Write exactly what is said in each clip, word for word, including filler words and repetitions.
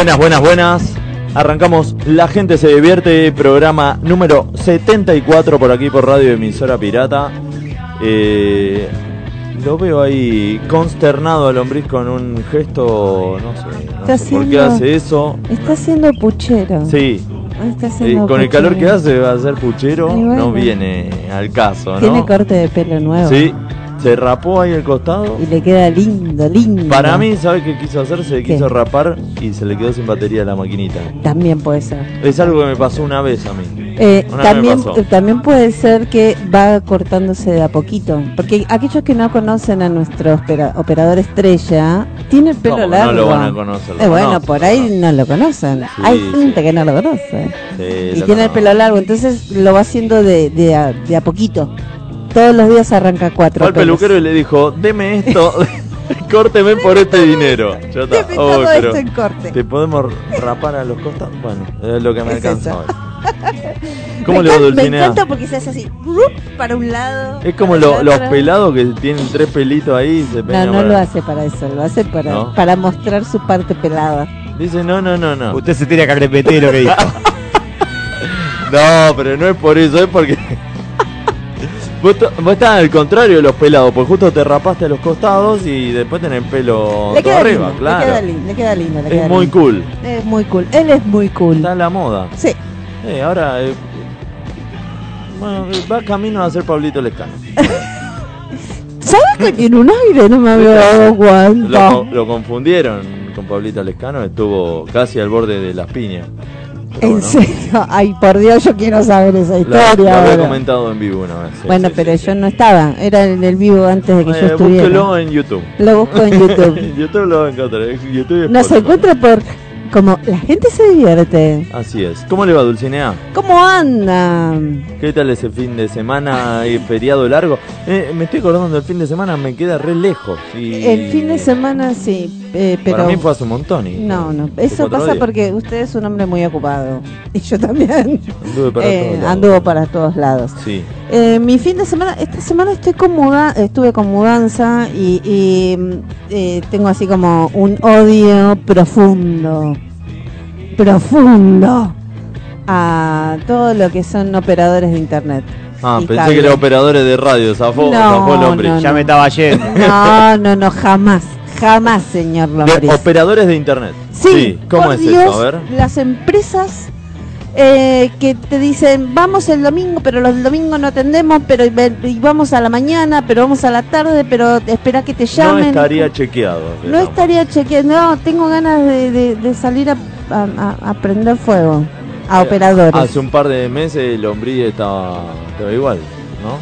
Buenas, buenas, buenas. Arrancamos La Gente Se Divierte, programa número setenta y cuatro por aquí por Radio Emisora Pirata. Eh, lo veo ahí consternado al Lombriz con un gesto, no sé, no sé haciendo, por qué hace eso. Está haciendo puchero. Sí. Está Eh, haciendo con el puchero. calor que hace va a ser puchero, bueno. no viene al caso, ¿no? Tiene corte de pelo nuevo. Sí, se rapó ahí el costado. Y le queda lindo, lindo. Para mí, ¿sabes qué quiso hacer? Se ¿Qué? quiso rapar y se le quedó sin batería la maquinita. También puede ser. Es algo que me pasó una vez a mí. Eh, Una vez también, me pasó. eh, también puede ser que va cortándose de a poquito. Porque aquellos que no conocen a nuestro opera- operador estrella, tiene el pelo ¿Cómo? largo. No lo van a conocer. lo Eh, bueno, conocen, por ahí ¿no? no lo conocen. Sí, Hay sí. gente que no lo conoce. Sí, Y lo tiene el conozco. pelo largo, entonces lo va haciendo de, de, a, de a poquito. Todos los días arranca cuatro Fue al pelos. peluquero y le dijo, deme esto, córteme por este dinero. Ya está. Deme Oh, todo pero esto en corte. ¿te podemos rapar a los costados? Bueno, es lo que me Es alcanza eso. hoy. ¿Cómo me le va, encanta, me Dulcinea? encanta porque se hace así, ¡rup! Para un lado. Es como para lo- el los otro. pelados que tienen tres pelitos ahí y se No, peinan no para- lo hace para eso, lo hace para, ¿No? para mostrar su parte pelada. Dice, no, no, no, no. Usted se tira a carrepeter lo que dijo. No, pero no es por eso, es porque... Vos, to- vos estás al contrario de los pelados, porque justo te rapaste a los costados y después tenés pelo Le todo queda, arriba, lindo, claro. le queda lindo, le queda lindo, le queda Es muy lindo. cool. Es muy cool, él es muy cool. Está en la moda. Sí, Eh, ahora... eh, bueno, va camino a ser Pablito Lescano. ¿sabes que tiene un aire? No me había dado Lo, cuenta. co- lo confundieron con Pablito Lescano, estuvo casi al borde de las piñas. Pero ¿En bueno, serio? Ay, por Dios, yo quiero saber esa Lo, historia. lo había ahora. comentado en vivo una vez. sí, Bueno, sí, pero sí, yo sí. no estaba, era en el vivo antes de que yo Eh, estuviera. búsquelo en YouTube. Lo busco en YouTube. En YouTube lo va a encontrar. en YouTube y Nos Spotify. encuentra por como La Gente Se Divierte. Así es. ¿Cómo le va, Dulcinea? ¿Cómo anda? ¿Qué tal ese fin de semana y feriado largo? Eh, me estoy acordando del fin de semana, me queda re lejos. Y El fin de semana sí, eh, pero Para mí fue hace un montón. Y no, no. fue Eso cuatro pasa días. porque usted es un hombre muy ocupado y yo también. Anduve para Eh, todos lados. anduvo para todos lados. Sí. Eh, mi fin de semana, esta semana estoy con muda, estuve con mudanza y, y, mm, eh, tengo así como un odio profundo, profundo a todo lo que son operadores de internet. Ah, y pensé cable. que eran operadores de radio, zafó, No, zafó el hombre. no, Ya me estaba yendo. No, no, no, jamás, jamás, señor De Lombriz. operadores de internet. Sí, ¿Cómo por es Dios, eso? A ver. las empresas eh, que te dicen vamos el domingo, pero los domingos no atendemos, pero y y vamos a la mañana, pero vamos a la tarde, pero espera que te No llamen. estaría chequeado. No digamos. estaría chequeando, no, tengo ganas de, de- de salir a, a- a- a prender fuego a Eh, operadores. Hace un par de meses el hombre estaba, estaba igual, ¿no?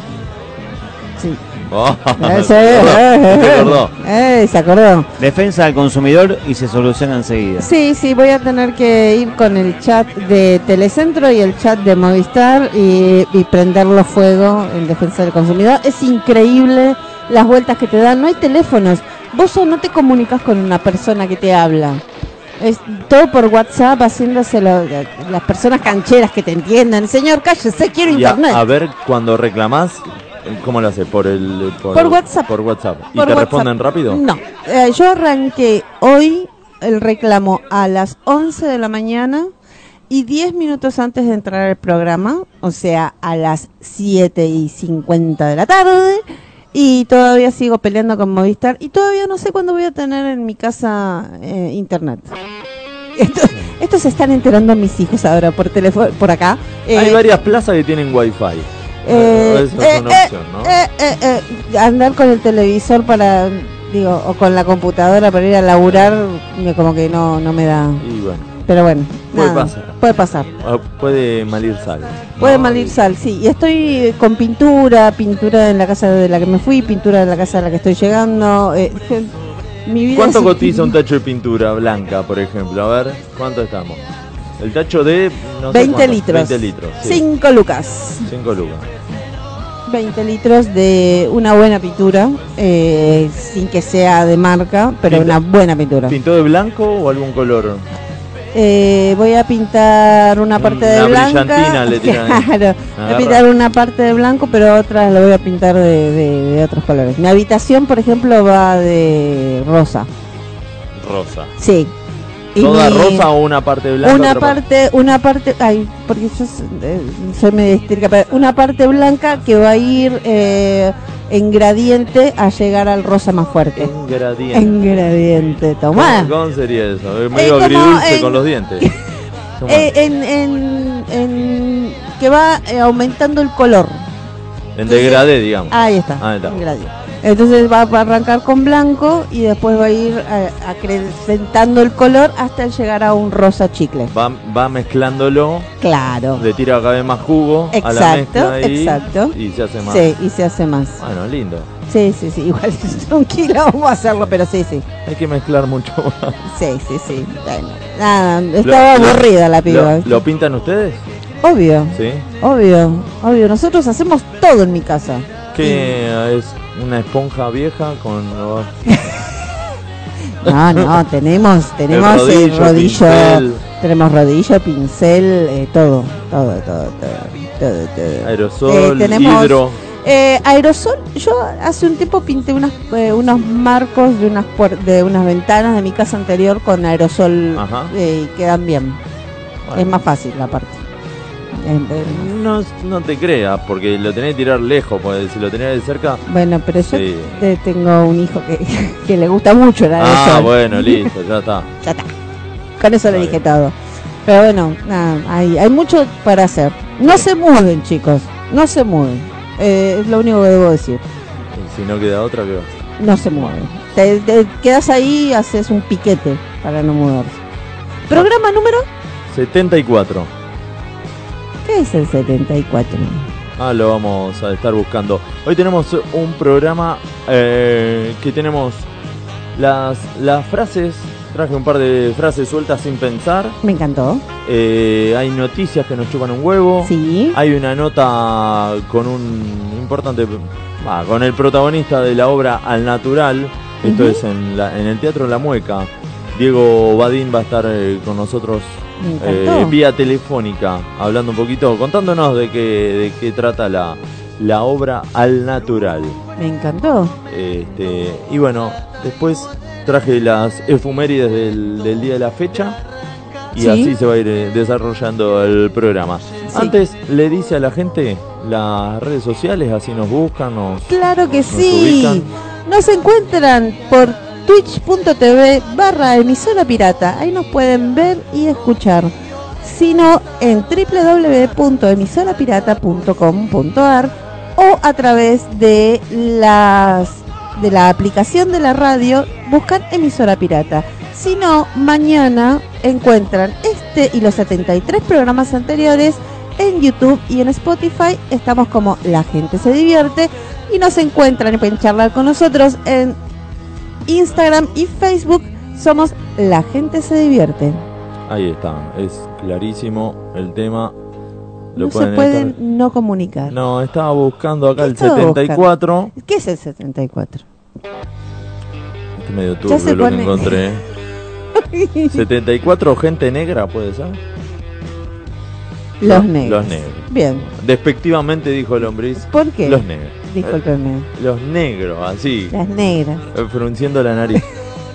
Sí. Oh, Eh, sí, ¿Se eh, acordó? eh, se acordó. Defensa del consumidor y se soluciona enseguida. Sí, sí, voy a tener que ir con el chat de Telecentro y el chat de Movistar y, y prenderlo fuego en defensa del consumidor. Es increíble las vueltas que te dan. No hay teléfonos. Vos no te comunicas con una persona que te habla. Es todo por WhatsApp, haciéndoselo las personas cancheras que te entiendan. Señor, cállese, quiero Y a, internet. a ver, cuando reclamás, ¿cómo lo hace? ¿Por el Por WhatsApp. Por WhatsApp. ¿Y Por te WhatsApp. responden rápido? No, eh, yo arranqué hoy el reclamo a las once de la mañana y diez minutos antes de entrar al programa, o sea, a las siete y cincuenta de la tarde, y todavía sigo peleando con Movistar y todavía no sé cuándo voy a tener en mi casa eh, internet. Esto, esto se están enterando mis hijos ahora por teléfono, por acá. Hay Eh, varias plazas que tienen wifi. eh, Esa es eh, una eh, opción, ¿no? eh, eh, eh, andar con el televisor para, digo, o con la computadora para ir a laburar, me- como que no, no me da. Y bueno, Pero bueno, Puede nada, pasar. puede pasar. ah, puede malir sal. Puede ¿no? malir sal, sí. Y estoy con pintura, pintura en la casa de la que me fui, pintura en la casa de la que estoy llegando. eh, mi vida ¿Cuánto es- cotiza un tacho de pintura blanca, por ejemplo? A ver, ¿cuánto estamos? El tacho de no sé veinte cuánto, litros. veinte litros. Sí. cinco lucas. cinco lucas. veinte litros de una buena pintura, eh, sin que sea de marca, pero Pinta- una buena pintura. ¿Pintó de blanco o algún color? Eh, voy a pintar una parte de Una blanca. brillantina le tiran ahí. Claro, voy a Agarra. pintar una parte de blanco, pero otras la voy a pintar de, de- de otros colores. Mi habitación, por ejemplo, va de rosa. Rosa. Sí. Y ¿Toda mi- rosa o una parte blanca? Una otra parte, una parte, ay, porque yo s- eh, soy medio histérica, pero una parte blanca que va a ir eh, en gradiente a llegar al rosa más fuerte. En gradiente. En gradiente, tomá. ¿Cómo, cómo sería eso? Es medio como agridulce en- con los dientes. Tomá. Eh, en, en, en- que va eh, aumentando el color. en degradé, digamos. Ahí está. Ahí está. en gradiente. Entonces va a arrancar con blanco y después va a ir eh, acrecentando el color hasta llegar a un rosa chicle. Va, va mezclándolo, Claro. le tira cada vez más jugo a la Exacto, mezcla y, exacto. y se hace más. Sí, y se hace más. Bueno, lindo. Sí, sí, sí. Igual es un kilo, vamos a hacerlo, pero sí, sí. Hay que mezclar mucho más. Sí, sí, sí. Bueno, nada, estaba Lo- lo- aburrida la piba. ¿Lo, ¿Lo pintan ustedes? Obvio, Sí. obvio, obvio. Nosotros hacemos todo en mi casa. Que es una esponja vieja con... No, no, tenemos, tenemos rodillo, el rodillo, pincel. tenemos rodillo, pincel, eh, todo, todo, todo, todo, todo, todo. aerosol, Eh, tenemos- hidro. Eh, aerosol, yo hace un tiempo pinté unas, eh, unos marcos de unas puer- de unas ventanas de mi casa anterior con aerosol Ajá. eh, y quedan bien. Bueno. Es más fácil la parte. Eh, eh, No, no te creas, porque lo tenés que tirar lejos, porque si lo tenés de cerca... Bueno, pero yo Sí. te- tengo un hijo que, que le gusta mucho el aerosol. Ah, bueno, listo, ya está. Ya está. Con eso Está le dije bien. todo. Pero bueno, nada, hay, hay mucho para hacer. No se muden, chicos. No se muden. Eh, es lo único que debo decir. Y si no queda otra, ¿qué va a hacer? No se mueven. Te, te quedas ahí y haces un piquete para no mudarse. Programa número. setenta y cuatro. ¿Qué es el setenta y cuatro? Ah, lo vamos a estar buscando. Hoy tenemos un programa eh, que tenemos las, las frases. Traje un par de frases sueltas sin pensar. Me encantó. Eh, hay noticias que nos chupan un huevo. Sí. Hay una nota con un importante, ah, con el protagonista de la obra Al Natural. Esto Ujú. es en, la, en el Teatro La Mueca. Diego Badín va a estar eh, con nosotros Me eh, encantó. vía telefónica, hablando un poquito, contándonos de qué, de qué trata la, la obra Al Natural. Me encantó. Este, y bueno, después traje las efemérides del, del día de la fecha. Y Sí. así se va a ir eh, desarrollando el programa. Sí. Antes le dice a la gente las redes sociales, así nos buscan, nos... Claro que ¿Nos sí. ubican? Nos encuentran por twitch punto tv barra emisora pirata. Ahí nos pueden ver y escuchar. Sino en w w w punto emisora pirata punto com punto a r o a través de las de la aplicación de la radio, buscan emisora pirata. Si no, mañana encuentran este y los setenta y tres programas anteriores en YouTube y en Spotify. Estamos como La Gente Se Divierte y nos encuentran y pueden charlar con nosotros en Instagram y Facebook. Somos La Gente Se Divierte. Ahí está, es clarísimo el tema. Lo No se pueden pueden estar- no comunicar. No, estaba buscando acá ¿Qué el estaba setenta y cuatro. ¿Qué es el setenta y cuatro? Es medio Ya se turbio lo que pone- encontré. setenta y cuatro, gente negra, puede ser. Los negros. Los negros. Bien. Despectivamente dijo el hombriz. ¿Por qué? Los negros. Discúlpeme. Los negros, así, Las negras. eh, frunciendo la nariz.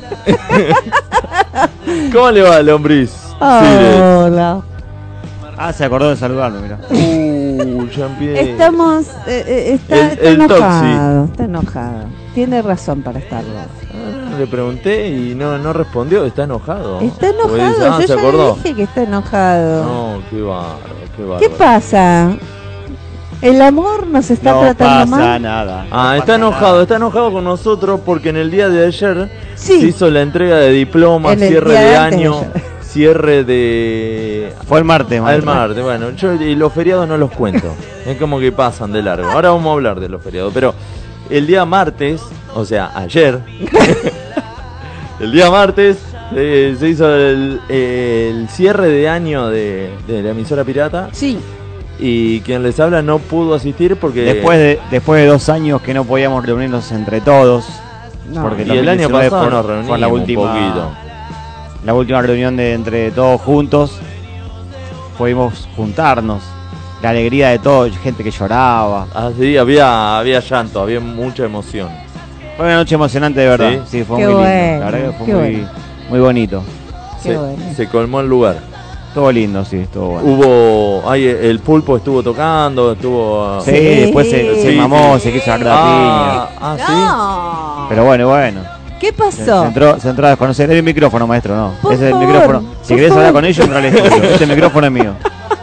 ¿Cómo le va el hombriz? Hola. Ah, se acordó de saludarme, mira. Uh, Jean-Pierre. Estamos. eh, eh, está, El- está el enojado. Está enojado. Tiene razón para estarlo. Ah, le pregunté y no, no respondió, está enojado. Está Porque enojado. dice, ah, Yo ¿se ya acordó? le dije que está enojado. No, qué bárbaro, qué bárbaro. ¿Qué pasa? ¿El amor nos está no tratando pasa mal? nada. Ah, no está pasa enojado, nada. está enojado con nosotros porque en el día de ayer Sí. se hizo la entrega de diplomas, En el cierre día de de antes año, de ayer. cierre de... Fue el martes, Al maestro. martes, bueno, yo y los feriados no los cuento, es como que pasan de largo. Ahora vamos a hablar de los feriados, pero el día martes, o sea, ayer, el día martes eh, se hizo el, el cierre de año de, de la emisora pirata Sí. y quien les habla no pudo asistir porque... Después de, después de dos años que no podíamos reunirnos entre todos, No. porque y el año dos mil diecinueve pasado fue- nos fue reunimos la un última, poquito. la última reunión de entre todos juntos, pudimos juntarnos, la alegría de todos, gente que lloraba. Así había, había llanto, había mucha emoción. Fue una noche emocionante de verdad, Sí. sí, fue Qué muy lindo, bueno, la verdad que fue qué muy, bueno. muy bonito. Qué se, bueno. se colmó el lugar. Todo lindo, sí, estuvo bueno. Hubo, ahí el Pulpo estuvo tocando, estuvo... Sí, Sí. después se, se Sí, mamó, sí. se quiso agarrar la Ah, piña. ah, sí. No. Pero bueno, bueno. ¿Qué Se, se pasó? entró, se entró a desconocer. Es el micrófono, maestro, no. Por Ese es el favor, micrófono. Si por querés favor. hablar con ellos, entra al estudio. Este micrófono es mío.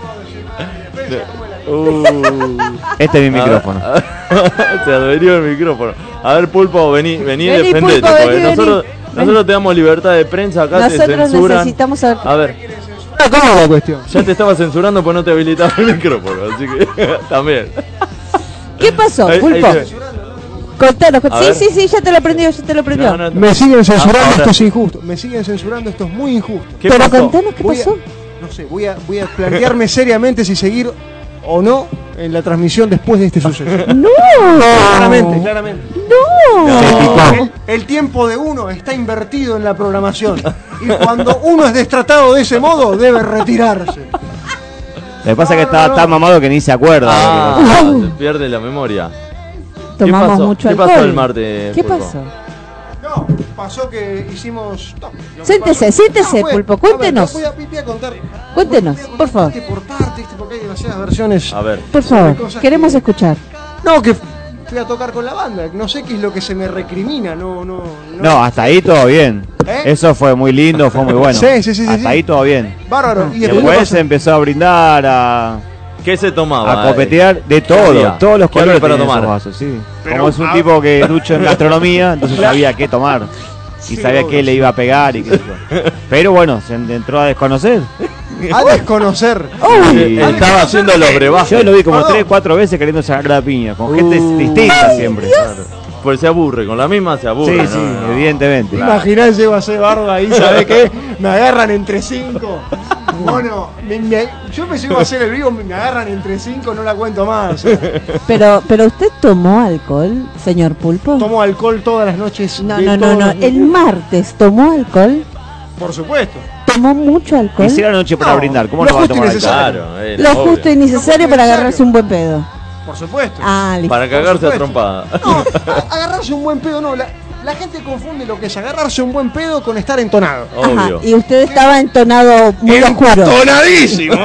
Uh. Este es mi A micrófono. ver, se adherió el micrófono. A ver, Pulpo, vení, vení, Vení, defendete, Pulpo, porque vení, nosotros, vení. nosotros te damos libertad de prensa, acá te Nosotros censuran. necesitamos saber. A ver, ¿Cómo es la cuestión? ya te estaba censurando porque no te habilitaba el micrófono, así que también. ¿Qué pasó, Ahí- Pulpo? ahí te- Contanos. A Sí, ver. sí, sí, ya te lo aprendió, ya te lo aprendió. No, no, Me siguen censurando, Ahora esto es sí. injusto. Me siguen censurando, esto es muy injusto. ¿Qué Pero pasó? contanos qué Voy a- pasó. No sé, voy a, voy a plantearme seriamente si seguir o no en la transmisión después de este suceso. No. Claramente, claramente. No. Se picó. El, el tiempo de uno está invertido en la programación. Y cuando uno es destratado de ese modo, debe retirarse. Lo que pasa es que No, está no, no. tan mamado que ni se acuerda. Ah, Au. se pierde la memoria. Tomamos ¿Qué pasó? mucho ¿Qué alcohol. pasó el martes, ¿Qué Pulpo? pasó? No, pasó que hicimos. No, lo que Siéntese, pasó- siéntese, fue- Pulpo, a ver, cuéntenos. voy, a, voy a contar. Cuéntenos, voy a contar por favor. parte por parte, ¿viste? Porque hay demasiadas versiones. A ver. Por favor, cosas queremos que- escuchar. No, que fui a tocar con la banda. No sé qué es lo que se me recrimina. No, no. No, hasta ahí todo bien. ¿Eh? Eso fue muy lindo, fue muy bueno. Sí, sí, sí, sí, Hasta sí. ahí todo bien. Bárbaro. Y después, Después lo se pasó- empezó a brindar, a, ¿Qué se tomaba? a copetear de todo, había? todos los ¿Qué había colores para tenían tomar? esos vasos, sí. Pero, Como es un a- tipo que lucha en gastronomía, entonces sabía qué tomar. Y Sí, sabía obvio, qué le sí. iba a pegar y qué sé yo. Pero bueno, se entró a desconocer. a desconocer. Y Estaba haciendo los brebajes. yo lo vi como Perdón. tres, cuatro veces queriendo sacar la piña, con gente Uh. distinta siempre. Claro. Pues se aburre, con la misma se aburre. Sí, sí, ¿no? No. evidentemente. Imaginás, llego a ser barba ahí, ¿sabés qué? Me agarran entre cinco. Bueno, me- me- yo me llego a hacer el vivo, me agarran entre cinco, no la cuento más. Pero, pero usted tomó alcohol, señor Pulpo. Tomo alcohol todas las noches. No, de no, no, todos no. los El días. martes tomó alcohol. Por supuesto. Tomó mucho alcohol. Quisiera la noche para No, brindar, ¿cómo lo no va a justo y tomar necesario. alcohol? Claro, era Lo obvio. justo y necesario Lo para necesario. agarrarse un buen pedo. Por supuesto. Ah, listo. Para cagarse a supuesto. trompada. No, a- agarrarse un buen pedo no. La, la gente confunde lo que es agarrarse un buen pedo con estar entonado. Ajá, Obvio. y usted estaba entonado muy oscuro. ¡Entonadísimo!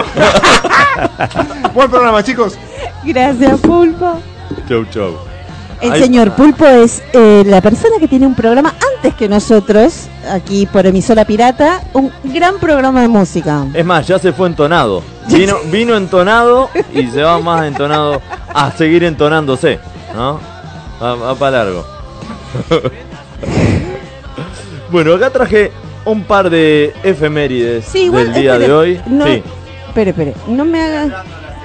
Buen programa, chicos. Gracias, Pulpo. Chau, chau. El Ay, señor Pulpo es eh, la persona que tiene un programa antes que nosotros, aquí por Emisora Pirata, un gran programa de música. Es más, ya se fue entonado. Vino, vino entonado y se va más entonado a seguir entonándose, ¿no? Va, va para largo. Bueno, acá traje un par de efemérides Sí, igual, del día espere, de hoy. no- Sí. Espere, espere, no me haga...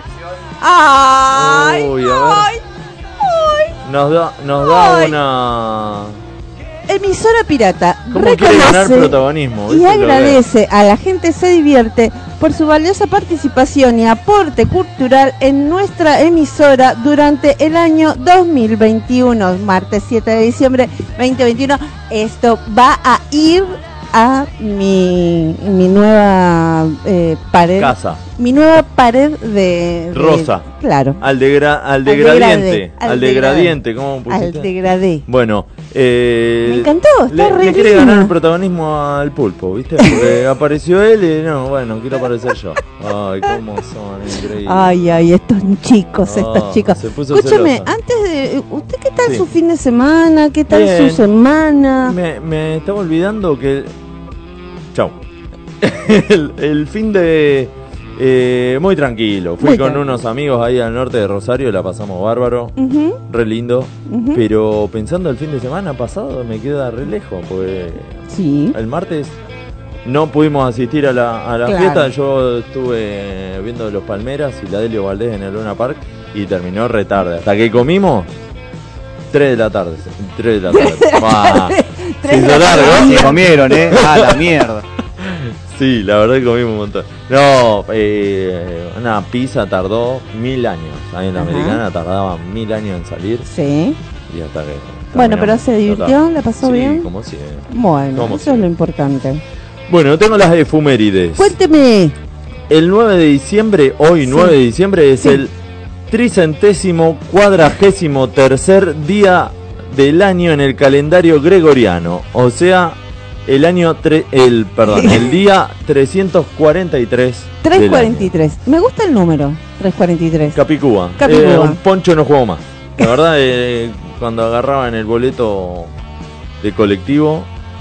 ¡Ay! Uy, a ver. ¡Ay! ¡Ay! Nos da, nos da Ay. una... Emisora Pirata ¿Cómo quiere ganar reconoce protagonismo? y ¿Viste? Lo agradece a la gente Se Divierte por su valiosa participación y aporte cultural en nuestra emisora durante el año dos mil veintiuno, martes siete de diciembre veinte veintiuno. Esto va a ir a mi, mi nueva eh, pared. Casa. Mi nueva pared de... de- Rosa. Claro. Al, degra, al Al degradiente. degradé, Al, al degradiente, ¿cómo pusiste? Al degradé. Bueno, eh, Me encantó, está le, re le quiere lindo. ganar el protagonismo al Pulpo, ¿viste? Porque apareció él y no, bueno, quiero aparecer yo. Ay, cómo son, increíbles. Ay, ay, estos chicos, estos Ah, chicos. se puso Escúchame, celosa. antes de... ¿Usted qué tal Sí. su fin de semana? ¿Qué tal Bien. su semana? Me, me estaba olvidando que... Chau. el, el fin de... eh, muy tranquilo. Fui Muy con tranquilo. unos amigos ahí al norte de Rosario, la pasamos bárbaro. Ujú, Re lindo. ujú. Pero pensando el fin de semana pasado me queda re lejos, porque Sí. el martes no pudimos asistir a la, a la Claro. fiesta. Yo estuve viendo Los Palmeras y la Delio Valdés en el Luna Park y terminó re tarde. Hasta que comimos, tres de la tarde. tres de la tarde. Buah. Tres Se hizo de la largo. Se comieron, ¿eh? A la mierda. Sí, la verdad que comimos un montón. No, eh, una pizza tardó mil años. Ahí en la Ajá. Americana tardaba mil años en salir Sí. y hasta que... Bueno, terminamos. pero se divirtió, ¿la pasó Sí, bien? como siempre. Bueno, Como eso es siempre. lo importante. Bueno, tengo las efumérides. Cuénteme. El nueve de diciembre, hoy Sí. nueve de diciembre, es Sí. el tricentésimo cuadragésimo tercer día del año en el calendario gregoriano. O sea, el año tre- el perdón, el día trescientos cuarenta y tres. trescientos cuarenta y tres. Me gusta el número, trescientos cuarenta y tres. Capicúa. Capicúa. Eh, un poncho no juego más. La verdad, eh, cuando agarraban el boleto de colectivo,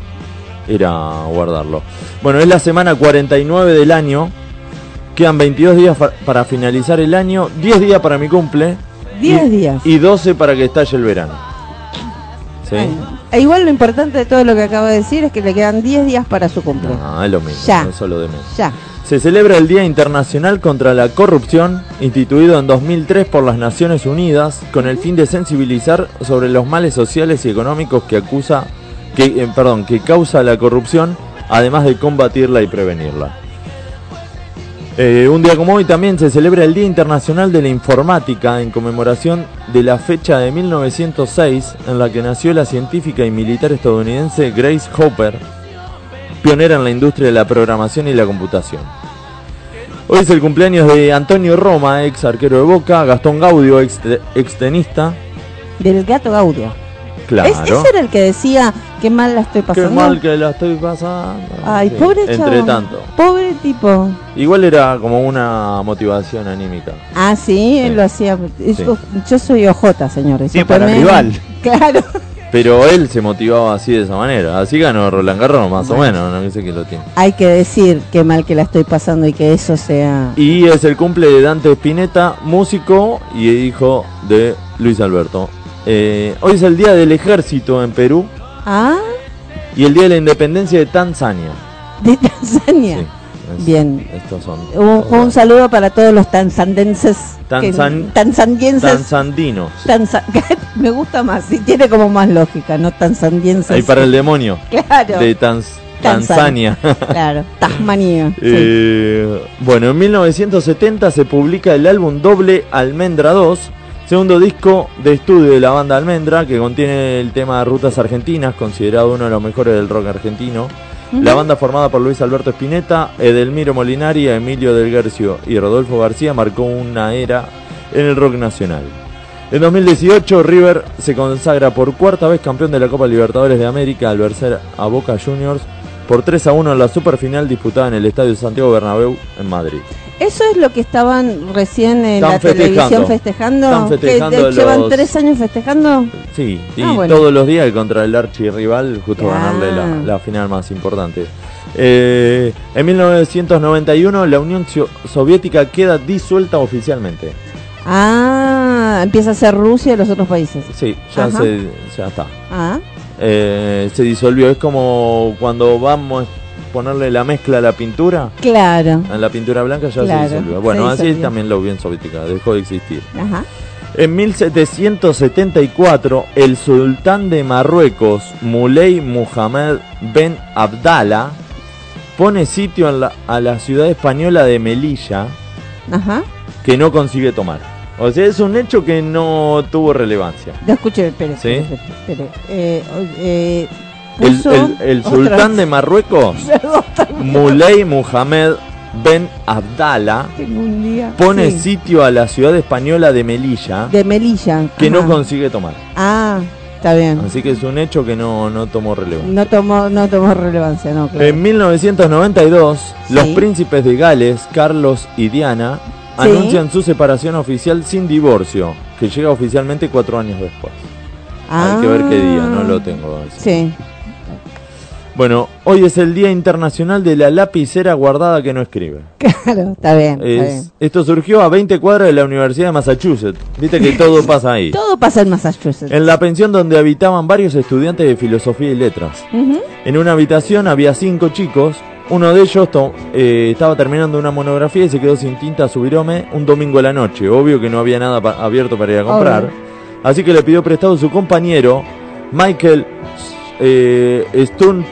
era guardarlo. Bueno, es la semana cuarenta y nueve del año. Quedan veintidós días fa- para finalizar el año, diez días para mi cumple. diez y, días. Y doce para que estalle el verano. ¿Sí? Ay, e igual lo importante de todo lo que acabo de decir es que le quedan diez días para su cumple. No, es lo mismo, Ya. es solo de menos. Ya. Se celebra el Día Internacional contra la Corrupción, instituido en dos mil tres por las Naciones Unidas, con el fin de sensibilizar sobre los males sociales y económicos que acusa, que, eh, perdón, que causa la corrupción, además de combatirla y prevenirla. Eh, un día como hoy también se celebra el Día Internacional de la Informática en conmemoración de la fecha de mil novecientos seis en la que nació la científica y militar estadounidense Grace Hopper, pionera en la industria de la programación y la computación. Hoy es el cumpleaños de Antonio Roma, ex arquero de Boca, Gastón Gaudio, ex, ex tenista. Del gato Gaudio. Claro. ¿Es, ¿Ese era el que decía qué mal la estoy Qué pasando? mal que la estoy pasando. Ay, Sí, pobre Entre chabón. tanto. Pobre tipo. Igual era como una motivación anímica. Ah, sí, él Sí. lo hacía. Yo, yo soy O J, señores. Sí, Yo para el también- rival. Claro. Pero él se motivaba así de esa manera. Así ganó Roland Garros, más o menos. No sé quién lo tiene. Hay que decir qué mal que la estoy pasando y que eso sea. Y es el cumple de Dante Spinetta, músico y hijo de Luis Alberto. Eh, hoy es el día del ejército en Perú Ah, y el día de la independencia de Tanzania. de Tanzania. Sí, es- Bien. Estos son. Un, un saludo para todos los tanzandenses. que- Tanzan- tanzandienses. Tanzandinos. Tanza- me gusta más, sí, tiene como más lógica, ¿no? Tanzandienses. Ahí para el demonio. Claro. De Tanz- Tanzania. Tanzania. Claro, Tasmania. sí. Eh, bueno, en mil novecientos setenta se publica el álbum doble Almendra dos, segundo disco de estudio de la banda Almendra, que contiene el tema Rutas Argentinas, considerado uno de los mejores del rock argentino. Ujú. La banda, formada por Luis Alberto Spinetta, Edelmiro Molinari, Emilio Del Guercio y Rodolfo García, marcó una era en el rock nacional. En dos mil dieciocho, River se consagra por cuarta vez campeón de la Copa Libertadores de América al vencer a Boca Juniors por tres a uno en la superfinal disputada en el Estadio Santiago Bernabéu en Madrid. Eso es lo que estaban recién en Están la festejando. televisión festejando. Están ¿Que festejando de- ¿Llevan los- tres años festejando? Sí, y Ah, bueno. todos los días contra el archirrival, justo Ah. ganarle la, la final más importante. Eh, en mil novecientos noventa y uno la Unión Sio- Soviética queda disuelta oficialmente. Ah, empieza a ser Rusia y los otros países. Sí, ya, Ajá. se, ya está. Ah, Eh, se disolvió. Es como cuando vamos a ponerle la mezcla a la pintura. claro. A la pintura blanca ya Claro, se disolvió. Bueno, se así disolvió. también la Unión Soviética dejó de existir. Ajá. En mil setecientos setenta y cuatro, el sultán de Marruecos, Moulay Mohammed Ben Abdallah, pone sitio en la- a la ciudad española de Melilla, Ajá. que no consigue tomar. O sea, es un hecho que no tuvo relevancia. No escuché, espere, ¿Sí? espere, espere. Eh, eh, El, puso el- el otra sultán vez. de Marruecos, Moulay Mohammed Ben Abdallah, Tengo un día. pone Sí. sitio a la ciudad española de Melilla, De Melilla. que no ajá. consigue tomar. Ah, está bien. Así que es un hecho que no, no tomó relevancia. No tomó, no tomó relevancia, no, claro. En mil novecientos noventa y dos, Sí. los príncipes de Gales, Carlos y Diana, Sí. anuncian su separación oficial sin divorcio, que llega oficialmente cuatro años después. Hay que ver qué día, no lo tengo. así. Ah. Sí. Bueno, hoy es el Día Internacional de la Lapicera Guardada que no escribe. Claro, está bien. Está bien. Es- esto surgió a veinte cuadras de la Universidad de Massachusetts. Viste que todo pasa ahí. Todo pasa en Massachusetts. En la pensión donde habitaban varios estudiantes de filosofía y letras. Ujú. En una habitación había cinco chicos. Uno de ellos to- eh, estaba terminando una monografía y se quedó sin tinta a su virome un domingo a la noche. Obvio que no había nada pa- abierto para ir a comprar. Obvio. Así que le pidió prestado a su compañero, Michael eh, Stun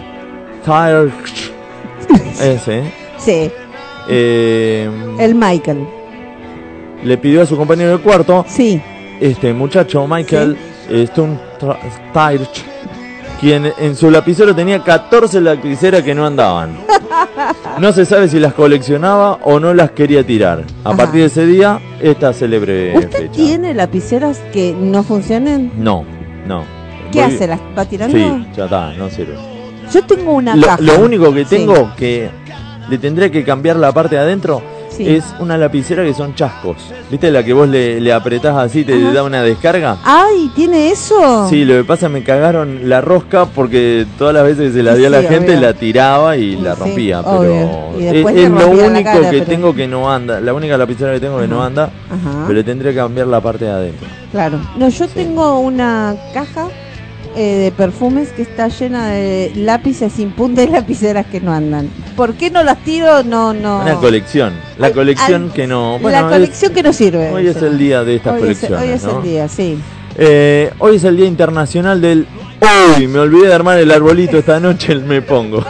Ese. Sí, eh, el Michael. le pidió a su compañero de cuarto, Sí. este muchacho Michael eh, Stun Tyrch, quien en su lapicero tenía catorce lapiceras que no andaban. No se sabe si las coleccionaba o no las quería tirar. A Ajá. partir de ese día, esta célebre ¿Usted fecha. tiene lapiceras que no funcionen? No, no. ¿Qué Voy- hace? ¿Las va tirando? Sí, ya está, no sirve. Yo tengo una Lo, caja. lo único que Sí. tengo que le tendría que cambiar la parte de adentro Sí. es una lapicera que son chascos. ¿Viste la que vos le, le apretás así, te Ajá. da una descarga? Ay, ¿tiene eso? Sí, lo que pasa me cagaron la rosca porque todas las veces que se la di a la Sí, gente obvio. la tiraba y Sí, la sí, rompía. obvio. Pero Y es, después es te lo rompía la único cara, que pero- tengo que no anda. La única lapicera que tengo que no Ajá. anda. Ajá. Pero le tendré que cambiar la parte de adentro. Claro. No, yo tengo una caja eh, de perfumes que está llena de lápices sin punta y lapiceras que no andan. ¿Por qué no las tiro? No, no. Una colección. La Ay, colección ay, que no. la Bueno, es- colección que no sirve. hoy es Sí. el día de estas Hoy es, colecciones. hoy es ¿no? el día, sí. Eh, hoy es el día internacional del. Uy, me olvidé de armar el arbolito esta noche, me pongo.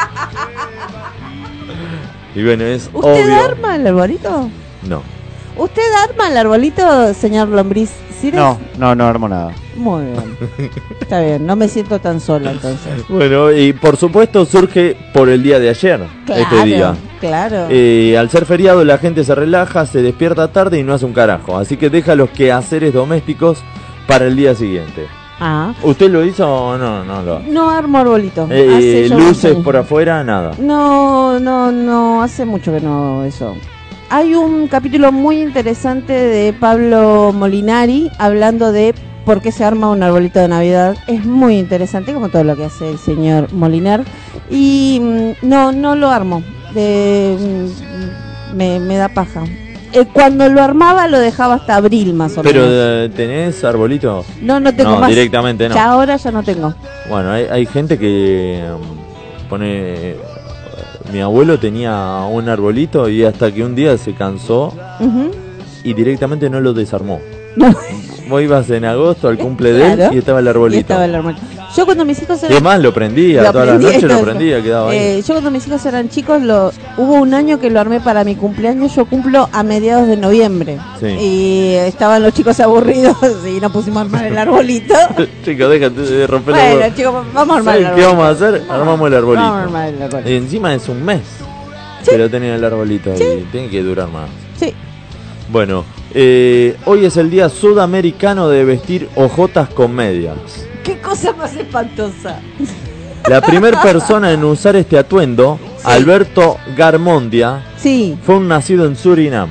Y bueno, es ¿Usted obvio. arma el arbolito? No. ¿Usted arma el arbolito, señor Lombriz Cires? No, no, no armo nada. Muy bien. Está bien, no me siento tan sola entonces. Bueno, y por supuesto surge por el día de ayer, Claro, este día. claro. Eh, al ser feriado la gente se relaja, se despierta tarde y no hace un carajo. Así que deja los quehaceres domésticos para el día siguiente. Ah, ¿Usted lo hizo o no? No lo no armo arbolito. eh, Hace ya luces unos años. por afuera, nada. No, no, no, hace mucho que no hago eso. Hay un capítulo muy interesante de Pablo Molinari hablando de por qué se arma un arbolito de Navidad. Es muy interesante, como todo lo que hace el señor Molinar. Y mm, no, no lo armo. De, mm, me, me da paja. Eh, cuando lo armaba lo dejaba hasta abril más o Pero menos. eh, ¿tenés arbolito? No, no tengo No, más. directamente no. Ya ahora ya no tengo. Bueno, hay, hay gente que um, pone... eh, mi abuelo tenía un arbolito y hasta que un día se cansó Ujú. y directamente no lo desarmó. No. Vos ibas en agosto al cumple de Claro. él y estaba el arbolito. Y estaba el arbolito. Yo cuando mis hijos Y eran además lo prendía, Lo todas las aprendí, noches lo todo eso. prendía, quedaba ahí. Eh, yo cuando mis hijos eran chicos, lo, hubo un año que lo armé para mi cumpleaños. Yo cumplo a mediados de noviembre. Sí. Y estaban los chicos aburridos y no pusimos a armar el arbolito. Chicos, déjate de romper Bueno, los chicos, vamos a armar el ¿Sabes qué arbolito. vamos a hacer? Armamos el arbolito. Vamos a armar el arbolito. Y encima es un mes que lo tenía el arbolito ahí. Tiene que durar más. Sí. Bueno, eh, hoy es el día sudamericano de vestir ojotas con medias. Qué cosa más espantosa. La primera persona en usar este atuendo, Sí. Alberto Garmondia, Sí. fue un nacido en Surinam.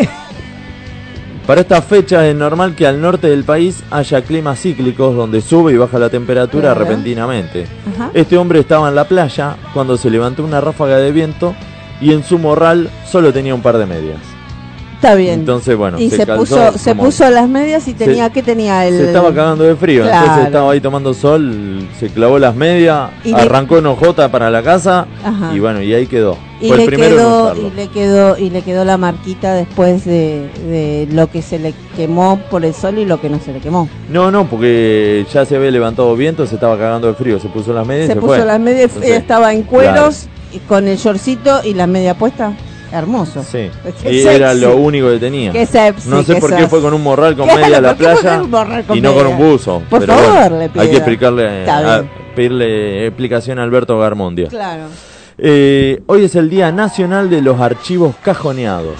Para estas fechas es normal que al norte del país haya climas cíclicos donde sube y baja la temperatura Claro. repentinamente. Ajá. Este hombre estaba en la playa cuando se levantó una ráfaga de viento y en su morral solo tenía un par de medias. Está bien. Entonces, bueno, y se, se, calzó puso, se como- puso las medias y tenía que tenía el. se estaba cagando de frío, Claro. entonces estaba ahí tomando sol, se clavó las medias, Y le- arrancó en hojota para la casa Ajá. y bueno, y ahí quedó. Y Fue el le, primero en quedó, usarlo. y le quedó y le quedó la marquita después de, de lo que se le quemó por el sol y lo que no se le quemó. No, no, porque ya se había levantado viento, se estaba cagando de frío, se puso las medias y Se se puso fue. las medias, Entonces, ella estaba en cueros y con el shortcito y la media puesta. Hermoso. Sí, Qué y era sexy. lo único que tenía. Qué sexy No sé que por qué sos. fue con un morral con Claro, media a la ¿por qué fue playa con un morral con y no con un media? buzo. Por Pero favor, bueno, le hay pido. que explicarle, Está a- bien. pedirle explicación a Alberto Garmondia. Claro. Eh, hoy es el Día Nacional de los Archivos Cajoneados.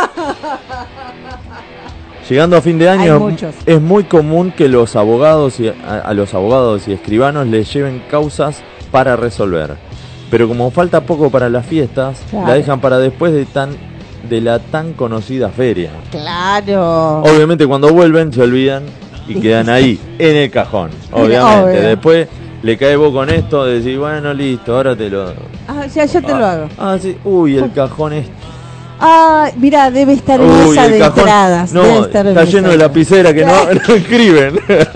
Llegando a fin de Hay año, muchos. es muy común que los abogados y, a, a los abogados y escribanos les lleven causas para resolver. Pero como falta poco para las fiestas, Claro. la dejan para después de tan de la tan conocida feria. Claro. Obviamente cuando vuelven se olvidan y quedan ahí, en el cajón. Obviamente. Obvio. Después le cae vos con esto, decís, bueno, listo, ahora te lo... Ah, ya, ya te lo hago. Ah, sí. Uy, el cajón es... Ah, mira, debe estar en Uy, esa el de cajón... entradas. debe No, estar en está esa lleno de de- lapicera que no, no escriben.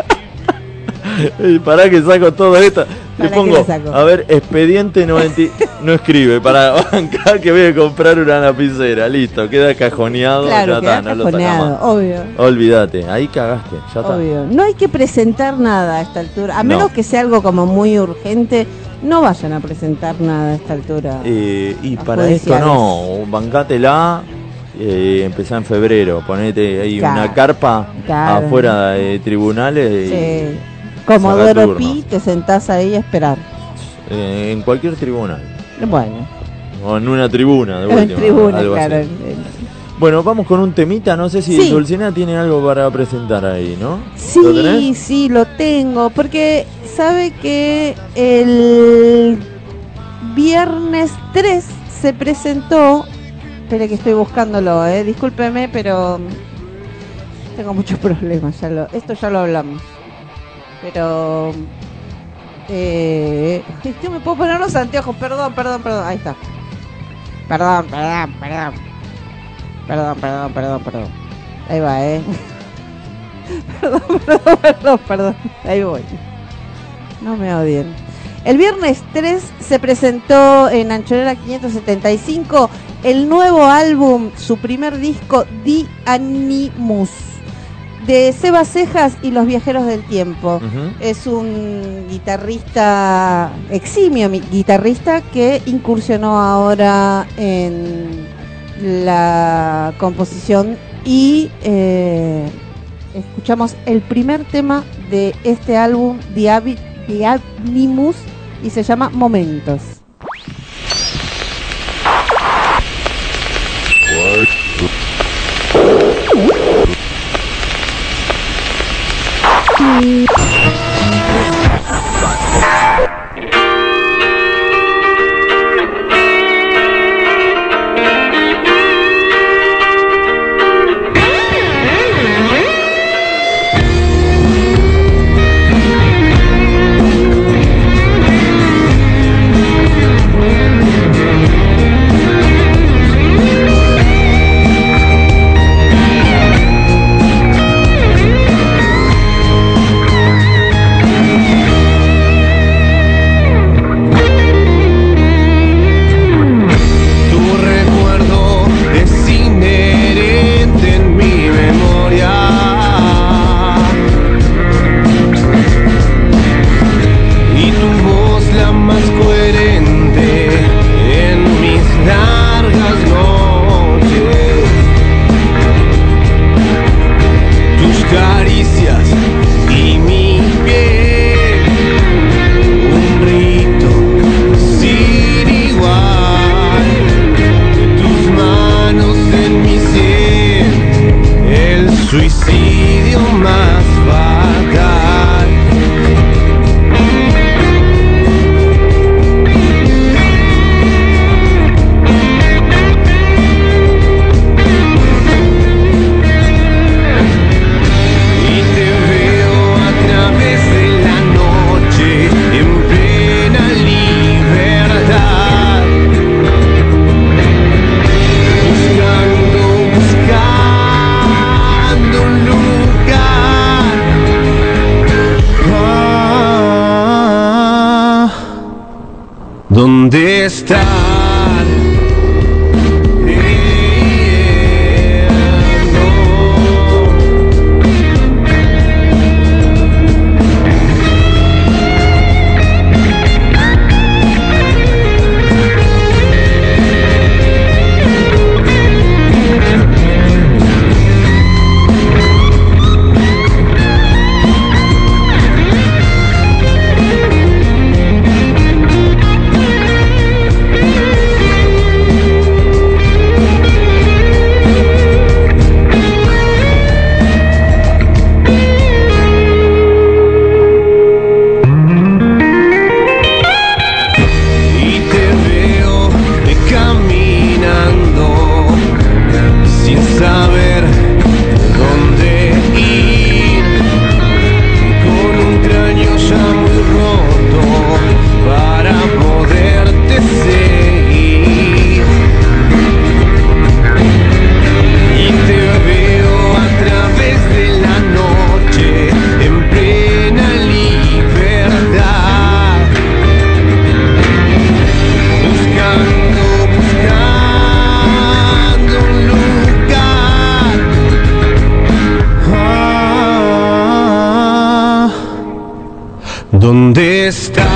Y pará que saco todo esto. Le ¿Para qué pongo, lo saco? a ver, expediente noventa... No escribe, para bancar que voy a comprar una lapicera. Listo, queda cajoneado. Claro, ya queda está, no lo saca cajoneado, más. obvio. Olvídate, ahí cagaste, ya está. Obvio. No hay que presentar nada a esta altura. A No. menos que sea algo como muy urgente, no vayan a presentar nada a esta altura. Eh, y Las para judiciales. esto no, bancátela, eh, empezá en febrero, ponete ahí Claro, una carpa claro. afuera de tribunales, y, Sí. Como saca Doro turno. Pi, te sentás ahí a esperar. eh, en cualquier tribunal, Bueno, o en una tribuna de en última, tribuna, algo claro. así. Bueno, vamos con un temita, no sé si Sí. Dulcinea tiene algo para presentar ahí, ¿no? ¿Lo tenés? Sí, sí, lo tengo. Porque sabe que el viernes tres se presentó. Espere que estoy buscándolo, eh. Discúlpeme, pero tengo muchos problemas. Ya lo, esto ya lo hablamos. Pero eh, yo me puedo poner los anteojos. Perdón, perdón, perdón. Ahí está. Perdón, perdón, perdón. Perdón, perdón, perdón, perdón. Ahí va, eh. Perdón, perdón, perdón, perdón. Ahí voy. No me odien. El viernes tres se presentó en Anchorena quinientos setenta y cinco el nuevo álbum, su primer disco, The Animus, de Seba Cejas y los Viajeros del Tiempo. Uh-huh. Es un guitarrista, eximio guitarrista, que incursionó ahora en la composición y eh, escuchamos el primer tema de este álbum, The, Ab- The Animus, y se llama Momentos. ¿Dónde están? ¿Dónde están?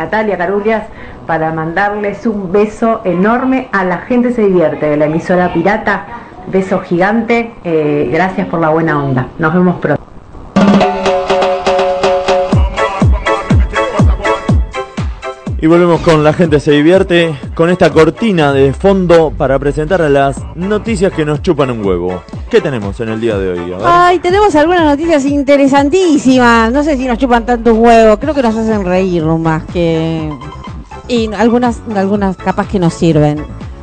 Natalia Carulias, para mandarles un beso enorme a La Gente Se Divierte de la emisora Pirata. Beso gigante, eh, gracias por la buena onda. Nos vemos pronto. Y volvemos con La Gente Se Divierte, con esta cortina de fondo para presentar a las noticias que nos chupan un huevo. ¿Qué tenemos en el día de hoy? A ver. Ay, tenemos algunas noticias interesantísimas. No sé si nos chupan tanto un huevo, creo que nos hacen reír más que... Y algunas, algunas capaz que nos sirven.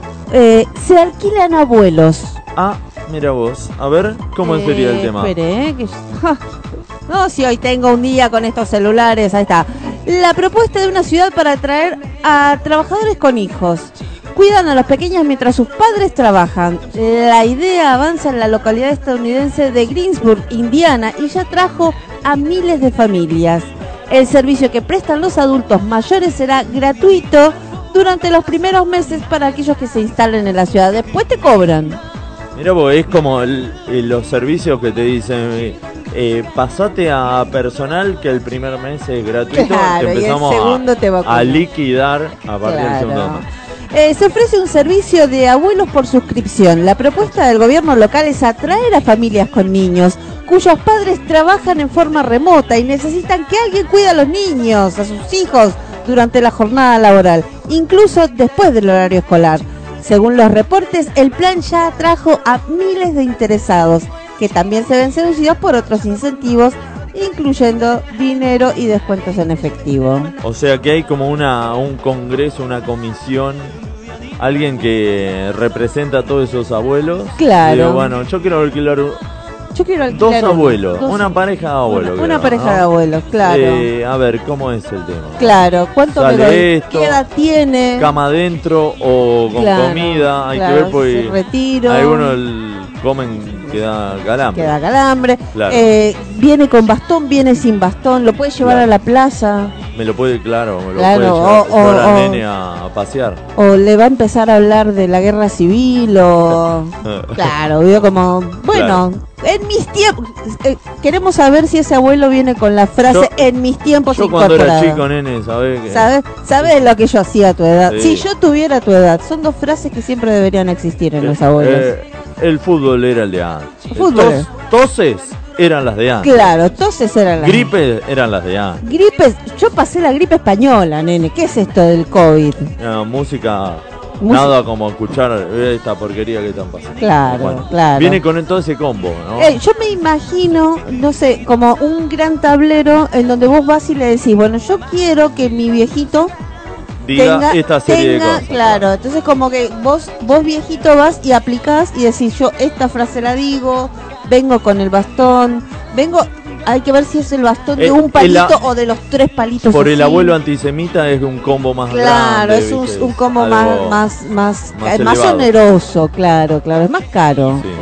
Eh, se alquilan abuelos. Ah, mira vos. A ver, ¿cómo Eh, sería el tema? Espere, eh, que yo- no, si hoy tengo un día con estos celulares, ahí está. La propuesta de una ciudad para atraer a trabajadores con hijos. Cuidan a los pequeños mientras sus padres trabajan. La idea avanza en la localidad estadounidense de Greensburg, Indiana, y ya trajo a miles de familias. El servicio que prestan los adultos mayores será gratuito durante los primeros meses para aquellos que se instalen en la ciudad. Después te cobran. Mira vos, es como el- el- los servicios que te dicen, eh, eh, pasate a personal que el primer mes es gratuito, Claro, te y el empezamos segundo a, te vacunan. a liquidar a partir del Claro. segundo mes. Eh, se ofrece un servicio de abuelos por suscripción. La propuesta del gobierno local es atraer a familias con niños cuyos padres trabajan en forma remota y necesitan que alguien cuide a los niños, a sus hijos, durante la jornada laboral, incluso después del horario escolar. Según los reportes, el plan ya atrajo a miles de interesados, que también se ven seducidos por otros incentivos, incluyendo dinero y descuentos en efectivo. O sea que hay como una un congreso, una comisión, alguien que representa a todos esos abuelos. Claro. Y digo, bueno, yo quiero alquilar un- Yo quiero dos alquilar uno, abuelos, dos- una pareja de abuelos. Una, creo, una pareja ¿no? de abuelos, claro. Eh, a ver, ¿cómo es el tema? Claro, ¿cuánto me Sale doy? esto, ¿Qué edad tiene? Cama adentro o con Claro, comida, hay claro, que ver porque sí, retiro. algunos el- comen que da calambre. Que da calambre. Claro. Eh, viene con bastón, viene sin bastón, lo puedes llevar Claro. a la plaza Me lo puede, claro, me lo Claro, puede llevar, o- llevar o- al o- nene a, a pasear. o le va a empezar a hablar de la guerra civil o... Claro, vio como... Bueno, en mis tiempos... eh, queremos saber si ese abuelo viene con la frase Yo- en mis tiempos Yo cuando era incorporada. chico, nene, ¿sabes? Que... ¿Sabes? ¿Sabes lo que yo hacía a tu edad? Sí. Si yo tuviera tu edad, son dos frases que siempre deberían existir en Eh, los abuelos. eh, el fútbol era el de antes. Fútbol. Tos- toses eran las de antes. Claro, entonces eran las... Gripes eran las de antes. Gripes, yo pasé la gripe española, nene. ¿Qué es esto del COVID? No, música, Música- nada como escuchar esta porquería que están pasando. Claro, claro. Viene con todo ese combo, ¿no? Eh, yo me imagino, no sé, como un gran tablero en donde vos vas y le decís, bueno, yo quiero que mi viejito Diga tenga, esta serie tenga- de cosas. claro, entonces como que vos, vos viejito vas y aplicás y decís, yo esta frase la digo, vengo con el bastón, vengo, hay que ver si es el bastón de Eh, un palito el a- o de los tres palitos. Por el así. abuelo antisemita es un combo más Claro, grande. es un, ¿viste? un combo más, Algo- más, más, más eh, más elevado. oneroso, claro, claro, es más caro. Sí.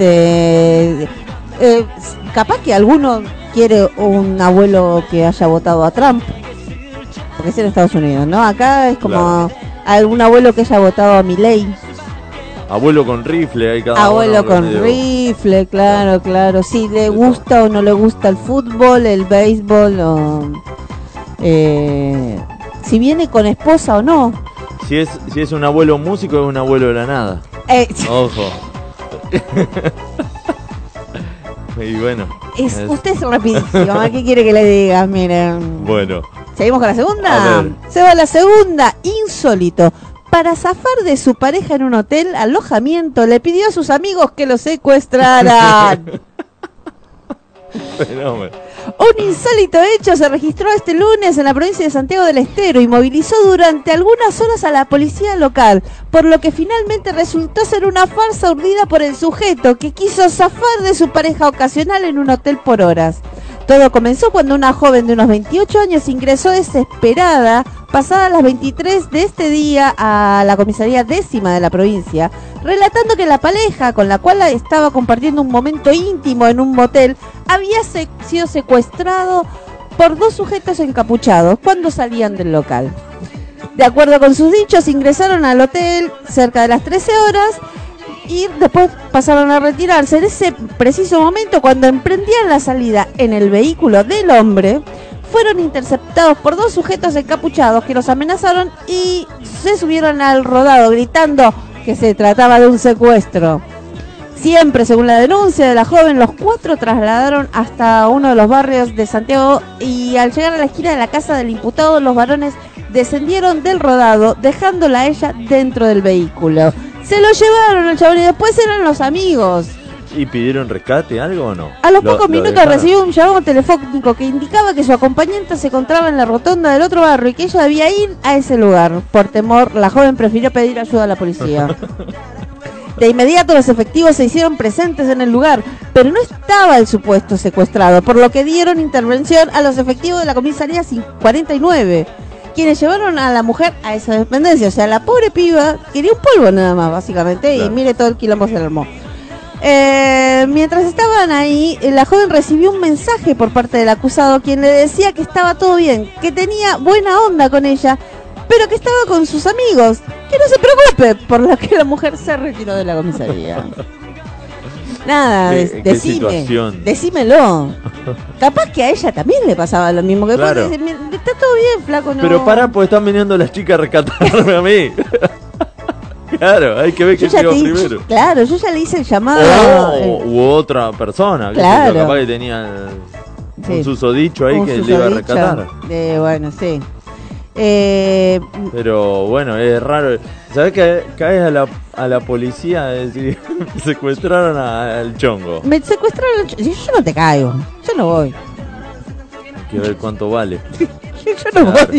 Este, eh, capaz que alguno quiere un abuelo que haya votado a Trump, porque es en Estados Unidos, ¿no? Acá es como Claro. algún abuelo que haya votado a Milei, Abuelo con rifle, hay cada abuelo uno que con medio- rifle, claro, claro, si le De gusta o no le gusta el fútbol, el béisbol, o eh, si viene con esposa o no. Si es, si es un abuelo músico, es un abuelo de la nada. Eh, Ojo. Y bueno. Es, es- usted es rapidísimo, ¿qué quiere que le diga? Miren. Bueno. ¿Seguimos con la segunda? A ver. Se va la segunda, insólito. Para zafar de su pareja en un hotel alojamiento, le pidió a sus amigos que lo secuestraran. Fenómeno. Un insólito hecho se registró este lunes en la provincia de Santiago del Estero y movilizó durante algunas horas a la policía local, por lo que finalmente resultó ser una farsa urdida por el sujeto que quiso zafar de su pareja ocasional en un hotel por horas. Todo comenzó cuando una joven de unos veintiocho años ingresó desesperada, pasadas las veintitrés de este día, a la comisaría décima de la provincia, relatando que la pareja con la cual estaba compartiendo un momento íntimo en un motel había se- sido secuestrado por dos sujetos encapuchados cuando salían del local. De acuerdo con sus dichos, ingresaron al hotel cerca de las trece horas y después pasaron a retirarse. En ese preciso momento, cuando emprendían la salida en el vehículo del hombre, fueron interceptados por dos sujetos encapuchados que los amenazaron y se subieron al rodado gritando que se trataba de un secuestro. Siempre, según la denuncia de la joven, los cuatro trasladaron hasta uno de los barrios de Santiago y al llegar a la esquina de la casa del imputado, los varones descendieron del rodado, dejándola a ella dentro del vehículo. Se lo llevaron al chabón y después eran los amigos. ¿Y pidieron rescate, algo o no? A los Lo- pocos lo minutos dejaron. recibió un llamado telefónico que indicaba que su acompañante se encontraba en la rotonda del otro barrio y que ella debía ir a ese lugar. Por temor, la joven prefirió pedir ayuda a la policía. De inmediato los efectivos se hicieron presentes en el lugar, pero no estaba el supuesto secuestrado, por lo que dieron intervención a los efectivos de la comisaría cuarenta y nueve, quienes llevaron a la mujer a esa dependencia. O sea, la pobre piba quería un polvo nada más, básicamente, Claro. y mire todo el quilombo se le armó. Eh, mientras estaban ahí, eh, la joven recibió un mensaje por parte del acusado, quien le decía que estaba todo bien, que tenía buena onda con ella, pero que estaba con sus amigos, que no se preocupe, por lo que la mujer se retiró de la comisaría. Nada, Qué- des- qué decime, situación. decímelo. Capaz que a ella también le pasaba lo mismo, que después Claro. le dice, "Mira, está todo bien, flaco, no". Pero pará, pues están viniendo las chicas a rescatarme a mí. Claro, hay que ver Yo quién ya llegó te- primero. Claro, yo ya le hice el llamado. O, eh, u otra persona, que Claro. capaz que tenía Sí. un susodicho ahí un que le iba a susodicho rescatar. de- bueno, sí. Eh, Pero bueno, es raro. ¿Sabés que caes a la, a la policía? Es decir, secuestraron a- al chongo. me secuestraron. Yo, yo no te caigo. Yo no voy. Hay que ver cuánto vale. Yo no Claro. voy.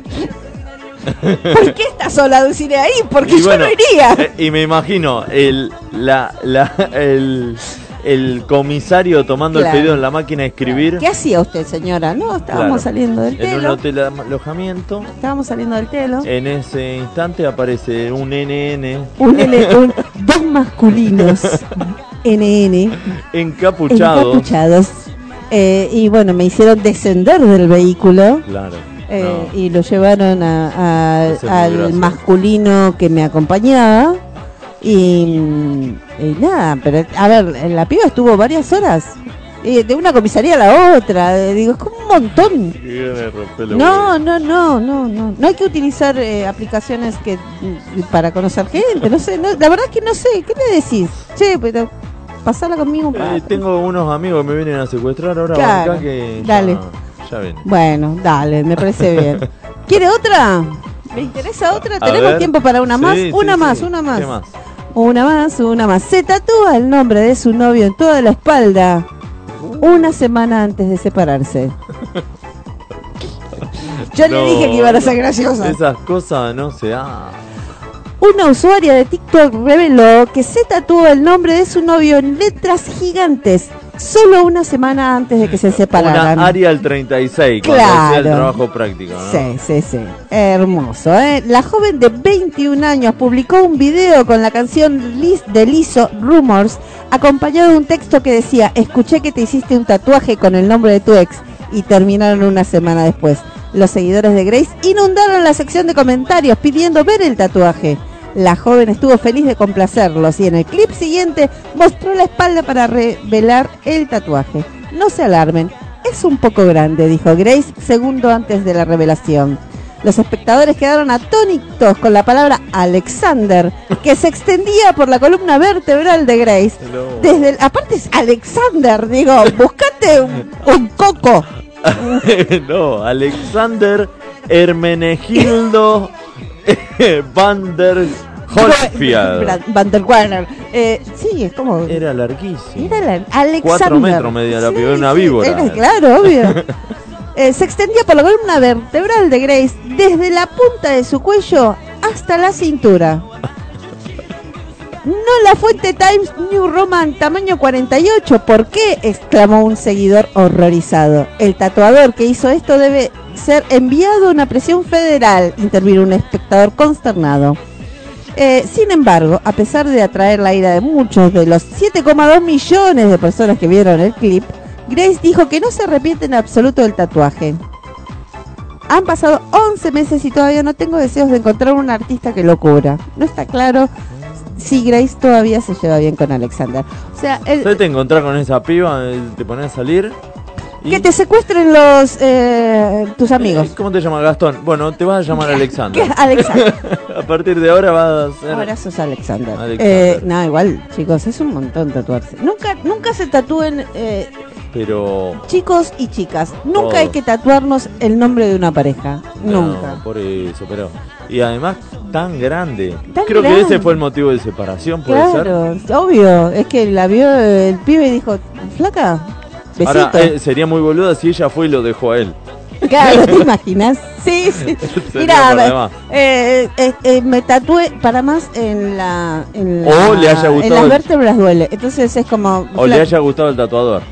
¿Por qué estás sola, Dulcine, ahí? Porque Y yo bueno, no iría. eh, y me imagino el, la, la, el, el comisario tomando Claro. el pedido en la máquina de escribir ¿Qué hacía usted, señora? No, estábamos Claro. saliendo del en un telo. hotel de alojamiento. Estábamos saliendo del telo. En ese instante aparece un N N Un, N- un- dos masculinos. N N. encapuchado. Encapuchados. Eh, y bueno, me hicieron descender del vehículo. Claro. Eh, no. y lo llevaron a- a- Eso es muy al gracioso. masculino que me acompañaba y, y nada, pero a ver, la piba estuvo varias horas eh, de una comisaría a la otra, eh, digo, es como un montón. Qué ganas de romperle No, huevo. no, no, no, no, no hay que utilizar eh, aplicaciones que mm, para conocer gente, no sé, no, la verdad es que no sé, ¿qué le decís? Che, pero pasala conmigo un Eh, rato. tengo unos amigos que me vienen a secuestrar ahora. Claro, Acá que dale. Ya, ya ven. Bueno, dale, me parece bien. ¿Quiere otra? ¿Me interesa otra? A ¿Tenemos ver. tiempo para una Sí, más? sí, una sí. más, una más. ¿Qué más? Una más, una más. Se tatúa el nombre de su novio en toda la espalda una semana antes de separarse. Yo le No, dije que iban a no. ser graciosas. Esas cosas no se hacen. Una usuaria de TikTok reveló que se tatuó el nombre de su novio en letras gigantes solo una semana antes de que se separaran. Una Arial treinta y seis cuando Claro. hacía el trabajo práctico, ¿no? Sí, sí, sí. Hermoso, ¿eh? La joven de veintiún años publicó un video con la canción Liz de Lizzo, Rumors, acompañado de un texto que decía: escuché que te hiciste un tatuaje con el nombre de tu ex, y terminaron una semana después. Los seguidores de Grace inundaron la sección de comentarios pidiendo ver el tatuaje. La joven estuvo feliz de complacerlos y en el clip siguiente mostró la espalda para revelar el tatuaje. No se alarmen, es un poco grande, dijo Grace segundo antes de la revelación. Los espectadores quedaron atónitos con la palabra Alexander, que se extendía por la columna vertebral de Grace. No. Desde el- aparte es Alexander, digo, buscate un, un coco. No, Alexander Hermenegildo Van der Holfield. Bra- Van der Werner. Eh, sí, es como... Era larguísimo. Era la Alexander. Cuatro metros medía la piba, una víbora. era- claro, obvio. Eh, se extendía por la columna vertebral de Grace desde la punta de su cuello hasta la cintura. No la fuente Times New Roman tamaño cuarenta y ocho. ¿Por qué?, exclamó un seguidor horrorizado. El tatuador que hizo esto debe ser enviado a una prisión federal, intervino un espectador consternado. Eh, sin embargo, a pesar de atraer la ira de muchos de los siete coma dos millones de personas que vieron el clip, Grace dijo que no se arrepiente en absoluto del tatuaje. Han pasado once meses y todavía no tengo deseos de encontrar un artista que lo cubra. No está claro si Grace todavía se lleva bien con Alexander. O sea, él, ¿Sabes te encontrás con esa piba? Te pones a salir ¿Y? Que te secuestren los eh, tus amigos. Eh, ¿Cómo te llamas, Gastón? Bueno, te vas a llamar Alexander. ¿Qué? Alexander. A partir de ahora vas a ser... Ahora sos Alexander. Alexander. Eh, no, igual, chicos, es un montón tatuarse. Nunca, nunca se tatúen, eh, Pero... chicos y chicas. Nunca Todos. hay que tatuarnos el nombre de una pareja. No, Nunca. por eso, pero... Y además, tan grande. Tan Creo grande. que ese fue el motivo de separación, ¿puede ser? Claro, obvio. Es que la vio el pibe y dijo, flaca, besito. Ahora, eh, sería muy boluda si ella fue y lo dejó a él. Claro, ¿te imaginas? Sí, sí. Sería por Mira, demás. eh, eh, eh, me tatué para más en la, en O la- le haya gustado en las el- vértebras duele. Entonces es como O le fla- haya gustado el tatuador.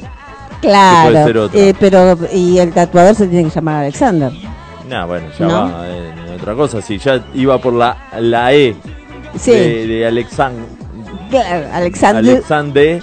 claro, que puede ser otra. eh, pero y el tatuador se tiene que llamar Alexander. Nah, bueno, ya ¿No? va en otra cosa. Si ya iba por la, la E Sí, de, de Alexand claro, Alexander. Alexandre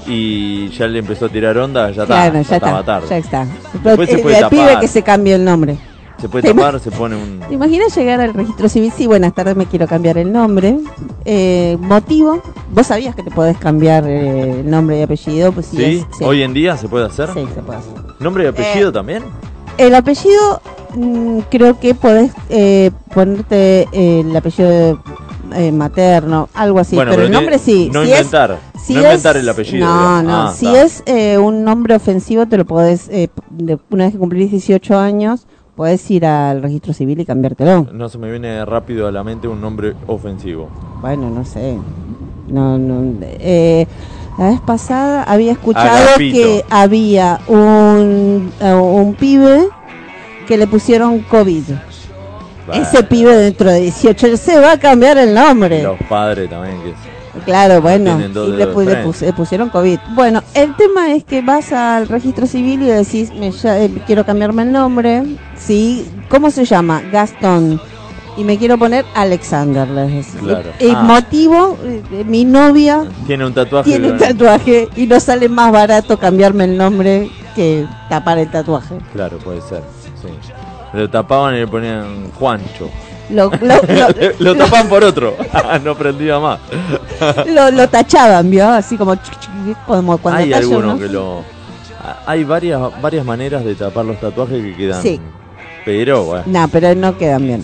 y ya le empezó a tirar onda, ya Claro, está, ya estaba está, tarde. ya está. Después se Eh, puede el tapar. pibe que se cambie el nombre. Se puede ¿Te tapar, se pone un... ¿Te imaginas llegar al registro civil? Sí, buenas tardes, me quiero cambiar el nombre. Eh, motivo, ¿vos sabías que te podés cambiar eh, el nombre y apellido? Pues sí, ¿Sí? es- sí. ¿Hoy en día se puede hacer? Sí, se puede hacer. ¿Nombre y apellido Eh, también? El apellido, mm, creo que podés eh, ponerte eh, el apellido eh, materno, algo así, Bueno, pero, pero el tiene- nombre sí. no si inventar, es, si no es- inventar el apellido, No, digamos. no, Ah, si está. es eh, un nombre ofensivo te lo podés, eh, de- una vez que cumplís dieciocho años, podés ir al registro civil y cambiártelo. No se me viene rápido a la mente un nombre ofensivo. Bueno, no sé. No, no. Eh, la vez pasada había escuchado Agapito. que había un, eh, un pibe que le pusieron COVID. Bueno, Ese pibe dentro de dieciocho años se va a cambiar el nombre. Los padres también que... Claro, bueno, tienen dos y le, dedos pu- de le frente. pus- le pusieron COVID. Bueno, el tema es que vas al registro civil y decís, me, ya- eh, quiero cambiarme el nombre, ¿sí? ¿Cómo se llama? Gastón. Y me quiero poner Alexander, les decís. Claro. El Ah. motivo, eh, mi novia Tiene un tatuaje. tiene un con- tatuaje y no sale más barato cambiarme el nombre que tapar el tatuaje. Claro, puede ser, sí. Lo tapaban y le ponían Juancho. Lo, lo, lo- Lo tapaban por otro. no prendía más. lo- lo tachaban, ¿vio? Así como, chuc, chuc, como cuando Hay talla algunos uno. que lo... Hay varias varias maneras de tapar los tatuajes que quedan... Sí. Pero, bueno. No, pero no quedan bien.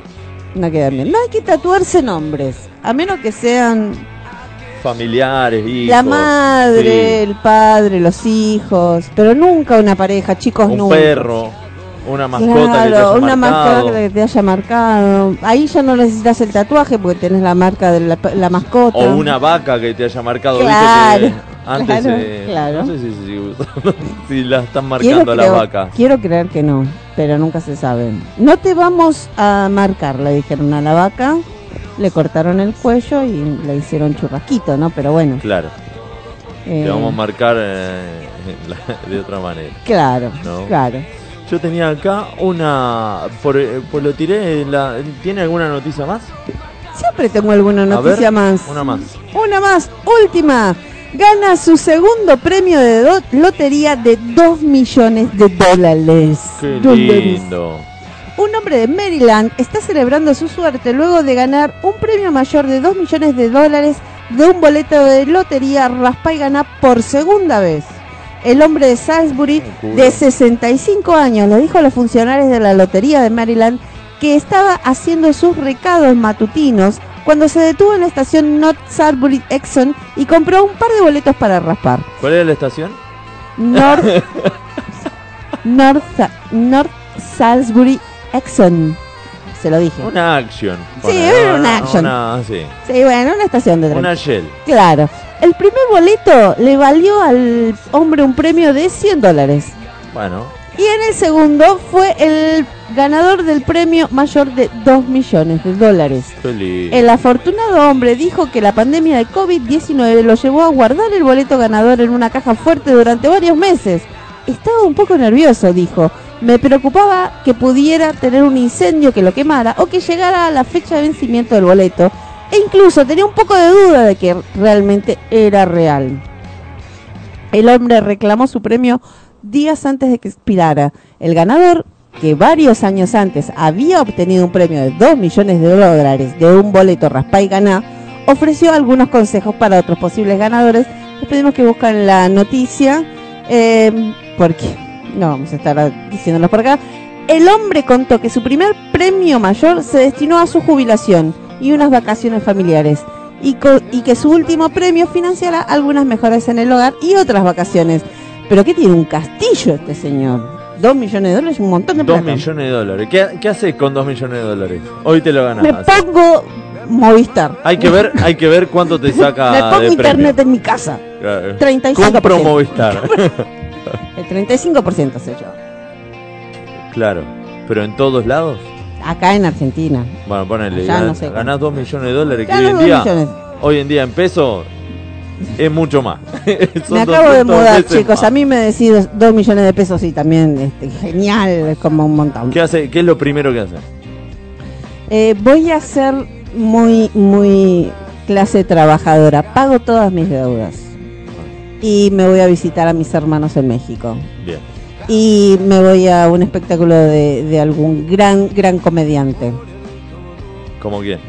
No quedan bien. No hay que tatuarse nombres, a menos que sean Familiares, hijos. la madre, sí. el padre, los hijos, pero nunca una pareja, chicos, Un nunca. perro. Una mascota que te Claro, haya una marcado. mascota que te haya marcado. Ahí ya no necesitas el tatuaje porque tenés la marca de la, la mascota. O una vaca que te haya marcado. Claro, Viste que antes claro, eh, claro. no sé si, si, si la están Quiero marcando a la creer- vaca. Quiero creer que no, pero nunca se sabe. No te vamos a marcar, le dijeron a la vaca. Le cortaron el cuello y le hicieron churrasquito, ¿no? Pero bueno. Claro, eh, te vamos a marcar eh, la- de otra manera. Claro, No. claro. Yo tenía acá una... Por, eh, pues lo tiré... La, ¿Tiene alguna noticia más? Siempre tengo alguna A noticia ver, más. una más. Una más, última. Gana su segundo premio de do- lotería de dos millones de dólares. Qué Dólares. lindo. Un hombre de Maryland está celebrando su suerte luego de ganar un premio mayor de dos millones de dólares de un boleto de lotería raspa y gana por segunda vez. El hombre de Salisbury, de sesenta y cinco años, le dijo a los funcionarios de la lotería de Maryland que estaba haciendo sus recados matutinos cuando se detuvo en la estación North Salisbury Exxon y compró un par de boletos para raspar. ¿Cuál era la estación? North, North, Sa- North Salisbury Exxon. Se lo dije. Una action. Sí, Pone, era ¿no? una action. Una, sí. Sí, bueno, una estación de tren. Una Shell. Claro. El primer boleto le valió al hombre un premio de cien dólares. Bueno, Y en el segundo fue el ganador del premio mayor de dos millones de dólares. qué lindo. El afortunado hombre dijo que la pandemia de COVID diecinueve lo llevó a guardar el boleto ganador en una caja fuerte durante varios meses. Estaba un poco nervioso, dijo. Me preocupaba que pudiera tener un incendio que lo quemara o que llegara a la fecha de vencimiento del boleto. E incluso tenía un poco de duda de que realmente era real. El hombre reclamó su premio días antes de que expirara. El ganador, que varios años antes había obtenido un premio de dos millones de dólares de un boleto raspá y ganá, ofreció algunos consejos para otros posibles ganadores. Les pedimos que busquen la noticia. Eh, porque no vamos a estar diciéndolos por acá. El hombre contó que su primer premio mayor se destinó a su jubilación y unas vacaciones familiares, y, co- y que su último premio financiará algunas mejoras en el hogar y otras vacaciones. ¿Pero qué tiene? Un castillo este señor. Dos millones de dólares, un montón de Dos plata. millones de dólares. ¿Qué, qué haces con dos millones de dólares? Hoy te lo ganás. Me así. pongo Movistar. Hay que ver, hay que ver cuánto te saca Me pongo de internet premio. en mi casa. Claro. treinta y cinco por Compro ciento. Movistar. El treinta y cinco por ciento sé yo. Claro. Pero en todos lados. Acá en Argentina. Bueno, ponele. Ya gan- no sé cómo. ganás dos millones de dólares. Que Gano hoy en dos día, millones. hoy en día en peso es mucho más. Son Me acabo de doscientos mudar, veces chicos. más. A mí me decís dos, dos millones de pesos y también este, genial, es como un montón. ¿Qué hace? ¿Qué es lo primero que hace? Eh, voy a ser muy, muy clase trabajadora. Pago todas mis deudas. Y me voy a visitar a mis hermanos en México. Bien. Y me voy a un espectáculo de, de algún gran, gran comediante. ¿Cómo quién?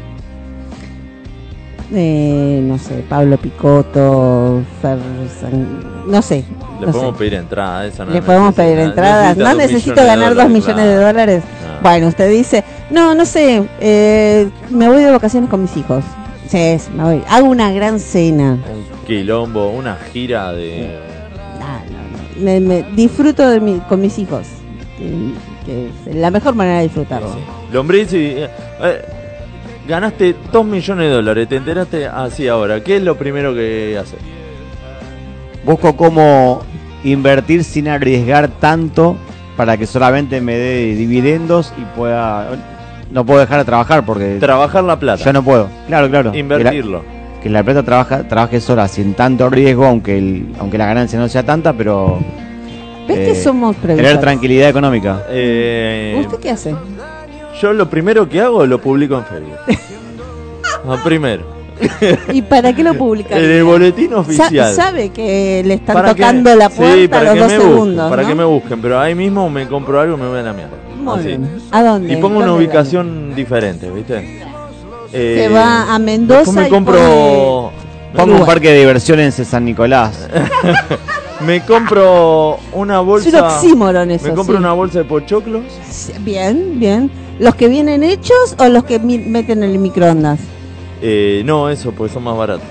Eh, no sé, Pablo Picotto, Fer, San- no sé. Le no podemos sé. pedir entrada. Esa no Le podemos necesita- pedir entradas. necesita No dos necesito millones de ganar dos dólares, millones de claro. dólares. Ah. Bueno, usted dice, no, no sé, eh, me voy de vacaciones con mis hijos. Sí, es, me voy. Hago una gran cena. Un quilombo, una gira de... Ah, no, no. Me, me disfruto de mi, con mis hijos. Que, que es la mejor manera de disfrutarlo. Sí. Lombriz y... eh, eh, ganaste dos millones de dólares, te enteraste así ahora. ¿Qué es lo primero que haces? Busco cómo invertir sin arriesgar tanto para que solamente me dé dividendos y pueda... No puedo dejar de trabajar porque Trabajar la plata. yo no puedo. Claro, claro. Invertirlo. Que la, que la plata trabaja, trabaje sola sin tanto riesgo, aunque el, aunque la ganancia no sea tanta, pero ¿Ves eh, que somos tener previsores? tranquilidad económica. Eh, ¿Usted qué hace? yo lo primero que hago lo publico en Facebook. Ah, primero. ¿Y para qué lo publican? En el boletín Sa- oficial. sabe que le están Para que- tocando la sí, puerta para a que los dos me busquen, segundos. para ¿no? que me busquen, pero ahí mismo me compro algo y me voy a la mierda. Muy Así. bien. ¿A dónde? Y pongo una ¿Dónde, ubicación diferente, ¿viste? Eh, Se va a Mendoza después me y compro... Pongo un parque de diversiones en San Nicolás. Me compro una Es un bolsa... oxímoron eso. Me compro sí. una bolsa de pochoclos. Sí, bien, bien. ¿Los que vienen hechos o los que mi- meten en el microondas? Eh, no, eso, porque son más baratos.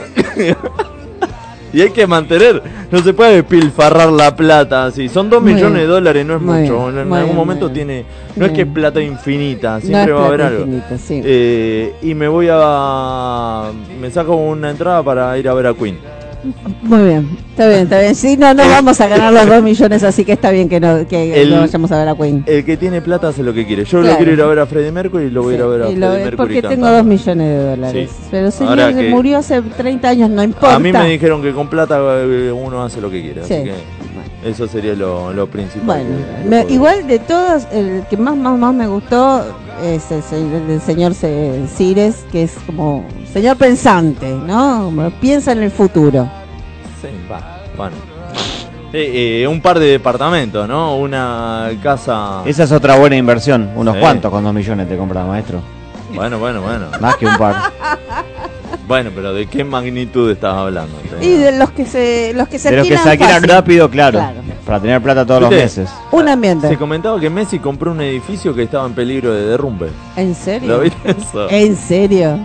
Y hay que mantener, no se puede despilfarrar la plata así. Son dos Muy millones bien. de dólares, no es Muy mucho. bien, En muy algún bien, momento muy bien. tiene. No es que es Bien. plata infinita, No siempre es va a haber plata algo. infinita, sí. Eh, y me voy a. Me saco una entrada para ir a ver a Queen. Muy bien, está bien, está bien. Sí, no, no vamos a ganar los dos millones, así que está bien que no, que El- no vayamos a ver a Queen. El que tiene plata hace lo que quiere. Yo Claro. lo quiero ir a ver a Freddie Mercury y lo voy a ir a ver a Sí, y lo- Freddie Mercury. porque tengo cantando. dos millones de dólares. Sí. Pero señor Ahora que- murió hace treinta años, no importa. A mí me dijeron que con plata eh, uno hace lo que quiere. Sí. Así que eso sería lo, lo principal. Bueno, que- me- igual de todos, el que más, más, más me gustó es el, se- el señor Ce- Cires, que es como señor pensante, ¿no? Como piensa en el futuro. Sí, va, bueno. Eh, eh, un par de departamentos, ¿no? Una casa. Esa es otra buena inversión. Unos Sí. cuantos con dos millones te compras, maestro. Bueno, bueno, bueno. Más que un par. Bueno, pero ¿de qué magnitud estás hablando? Y de los que se, los que se De los que alquilan se alquilan fácil. rápido, claro, Claro. para tener plata todos los ¿Viste? meses. Un ambiente. Se comentaba que Messi compró un edificio que estaba en peligro de derrumbe. ¿En serio? ¿Lo viste eso? ¿En serio?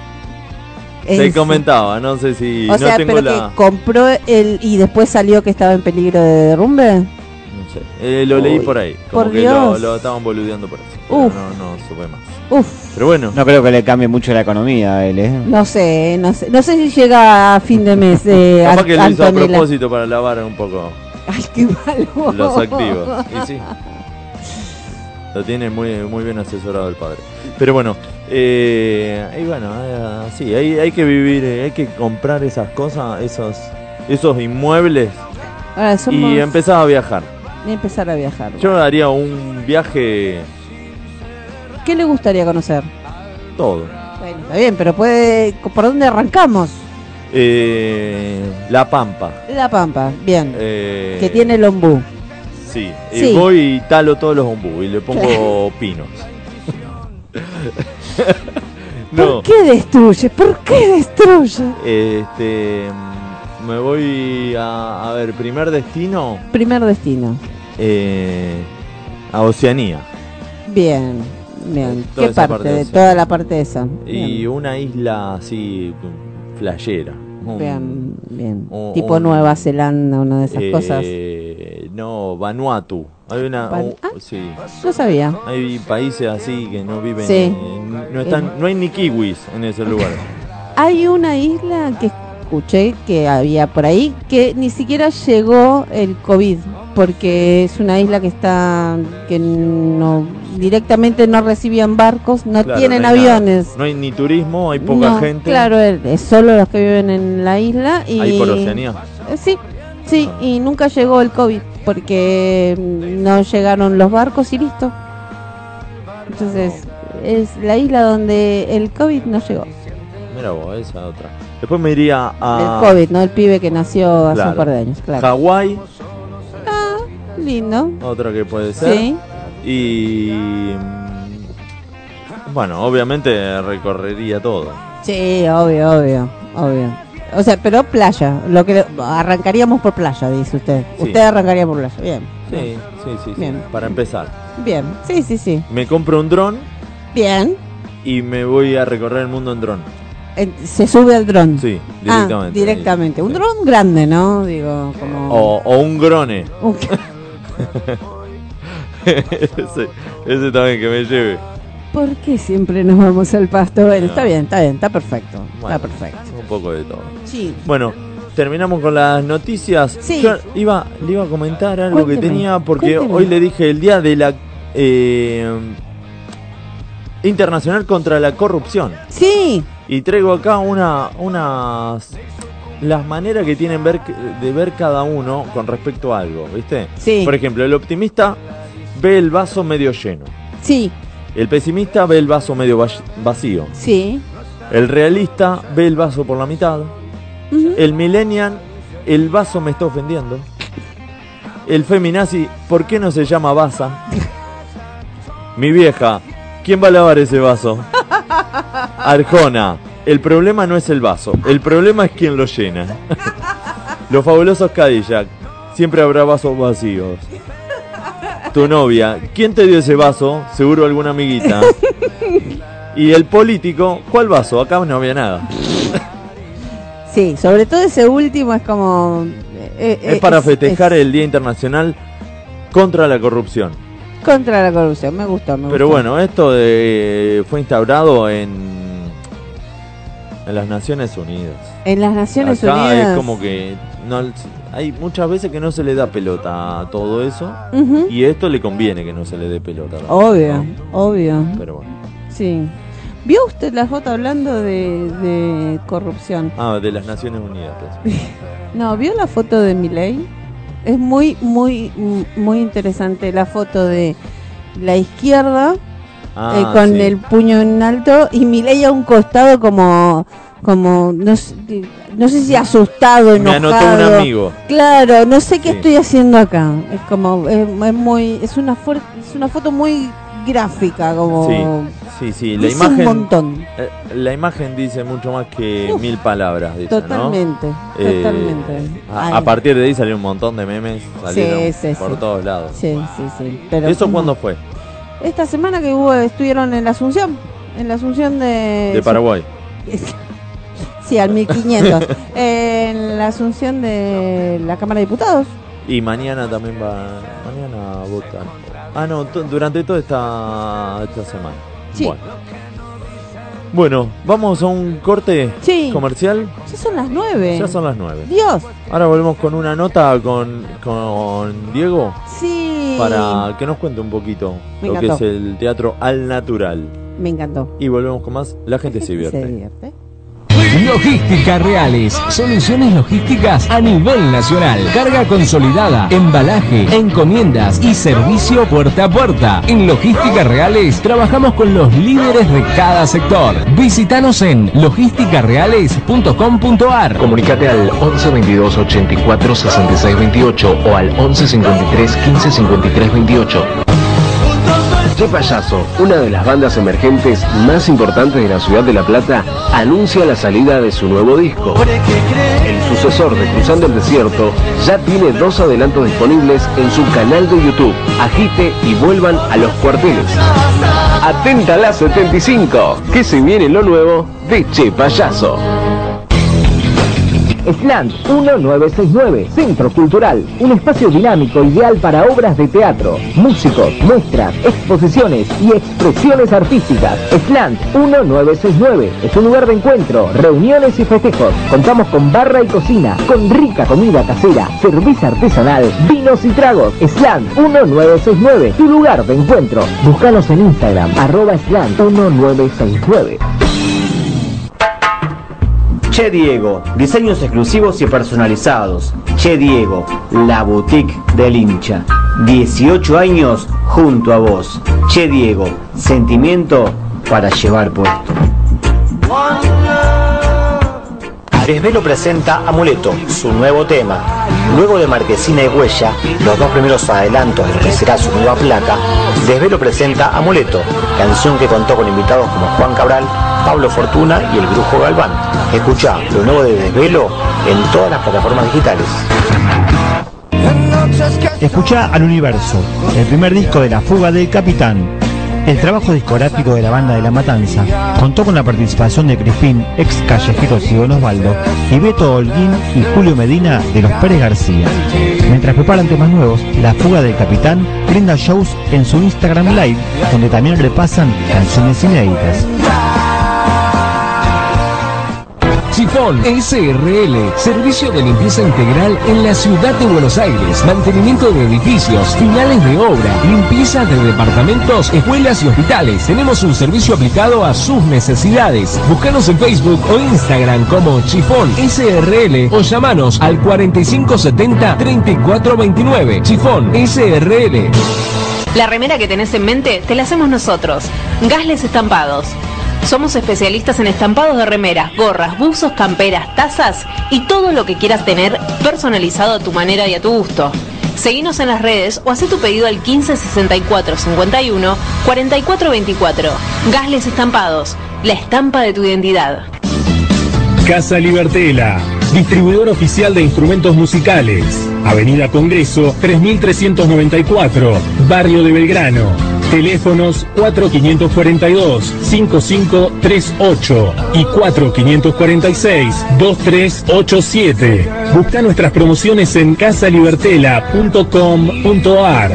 Se En- comentaba, no sé si. O no sea, tengo pero la. que compró el y después salió que estaba en peligro de derrumbe. No sé. Eh, lo leí Uy, por ahí. Como por que lo, Dios. lo estaban boludeando por eso. Pero Uf. no, no supe más. Uf, Pero bueno. No creo que le cambie mucho la economía a él, ¿eh? no sé, no sé, no sé si llega a fin de mes de Capaz que lo hizo a Antonella. propósito para lavar un poco Ay, qué malo. los activos. Y sí. Lo tiene muy, muy bien asesorado el padre. Pero bueno, eh, y bueno, eh, sí, hay, hay que vivir, eh, hay que comprar esas cosas, esos, esos inmuebles Ahora somos y empezar a viajar. y empezar a viajar. Yo haría un viaje ¿Qué le gustaría conocer? todo. Bueno, está bien, pero puede, ¿por dónde arrancamos? Eh, La Pampa. La Pampa, bien. eh, Que tiene el ombú. Sí, Sí. y voy y talo todos los ombú y le pongo pinos. No, ¿Por qué destruye? ¿Por qué destruye? este, me voy a, a ver, primer destino, Primer destino. eh, a Oceanía. Bien, bien. Toda ¿Qué esa parte? parte de De Oceanía. toda la parte esa. Y Bien, una isla así, playera. Un- bien. bien. un- Tipo un- Nueva Zelanda, una de esas eh, cosas. No, Vanuatu. Hay una, Van- un- ah. sí. No sabía. Hay países así que no viven, Sí. en- no están, no hay ni kiwis en ese lugar. Hay una isla que escuché que había por ahí que ni siquiera llegó el COVID, porque es una isla que está que no directamente no recibían barcos, no Claro, tienen no hay nada. aviones. No hay ni turismo, hay poca No, gente. Claro, es es solo los que viven en la isla y Hay por Oceanía. Eh, Sí, sí, y nunca llegó el COVID porque mm, no llegaron los barcos y listo. Entonces, es la isla donde el COVID no llegó. Mira vos, esa otra. Después me iría a El COVID, no el pibe que nació hace Claro. un par de años, claro. Hawái, Ah, lindo. otra que puede ser. Sí. Y mm, bueno, obviamente recorrería todo. Sí, obvio, obvio, obvio. O sea, pero playa, lo que arrancaríamos por playa, dice usted. Sí. Usted arrancaría por playa, bien. Sí, sí, sí, sí. Bien. Para empezar. Bien, sí, sí, sí. Me compro un dron Bien. y me voy a recorrer el mundo en dron. Eh, Se sube al dron. Sí, Ah, directamente. directamente. Un Sí. dron grande, ¿no? Digo, como... O, o un grone. Un- ese, ese también que me lleve. ¿Por qué siempre nos vamos al pasto? Bueno, No. está bien, está bien, está perfecto. Bueno, Está perfecto. Un poco de todo. Sí. Bueno, terminamos con las noticias. Sí. Yo iba, le iba a comentar algo Cuénteme, que tenía porque cuénteme. hoy le dije el día de la eh, Internacional contra la Corrupción. Sí. Y traigo acá una, unas las maneras que tienen ver, de ver cada uno con respecto a algo, ¿viste? Sí. Por ejemplo, el optimista ve el vaso medio lleno. Sí. El pesimista ve el vaso medio va- vacío. Sí. El realista ve el vaso por la mitad. Ujú. El millennial, el vaso me está ofendiendo. El feminazi, ¿por qué no se llama Baza? Mi vieja, ¿quién va a lavar ese vaso? Arjona, el problema no es el vaso, el problema es quien lo llena. Los fabulosos Cadillac, siempre habrá vasos vacíos. Tu novia, ¿quién te dio ese vaso? Seguro alguna amiguita. Y el político, ¿cuál vaso? Acá no había nada. Sí, sobre todo ese último es como... eh, eh, Es para es- festejar es el Día Internacional contra la Corrupción. Contra la corrupción, me gustó, me Pero gustó. bueno, esto de- fue instaurado en, en las Naciones Unidas. En las Naciones Acá Unidas... es como que no, hay muchas veces que no se le da pelota a todo eso. Ujú. Y esto le conviene que no se le dé pelota. ¿no? Obvio, ¿No? obvio. Pero bueno. Sí. ¿Vio usted la foto hablando de, de corrupción? Ah, de las Naciones Unidas. pues. No, ¿vio la foto de Milei? Es muy, muy, muy interesante la foto de la izquierda Ah, eh, con sí. el puño en alto y Milei a un costado como, como no sé, no sé si asustado, Me enojado. anotó un amigo. Claro, no sé qué Sí. estoy haciendo acá. Es como, es, es muy, es una fuer- es una foto muy gráfica, como. Sí, sí, sí. La dice imagen, un montón. eh, la imagen dice mucho más que Uf, mil palabras. Dice, ¿no? Totalmente, Eh, totalmente. A, Ay, a partir de ahí salió un montón de memes, salieron sí, por sí. todos lados. Sí, sí, sí. Pero ¿Eso como- cuándo fue? Esta semana que hubo, estuvieron en la Asunción. En la Asunción de. De Paraguay. Sí, al mil quinientos. En la Asunción de la Cámara de Diputados. Y mañana también va. Mañana votan. Ah, no, to- durante toda esta, esta semana. Sí. Bueno. Bueno, vamos a un corte Sí. comercial. Ya son las nueve. Ya son las nueve. Dios. Ahora volvemos con una nota con, con Diego Sí. para que nos cuente un poquito Me lo que encantó. es el teatro al natural. Me encantó. Y volvemos con más. La gente se divierte. Se divierte. Logística Reales, soluciones logísticas a nivel nacional, carga consolidada, embalaje, encomiendas y servicio puerta a puerta. En Logística Reales trabajamos con los líderes de cada sector. Visítanos en logística reales punto com punto ar. Comunicate al once veintidós ochenta y cuatro sesenta y seis veintiocho o al once cincuenta y tres quince cincuenta y tres veintiocho. Che Payaso, una de las bandas emergentes más importantes de la ciudad de La Plata, anuncia la salida de su nuevo disco. El sucesor de Cruzando el Desierto ya tiene dos adelantos disponibles en su canal de YouTube. Agite y vuelvan a los cuarteles. Atenta a la setenta y cinco, que se viene lo nuevo de Che Payaso. Slant mil novecientos sesenta y nueve, Centro Cultural, un espacio dinámico ideal para obras de teatro, músicos, muestras, exposiciones y expresiones artísticas. Slant mil novecientos sesenta y nueve es un lugar de encuentro, reuniones y festejos. Contamos con barra y cocina, con rica comida casera, cerveza artesanal, vinos y tragos. Slant mil novecientos sesenta y nueve, tu lugar de encuentro. Búscanos en Instagram, arroba Slant mil novecientos sesenta y nueve. Che Diego, diseños exclusivos y personalizados. Che Diego, la boutique del hincha. dieciocho años junto a vos. Che Diego, sentimiento para llevar puesto. Desvelo presenta Amuleto, su nuevo tema. Luego de Marquesina y Huella, los dos primeros adelantos de lo que será su nueva placa, Desvelo presenta Amuleto, canción que contó con invitados como Juan Cabral, Pablo Fortuna y el Brujo Galván. Escuchá lo nuevo de Desvelo en todas las plataformas digitales. Escuchá al Universo, el primer disco de La Fuga del Capitán. El trabajo discográfico de la banda de La Matanza contó con la participación de Crispín, ex Callejeros y Don Osvaldo, y Beto Holguín y Julio Medina de los Pérez García. Mientras preparan temas nuevos, La Fuga del Capitán brinda shows en su Instagram Live, donde también repasan canciones inéditas. Chifón S R L, servicio de limpieza integral en la ciudad de Buenos Aires, mantenimiento de edificios, finales de obra, limpieza de departamentos, escuelas y hospitales. Tenemos un servicio aplicado a sus necesidades. Búscanos en Facebook o Instagram como Chifón S R L o llamanos al cuarenta y cinco setenta, treinta y cuatro veintinueve. Chifón S R L. La remera que tenés en mente te la hacemos nosotros. Gasles Estampados. Somos especialistas en estampados de remeras, gorras, buzos, camperas, tazas y todo lo que quieras tener personalizado a tu manera y a tu gusto. Seguinos en las redes o haz tu pedido al quince sesenta y cuatro cincuenta y uno cuarenta y cuatro veinticuatro. Gasles Estampados, la estampa de tu identidad. Casa Libertela, distribuidor oficial de instrumentos musicales. Avenida Congreso tres mil trescientos noventa y cuatro, Barrio de Belgrano. Teléfonos cuatro cinco cuatro dos, cinco cinco tres ocho y cuatro cinco cuatro seis, dos tres ocho siete. Busca nuestras promociones en casa libertela punto com punto ar.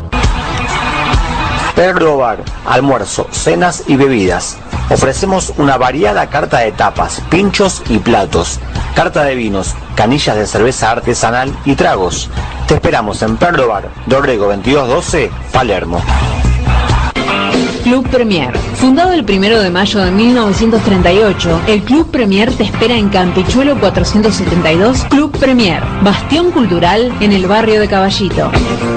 Perro Bar, almuerzo, cenas y bebidas. Ofrecemos una variada carta de tapas, pinchos y platos, carta de vinos, canillas de cerveza artesanal y tragos. Te esperamos en Perro Bar, Dorrego veintidós doce, Palermo. Club Premier. Fundado el primero de mayo de mil novecientos treinta y ocho, el Club Premier te espera en Campichuelo cuatrocientos setenta y dos, Club Premier, bastión cultural en el barrio de Caballito.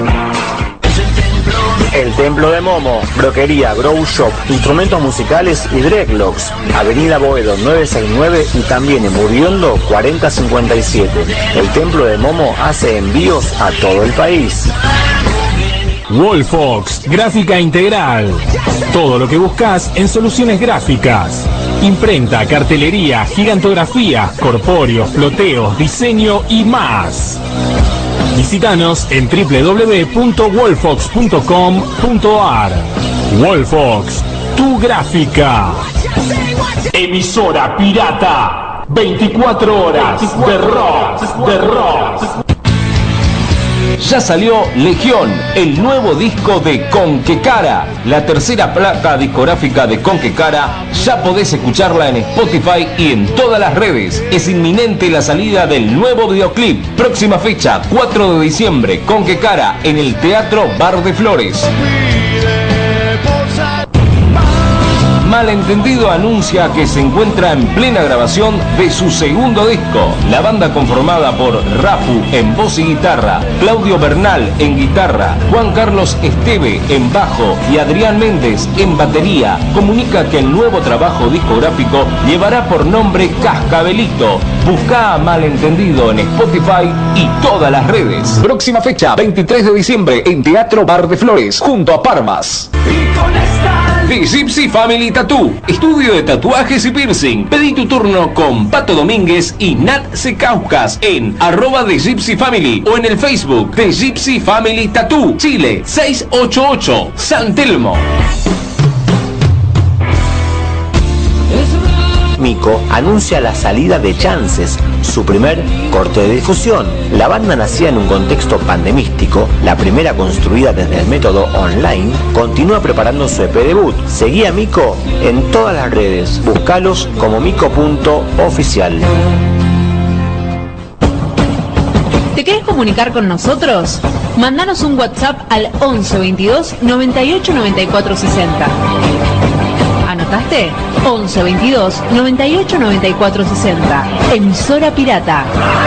El Templo de Momo, Broquería, Grow Shop, instrumentos musicales y dreadlocks. Avenida Boedo novecientos sesenta y nueve y también en Muriondo cuarenta cincuenta y siete. El Templo de Momo hace envíos a todo el país. Wolfox, gráfica integral. Todo lo que buscas en soluciones gráficas. Imprenta, cartelería, gigantografía, corpóreos, floteos, diseño y más. Visítanos en doble u doble u doble u punto wolfox punto com punto ar. Wolfox, tu gráfica. Emisora pirata. veinticuatro horas de rock, de rock. Ya salió Legión, el nuevo disco de Conquecara, la tercera placa discográfica de Conquecara. Ya podés escucharla en Spotify y en todas las redes. Es inminente la salida del nuevo videoclip. Próxima fecha, cuatro de diciembre, Conquecara, en el Teatro Bar de Flores. Malentendido anuncia que se encuentra en plena grabación de su segundo disco. La banda, conformada por Rafu en voz y guitarra, Claudio Bernal en guitarra, Juan Carlos Esteve en bajo y Adrián Méndez en batería, comunica que el nuevo trabajo discográfico llevará por nombre Cascabelito. Busca a Malentendido en Spotify y todas las redes. Próxima fecha, veintitrés de diciembre, en Teatro Bar de Flores, junto a Parmas. The Gypsy Family Tattoo, estudio de tatuajes y piercing. Pedí tu turno con Pato Domínguez y Nat Secauscas en arroba The Gypsy Family o en el Facebook The Gypsy Family Tattoo, Chile seiscientos ochenta y ocho, San Telmo. Mico anuncia la salida de Chances, su primer corte de difusión. La banda, nacida en un contexto pandemístico, la primera construida desde el método online, continúa preparando su E P debut. Seguí a Mico en todas las redes, búscalos como mico punto oficial. ¿Te querés comunicar con nosotros? Mándanos un WhatsApp al once veintidós noventa y ocho noventa y cuatro sesenta. ¿Anotaste? once veintidós noventa y ocho noventa y cuatro sesenta. Emisora Pirata.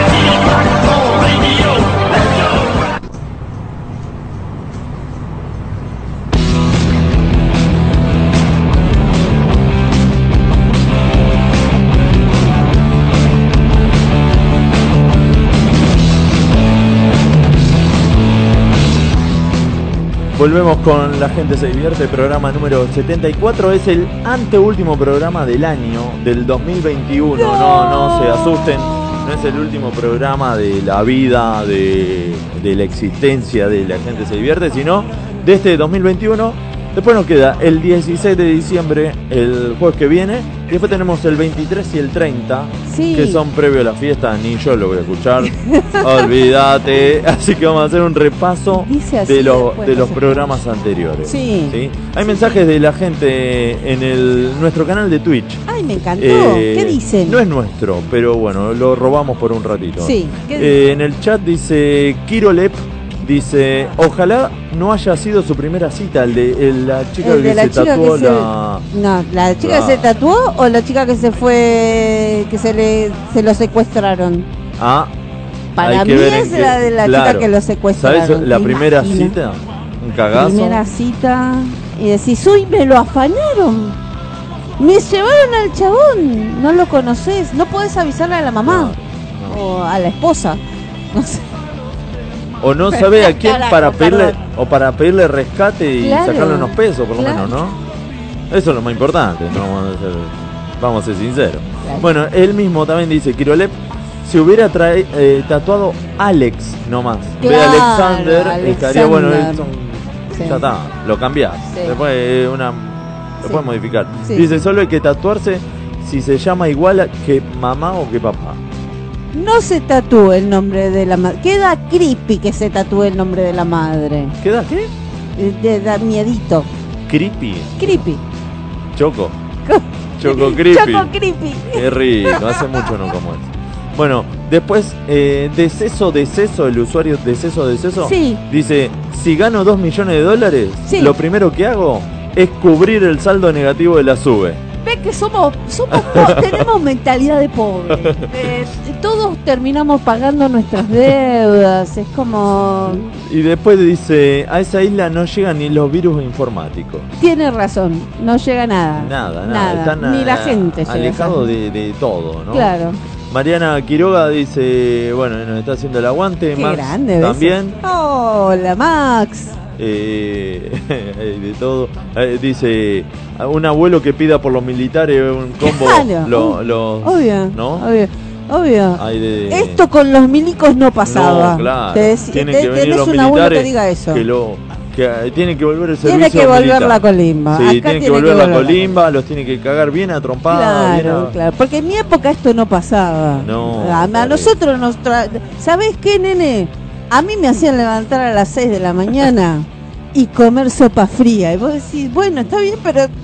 Volvemos con La Gente Se Divierte, programa número setenta y cuatro. Es el anteúltimo programa del año, del dos mil veintiuno. No, no se asusten, no es el último programa de la vida, de, de la existencia de La Gente Se Divierte, sino de este dos mil veintiuno. Después nos queda el dieciséis de diciembre, el jueves que viene. Y después tenemos el veintitrés y el treinta, sí, que son previo a la fiesta. Ni yo lo voy a escuchar. Olvídate. Así que vamos a hacer un repaso de, lo, de los programas anteriores. Sí. ¿Sí? Hay mensajes de la gente en el nuestro canal de Twitch. Ay, me encantó. Eh, ¿Qué dicen? No es nuestro, pero bueno, lo robamos por un ratito. Sí. Eh, en el chat dice Kirolep. Dice, ojalá no haya sido su primera cita, el de el, la chica el que de la se chica tatuó que se, la... No, la chica la... que se tatuó o la chica que se fue, que se le se lo secuestraron. Ah, para mí es qué... la de la claro. chica que lo secuestraron. ¿Sabes la primera imagino? Cita? Un cagazo. Primera cita y decís, uy, me lo afanaron. Me llevaron al chabón, no lo conoces, no podés avisarle a la mamá no, no. o a la esposa, no sé. O no sabe a quién para pedirle o para pedirle rescate y claro, sacarle unos pesos, por lo claro. menos, ¿no? Eso es lo más importante, no vamos a ser, vamos a ser sinceros. Claro. Bueno, él mismo también dice, Kirolep, si hubiera trae, eh, tatuado Alex nomás, claro, de Alexander, Alexander, estaría bueno, eso, sí. Ya está, lo cambiás. Sí. Después una lo sí. puedes modificar. Sí. Dice, solo hay que tatuarse si se llama igual que mamá o que papá. No se tatúe el nombre de la madre. Queda creepy que se tatúe el nombre de la madre. ¿Queda qué? De, da miedito. Creepy. Creepy. Choco. Choco creepy. Choco creepy. Qué rico, hace mucho no como eso. Bueno, después, eh, deceso, deceso, el usuario deceso, deceso. Sí. Dice, si gano dos millones de dólares, sí. lo primero que hago es cubrir el saldo negativo de la SUBE. Ve que somos, somos tenemos mentalidad de pobre. Eh, todos terminamos pagando nuestras deudas. Es como. Y después dice, a esa isla no llegan ni los virus informáticos. Tiene razón, no llega nada. Nada, nada. nada. Están ni la gente alejados de, de todo, ¿no? Claro. Mariana Quiroga dice, bueno, nos está haciendo el aguante. Qué Max grande, también. Hola, Max. Eh, de todo. Eh, dice, un abuelo que pida por los militares un combo. Claro, lo, lo, obvio, ¿no? Obvio. Obvio. De... Esto con los milicos no pasaba. No, claro. Te, tienen te, que venir los un militares que diga eso. Que lo, que tienen que volver el servicio Tiene que volver militar. la colimba. Sí, Acá tienen tiene que volver que la volver colimba, los tienen que cagar bien a trompadas. Claro, a... claro. Porque en mi época esto no pasaba. No. A, a nosotros nos tra... ¿Sabés qué, nene? A mí me hacían levantar a las seis de la mañana y comer sopa fría. Y vos decís, bueno, está bien, pero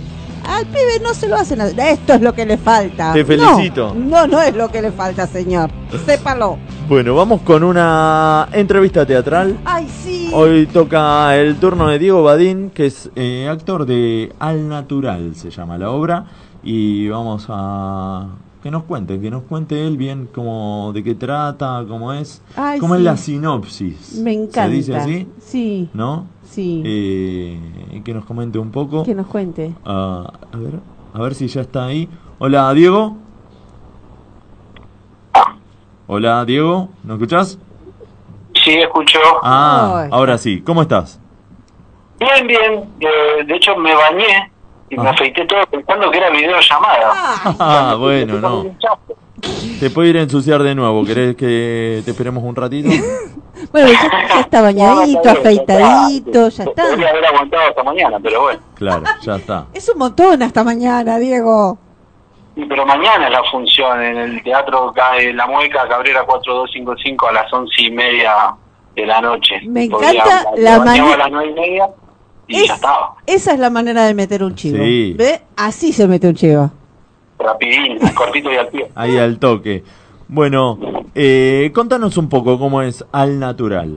Al pibe no se lo hacen. Esto es lo que le falta. Te felicito. No, no, no es lo que le falta, señor. Sépalo. Bueno, vamos con una entrevista teatral. Ay, sí. Hoy toca el turno de Diego Badín, que es eh, actor de Al Natural, se llama la obra. Y vamos a... que nos cuente, que nos cuente él bien cómo, de qué trata, cómo es, Ay, cómo sí. es la sinopsis. Me encanta. ¿Se dice así? Sí. ¿No? Sí. Eh, que nos comente un poco. Que nos cuente. Uh, a ver, a ver si ya está ahí. Hola, Diego. Hola, Diego, ¿nos escuchás? Sí, escucho. Ah, ahora sí. ¿Cómo estás? Bien, bien. Eh, de hecho, me bañé y Ah. me afeité todo pensando que era videollamada. Ah, bueno, no. Te puedo ir a ensuciar de nuevo. ¿Querés que te esperemos un ratito? Bueno, ya, ya está bañadito, afeitadito, ya está. Podría haber aguantado hasta mañana, pero bueno. Claro, ya está. Es un montón hasta mañana, Diego. Sí, pero mañana es la función en el Teatro Ca- La Mueca, Cabrera cuatro dos cinco cinco a las once y media de la noche. Me Podría- encanta me la bañaba mani- a las nueve y media y Es- ya estaba. Esa es la manera de meter un chivo. Sí. ¿Ve? Así se mete un chivo. Rapidín, cortito y al pie. Ahí al toque. Bueno, eh, contanos un poco cómo es Al Natural.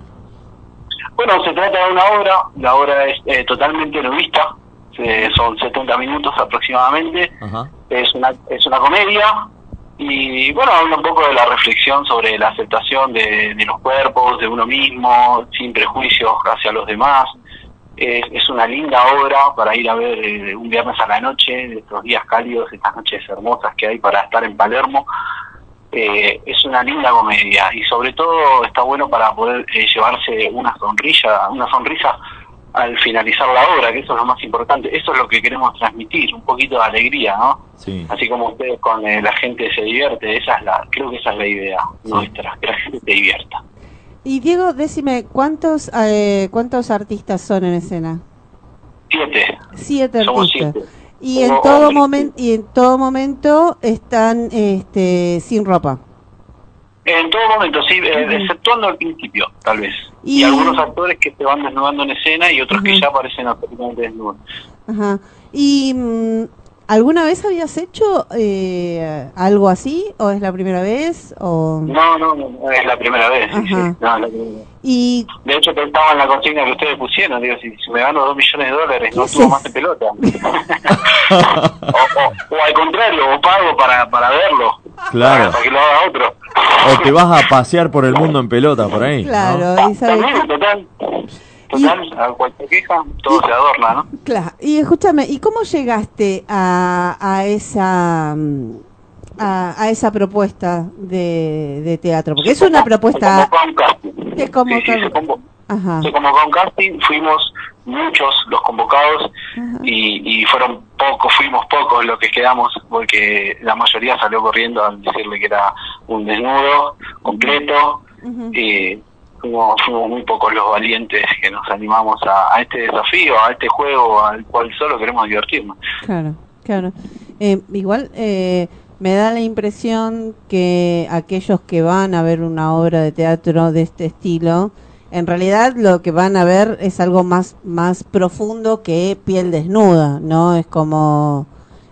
Bueno, se trata de una obra, la obra es eh, totalmente nudista, eh, son setenta minutos aproximadamente, Ajá. es una es una comedia y bueno, habla un poco de la reflexión sobre la aceptación de, de los cuerpos, de uno mismo, sin prejuicios hacia los demás. Es, es una linda obra para ir a ver eh, un viernes a la noche, de estos días cálidos, estas noches hermosas que hay para estar en Palermo. Eh, es una linda comedia y sobre todo está bueno para poder eh, llevarse una sonrisa, una sonrisa al finalizar la obra, que eso es lo más importante. Eso es lo que queremos transmitir, un poquito de alegría, ¿no? Sí. Así como ustedes con eh, la gente se divierte, esa es la, creo que esa es la idea nuestra, que la gente se divierta. Y Diego, decime, ¿cuántos eh, cuántos artistas son en escena? Siete. Siete Somos artistas. siete. Y en Somos todo hombres. momento y en todo momento están este sin ropa. En todo momento, sí, eh, exceptuando al principio, tal vez. Y, Y- algunos actores que se van desnudando en escena y otros que ya aparecen absolutamente desnudos. Ajá. ¿Y mm, alguna vez habías hecho eh, algo así o es la primera vez o No, no, no, no, es la primera vez. Sí, sí. Ajá. No, es la primera vez. y De hecho, pensaba en la consigna que ustedes pusieron. Digo, si, si me gano dos millones de dólares, no ¿Qué estuvo haces? más de pelota. o, o, o al contrario, o pago para, para verlo. Claro. Para que lo haga otro. O te vas a pasear por el mundo en pelota por ahí. ¿no? claro, y sabes También, total. Total, a cualquier queja, todo se adorna, ¿no? claro, y escúchame, ¿y cómo llegaste a, a esa mm, a, a esa propuesta de, de teatro? Porque es una propuesta Se convocó a un casting. de como Sí, sí, se convocó. Ajá. Se convocó a un casting, fuimos muchos los convocados y, y fueron pocos, fuimos pocos los que quedamos porque la mayoría salió corriendo al decirle que era un desnudo completo y fuimos, fuimos muy pocos los valientes que nos animamos a, a este desafío, a este juego al cual solo queremos divertirnos. Claro, claro. Eh, igual eh, me da la impresión que aquellos que van a ver una obra de teatro de este estilo, en realidad lo que van a ver es algo más más profundo que piel desnuda, ¿no? Es como,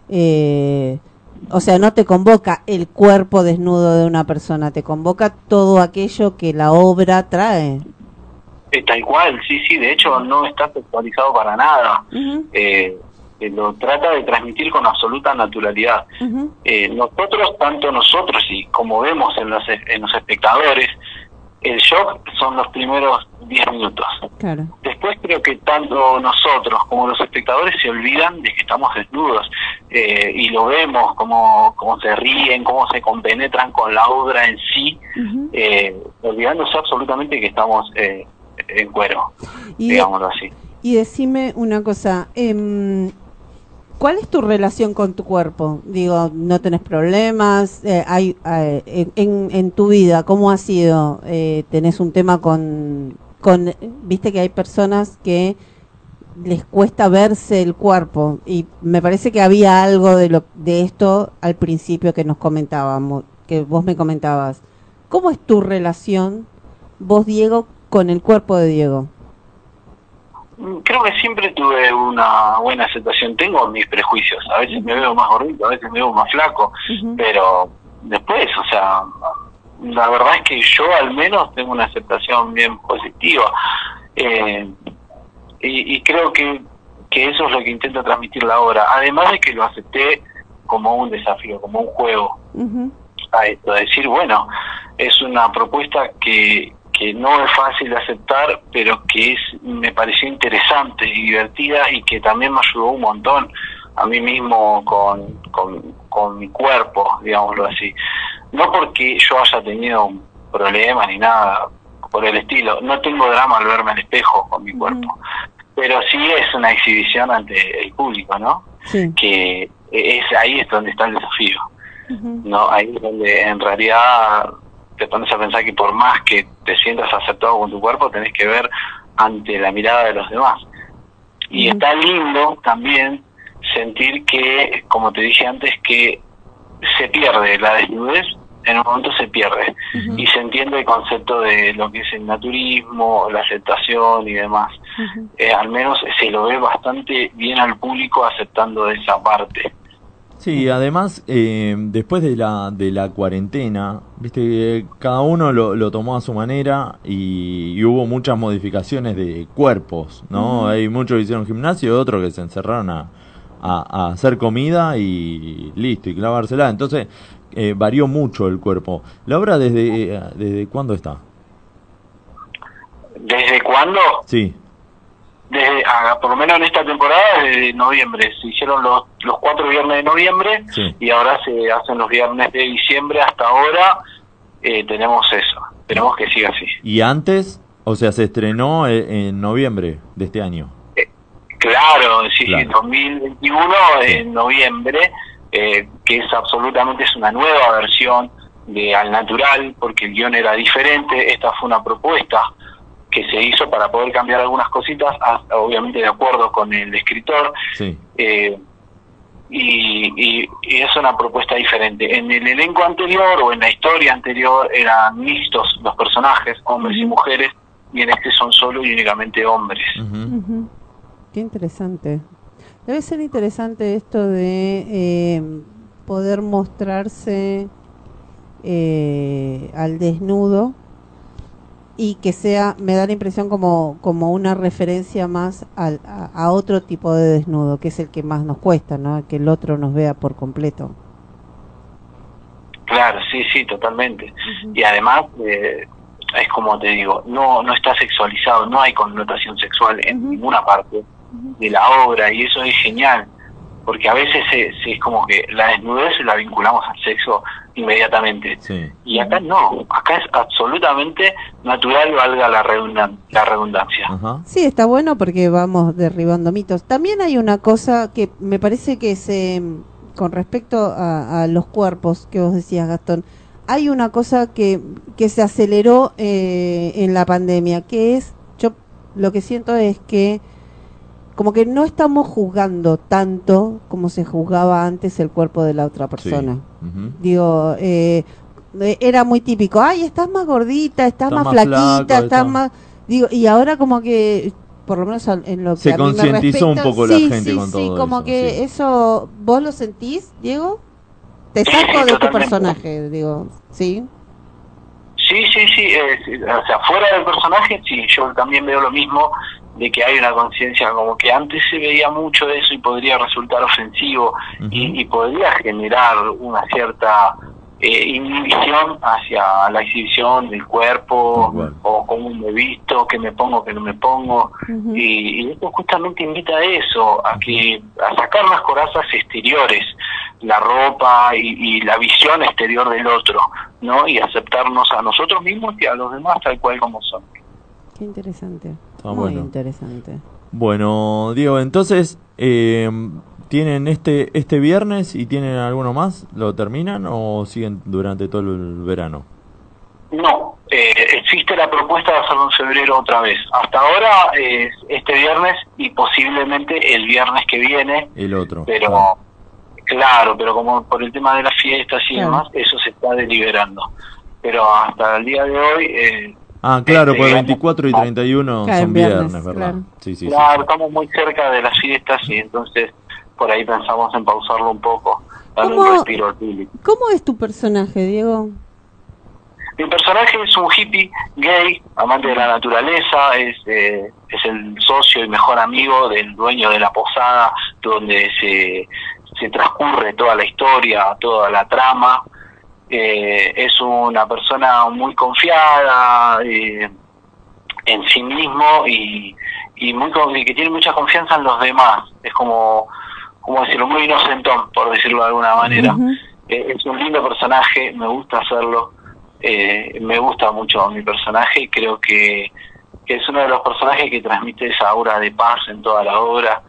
eh, o sea, no te convoca el cuerpo desnudo de una persona, te convoca todo aquello que la obra trae. Eh, tal cual, sí, sí, de hecho no está sexualizado para nada. eh, eh, lo trata de transmitir con absoluta naturalidad. Eh, nosotros, tanto nosotros y como vemos en los, en los espectadores, el shock son los primeros diez minutos. Claro. Después creo que tanto nosotros como los espectadores se olvidan de que estamos desnudos eh, y lo vemos, como, como se ríen, cómo se compenetran con la obra en sí, eh, olvidándose absolutamente que estamos eh, en cuero, Y- digámoslo así. Y decime una cosa, em, ¿cuál es tu relación con tu cuerpo? Digo, ¿no tenés problemas? Eh, hay eh, en, en tu vida, ¿cómo ha sido? Eh, ¿Tenés un tema con, con... Viste que hay personas que les cuesta verse el cuerpo y me parece que había algo de, lo, de esto al principio que nos comentábamos, que vos me comentabas. ¿Cómo es tu relación, vos Diego, con el cuerpo de Diego? creo que siempre tuve una buena aceptación. Tengo mis prejuicios, a veces me veo más gordito, a veces me veo más flaco, uh-huh. pero después, o sea, la verdad es que yo al menos tengo una aceptación bien positiva, eh, y, y creo que, que eso es lo que intento transmitir la obra, además de que lo acepté como un desafío, como un juego, uh-huh. a esto, de decir, bueno, es una propuesta que que no es fácil de aceptar, pero que es me pareció interesante y divertida, y que también me ayudó un montón a mí mismo con, con, con mi cuerpo, digámoslo así. No porque yo haya tenido un problema ni nada por el estilo, no tengo drama al verme al espejo con mi cuerpo, uh-huh. pero sí es una exhibición ante el público, ¿no? Sí. Que es ahí es donde está el desafío, uh-huh. no, ahí es donde en realidad te pones a pensar que por más que te sientas aceptado con tu cuerpo, tenés que ver ante la mirada de los demás. Y mm. está lindo también sentir que, como te dije antes, que se pierde la desnudez, en un momento se pierde, uh-huh. y se entiende el concepto de lo que es el naturismo, la aceptación y demás. Uh-huh. Eh, al menos se lo ve bastante bien al público aceptando esa parte. Sí, además, eh, después de la de la cuarentena, viste, eh, cada uno lo, lo tomó a su manera, y, y hubo muchas modificaciones de cuerpos, ¿no? Uh-huh. Hay muchos que hicieron gimnasio, otros que se encerraron a, a, a hacer comida y listo, y clavársela. Entonces, eh, varió mucho el cuerpo. ¿La obra desde, eh, desde cuándo está? ¿Desde cuándo? Sí. Desde, ah, por lo menos en esta temporada, desde noviembre. Se hicieron los, los cuatro viernes de noviembre, sí. y ahora se hacen los viernes de diciembre. Hasta ahora eh, tenemos eso. Esperemos que siga así. ¿Y antes? O sea, se estrenó en noviembre de este año. Eh, claro, sí, claro. En dos mil veintiuno, sí. En noviembre, eh, que es absolutamente es una nueva versión de Al Natural, porque el guión era diferente. Esta fue una propuesta que se hizo para poder cambiar algunas cositas, obviamente de acuerdo con el escritor, sí. eh, y, y, y es una propuesta diferente. En el elenco anterior o en la historia anterior eran mixtos los personajes, hombres uh-huh. y mujeres, y en este son solo y únicamente hombres. Uh-huh. Uh-huh. Qué interesante. Debe ser interesante esto de eh, poder mostrarse eh, al desnudo, y que sea, me da la impresión como como una referencia más al, a, a otro tipo de desnudo, que es el que más nos cuesta, ¿no? Que el otro nos vea por completo. Claro, sí, sí, totalmente. Uh-huh. Y además, eh, es como te digo, no no está sexualizado, no hay connotación sexual en uh-huh. ninguna parte uh-huh. de la obra, y eso es genial, porque a veces es, es como que la desnudez la vinculamos al sexo inmediatamente, sí. y acá no, acá es absolutamente natural, valga la, redundan la redundancia. Uh-huh. Sí, está bueno porque vamos derribando mitos. También hay una cosa que me parece que se, con respecto a, a los cuerpos que vos decías, Gastón, hay una cosa que, que se aceleró eh, en la pandemia, que es, yo lo que siento es que como que no estamos juzgando tanto como se juzgaba antes el cuerpo de la otra persona. Sí. Uh-huh. Digo, eh, era muy típico, ay, estás más gordita, estás está más, más flaquita, flaco, estás está... más... Digo, y ahora como que, por lo menos en lo que se a mí me concientizó un poco sí, la gente sí, con sí, todo como eso. que Sí. eso, ¿vos lo sentís, Diego? Te Sí, saco sí, de tu totalmente. personaje, digo, ¿sí? Sí, sí, sí, eh, o sea, fuera del personaje, sí, yo también veo lo mismo, de que hay una conciencia, como que antes se veía mucho de eso y podría resultar ofensivo, uh-huh. y, y podría generar una cierta eh, inhibición hacia la exhibición del cuerpo, uh-huh. o cómo me visto, qué me pongo, qué no me pongo, uh-huh. y, y esto justamente invita a eso, a que a sacar las corazas exteriores, la ropa y, y la visión exterior del otro, ¿no? Y aceptarnos a nosotros mismos y a los demás tal cual como son. Qué interesante. Está Muy bueno. interesante. Bueno, Diego, entonces, eh, ¿tienen este este viernes y tienen alguno más? ¿Lo terminan o siguen durante todo el verano? No, eh, existe la propuesta de hacerlo en febrero otra vez. Hasta ahora es eh, este viernes y posiblemente el viernes que viene. El otro. Pero, claro, claro pero como por el tema de las fiestas y claro. demás, eso se está deliberando. Pero hasta el día de hoy... Eh, Ah, claro, Este, pues veinticuatro y treinta y uno Caen son viernes, viernes, ¿verdad? claro. Sí, sí, Claro, sí. estamos muy cerca de las fiestas y entonces por ahí pensamos en pausarlo un poco, darle ¿Cómo? un respiro al público. ¿Cómo es tu personaje, Diego? Mi personaje es un hippie gay, amante de la naturaleza, es, eh, es el socio y mejor amigo del dueño de la posada donde se, se transcurre toda la historia, toda la trama. Eh, es una persona muy confiada eh, en sí mismo y, y, muy, con- y que tiene mucha confianza en los demás. Es como, como decirlo, muy inocentón, por decirlo de alguna manera. Ujú. Eh, es un lindo personaje, me gusta hacerlo. Eh, me gusta mucho mi personaje y creo que, que es uno de los personajes que transmite esa aura de paz en toda la obra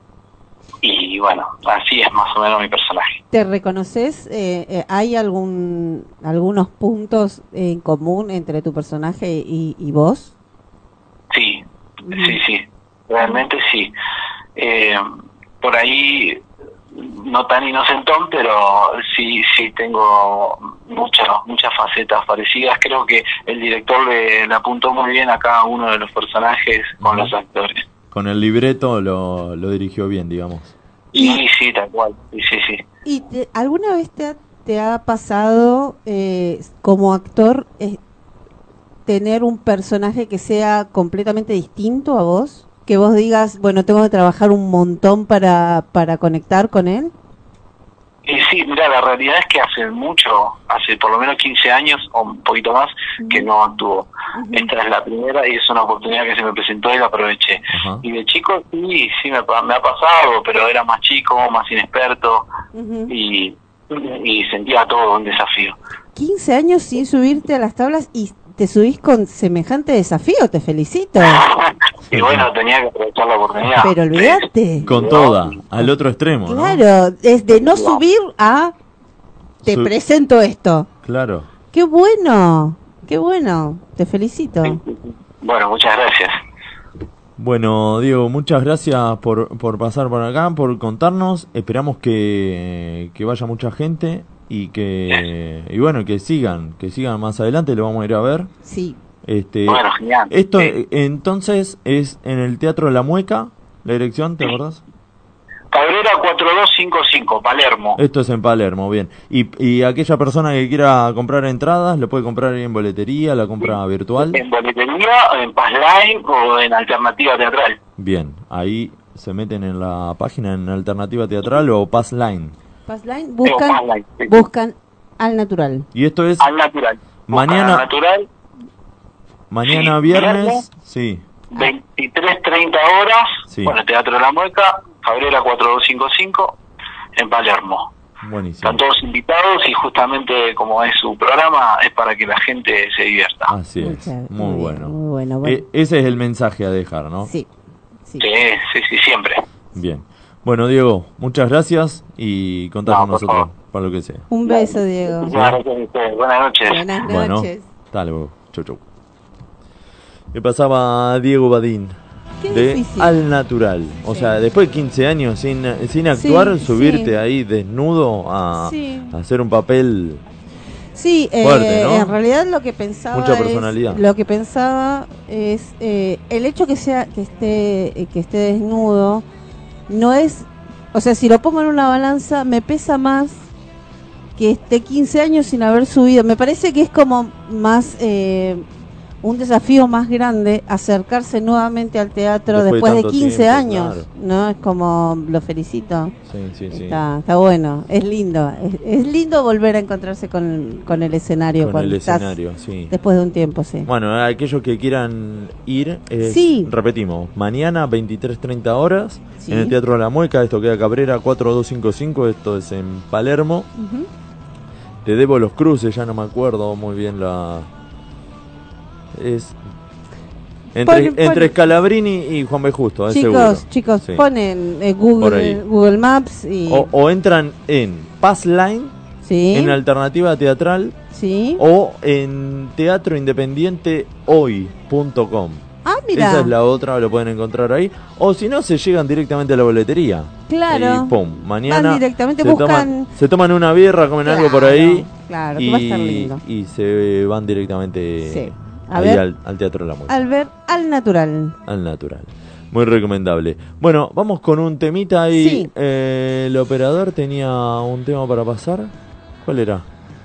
y bueno, así es más o menos mi personaje. ¿Te reconoces? Eh, eh, ¿Hay algún algunos puntos en común entre tu personaje y, y vos? Sí, sí, sí, realmente sí. Eh, por ahí no tan inocentón, pero sí, sí tengo muchas muchas facetas parecidas. Creo que el director le, le apuntó muy bien a cada uno de los personajes con los actores. Con el libreto lo, lo dirigió bien, digamos. Y sí, tal cual, sí, sí, sí. ¿Y te- alguna vez te ha, te ha pasado eh, como actor eh, tener un personaje que sea completamente distinto a vos? Que vos digas, bueno, tengo que trabajar un montón para, para conectar con él. Y sí, mira, la realidad es que hace mucho, hace por lo menos quince años o un poquito más que no actúo. Esta es la primera y es una oportunidad que se me presentó y la aproveché. Ajá. Y de chico sí, sí me, pa- me ha pasado, pero era más chico, más inexperto y, y sentía todo un desafío. quince años sin subirte a las tablas y te subís con semejante desafío, te felicito. Y bueno, tenía que aprovechar la oportunidad. Pero olvídate. Con toda, al otro extremo, ¿no? Claro, es de no subir a te Su- presento esto. Claro. Qué bueno, qué bueno, te felicito. Bueno, muchas gracias. Bueno, Diego, muchas gracias por, por pasar por acá, por contarnos. Esperamos que, que vaya mucha gente y que y bueno, que sigan, que sigan más adelante, lo vamos a ir a ver. Sí. Este, Bueno, genial. Esto Sí. eh, entonces es en el Teatro La Mueca, la dirección, ¿te acordás? Cabrera cuatro dos cinco cinco, Palermo. Esto es en Palermo, bien. Y, y aquella persona que quiera comprar entradas, ¿lo puede comprar ahí en boletería, la compra virtual? En boletería, en Passline o en Alternativa Teatral. Bien, ahí se meten en la página en Alternativa Teatral o Passline. Passline, buscan, Passline, sí. buscan al natural. Y esto es Al natural. Mañana- Buscan al natural, mañana Sí, viernes, viernes. sí. veintitrés treinta horas. Sí. Bueno, Teatro de la Mueca, Cabrera cuatro dos cinco cinco, en Palermo. Buenísimo. Están todos invitados y justamente como es su programa, es para que la gente se divierta. Así es, Muchas- muy muy bien, bueno. muy bueno, bueno. Eh, ese es el mensaje a dejar, ¿no? Sí, sí. Sí, sí, sí, siempre. Bien. Bueno, Diego, muchas gracias y contá No, con por nosotros favor. para lo que sea. Un beso, Diego. Buenas noches a ustedes. Buenas noches. Buenas Bueno, noches. dale, vos. Chau, chau. Me pasaba Diego Badín. Qué De difícil. Al Natural. O sea, después de quince años sin, sin actuar, Sí, subirte sí. ahí desnudo a, Sí. a hacer un papel. Sí, eh, Fuerte, ¿no? en realidad lo que pensaba Mucha es- personalidad. lo que pensaba es eh, el hecho que sea que esté eh, que esté desnudo no es, o sea, si lo pongo en una balanza me pesa más que esté quince años sin haber subido. Me parece que es como más eh, un desafío más grande acercarse nuevamente al teatro Después de después de, tanto quince tiempo, años, claro. ¿no? Es como, lo felicito. Sí, sí, sí. Está, está bueno, es lindo. Es, es lindo volver a encontrarse con, con el escenario Con cuando el estás escenario, sí. después de un tiempo, sí. Bueno, aquellos que quieran ir, eh, Sí. repetimos, mañana veintitrés treinta horas Sí. en el Teatro de la Mueca, esto queda Cabrera cuatro dos cinco cinco, esto es en Palermo. Ujú. Te debo los cruces, ya no me acuerdo muy bien la... Es... Entre, Pon- pon- entre Scalabrini y Juan B. Justo, es seguro. Chicos, chicos, Sí. ponen eh, Por ahí. Google, Google Maps y O, o entran en Passline, sí, en Alternativa Teatral, sí. o en teatro independiente hoy punto com. Ah, mira. Esa es la otra, lo pueden encontrar ahí. O si no, se llegan directamente a la boletería. Claro. Y pum, mañana Van directamente, se, buscan- toman, se toman una birra, comen algo por Claro, ahí. claro, que y, va a estar lindo. y se van directamente Sí. A ahí ver. al, al Teatro La Muela. Al ver al natural. Al natural. Muy recomendable. Bueno, vamos con un temita ahí. Sí. Eh, el operador tenía un tema para pasar. ¿Cuál era?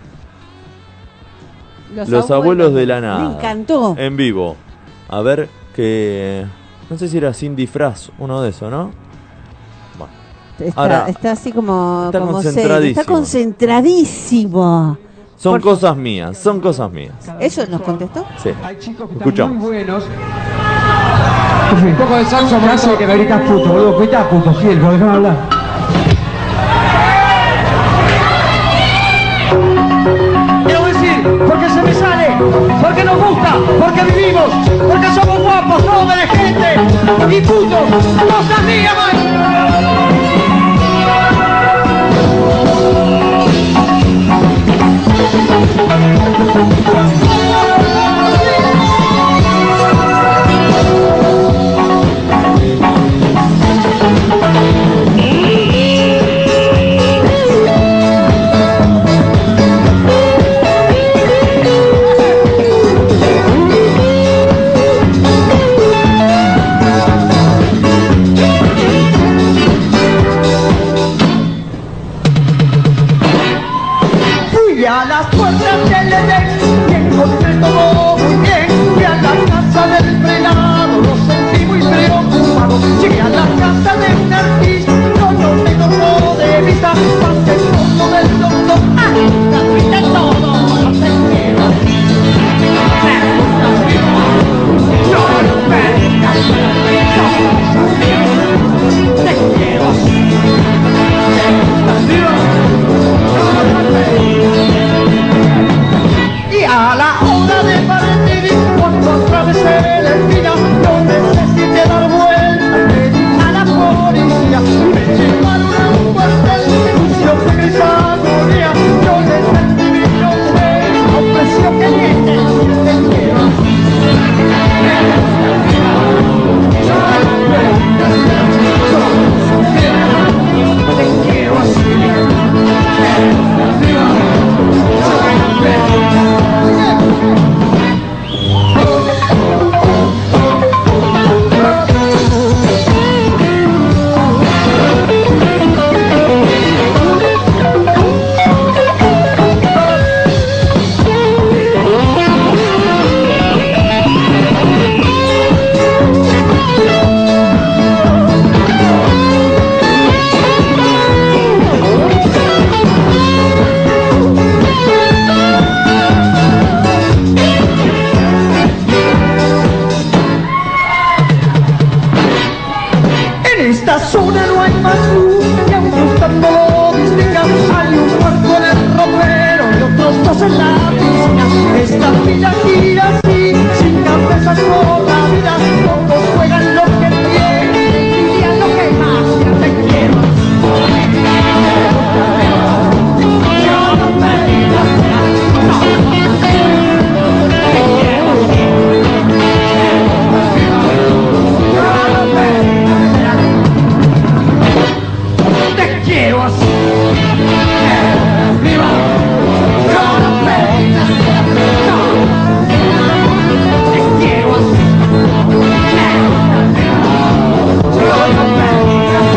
Los, Los abuelos de la nada. Me encantó. En vivo. A ver que... No sé si era sin disfraz, uno de esos, ¿no? Bueno. Está, Ahora, está así como, está como concentradísimo. serio, está concentradísimo. Son Por cosas mías, son cosas mías. ¿Eso nos contestó? Sí. Escuchamos. Muy buenos. Un poco de salsa me hace que me gritas puto, boludo. Cuita puto, Gilbo, déjame hablar. Quiero decir, porque se me sale, porque nos gusta, porque vivimos, porque somos guapos, somos de gente y puto, cosas mías, man. Fui a las puertas del Edén y encontré todo muy bien. Fui a la casa del prelado, lo sentí muy preocupado. Llegué a la casa de un artista, no lo tengo todo de vista. Pasé el fondo del doctor, ¡ah! ¡Gratuita todo! ¡No te quiero! ¡Me gusta! ¡No me digas! ¡No te quiero! Y a la hora de partir, cuando atravesé la esquina, no necesité dar vuelta, pedí a la policía. Me llevaron a un cuartel, sucio de gris agonía. Yo les escribí, no sé, a un precio que niente, te quiero. Te quiero así. En esta zona no hay más luz, y aun buscando lo distinga, hay un cuarto en el ropero y otros dos en la piscina. Esta vida gira así, sin cabezas por la vida, todos juegan lo que tienen, envidian lo que más, ya te quiero. Yo no me digas nada, no, te quiero. Te quiero así. Viva. Yo no me digas no. Te quiero así. Yo no me digas.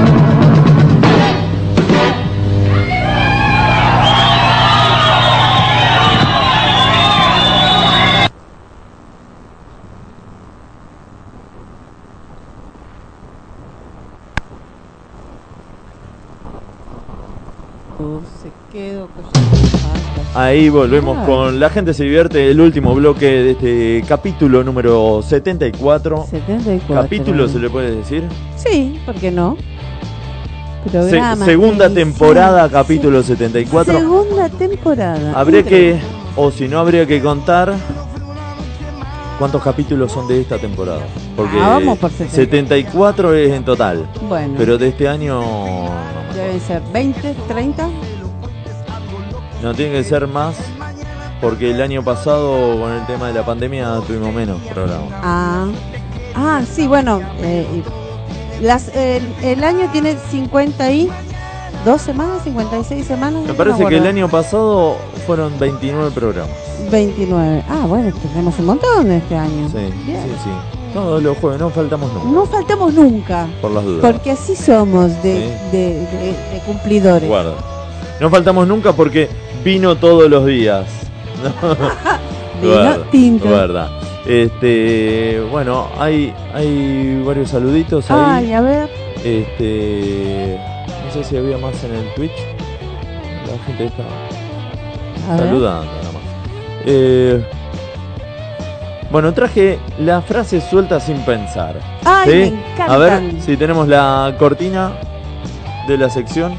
Se quedó con Ahí volvemos Ah. con La Gente Se Divierte, el último bloque de este capítulo número setenta y cuatro. setenta y cuatro. ¿Capítulo se le puede decir? Sí, ¿por qué no? Se- Programa. segunda televisión. temporada, capítulo setenta y cuatro. Segunda temporada. Habría que, Increíble. o si no, habría que contar cuántos capítulos son de esta temporada. Porque Ah, vamos por setenta. setenta y cuatro es en total. Bueno. Pero de este año Deben ser veinte, treinta. no tiene que ser más. Porque el año pasado, con el tema de la pandemia, tuvimos menos programas. Ah, ah sí, bueno. eh, y las, el, el año tiene cincuenta y ¿Dos semanas? ¿cincuenta y seis semanas? Me parece que el año pasado fueron veintinueve programas. veintinueve. Ah, bueno, tenemos un montón este año. Sí, Bien. sí, sí. Todos los jueves, no faltamos nunca. No faltamos nunca. Por las dudas. Porque así somos de, Sí. de, de- de cumplidores. Guarda. No faltamos nunca porque vino todos los días. ¿No? Vino Guarda, tinto. guarda. Este, bueno, hay, hay varios saluditos ahí. Ay, a ver. Este, no sé si había más en el Twitch. La gente está A ver. saludando nada más. Eh, bueno, traje las frases sueltas sin pensar. Ay, ¿sí? me encantan. A ver si tenemos la cortina de la sección.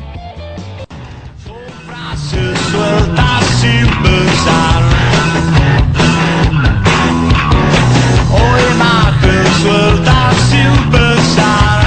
Sueltas sin pensar. O imagen sueltas sin pensar.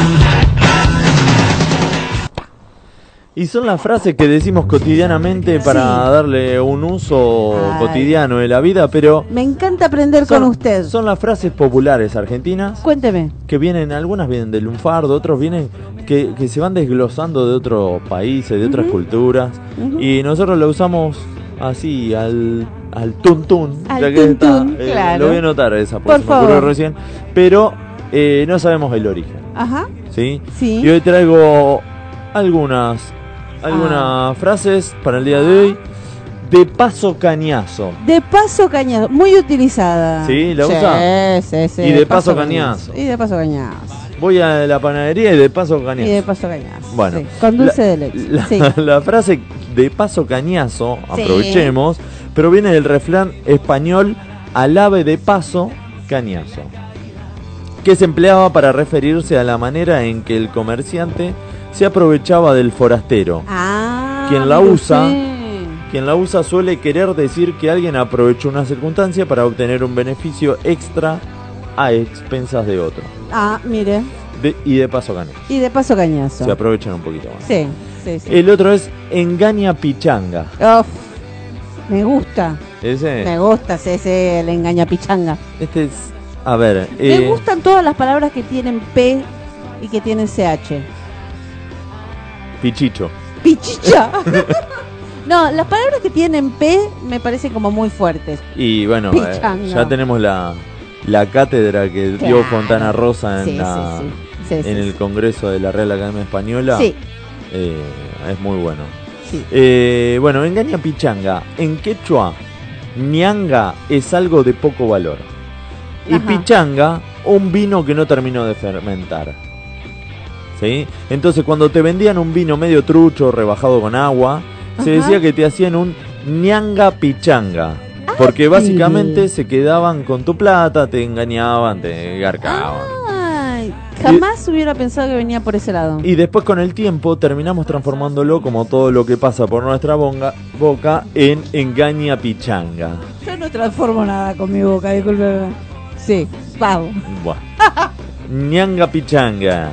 Y son las frases que decimos cotidianamente para Sí. darle un uso Ay. cotidiano de la vida, pero Me encanta aprender son, con usted. son las frases populares argentinas Cuénteme. que vienen, algunas vienen del lunfardo, otros vienen que, que se van desglosando de otros países, de otras Ujú. culturas, Ujú. y nosotros lo usamos así al al tuntún, Al ya que tuntún, está, eh, claro. lo voy a anotar esa, Por porque se me ocurrió favor. recién, pero eh, no sabemos el origen, Ajá. ¿sí? Sí. Y hoy traigo algunas algunas frases para el día de hoy de paso cañazo. De paso cañazo. Muy utilizada. ¿Sí? ¿La sí, usa? Sí, sí. Y de paso cañazo. Y de paso cañazo. Voy a la panadería y de paso Y cañazo. de paso cañazo. Bueno, Sí, con dulce la- de leche. La, Sí. la frase de paso cañazo, Sí. aprovechemos, proviene del refrán español al ave de paso cañazo, que se empleaba para referirse a la manera en que el comerciante se aprovechaba del forastero. Ah, Quien la mire usa, usted. quien la usa suele querer decir que alguien aprovechó una circunstancia para obtener un beneficio extra a expensas de otro. Ah, mire. De- y de paso cañazo. Y de paso cañazo. Se aprovechan un poquito más. Sí, sí, sí. El otro es engaña pichanga. Uf, me gusta. Ese, Me gusta ese, ese el engaña pichanga. este es, a ver, Me eh, gustan todas las palabras que tienen P y que tienen C H. pichicho. Pichicha. No, las palabras que tienen P me parecen como muy fuertes. Y bueno, eh, Pichanga. ya tenemos la, la cátedra que dio Claro. Fontana Rosa en, Sí, la- sí, sí. Sí, sí, en el Congreso de la Real Academia Española. Sí. Eh, es muy bueno. Sí. Eh, bueno, engaña pichanga. En quechua, ñanga es algo de poco valor. Y Ajá. pichanga, un vino que no terminó de fermentar. ¿Sí? Entonces, cuando te vendían un vino medio trucho, rebajado con agua, se Ajá. decía que te hacían un ñanga pichanga. Porque básicamente se quedaban con tu plata, te engañaban, te garcaban. Ay, jamás hubiera pensado que venía por ese lado. Y después con el tiempo terminamos transformándolo, como todo lo que pasa por nuestra bonga- boca, en engaña pichanga. Yo no transformo nada con mi boca, disculpe. Sí, vamos. Buah. Ñanga pichanga.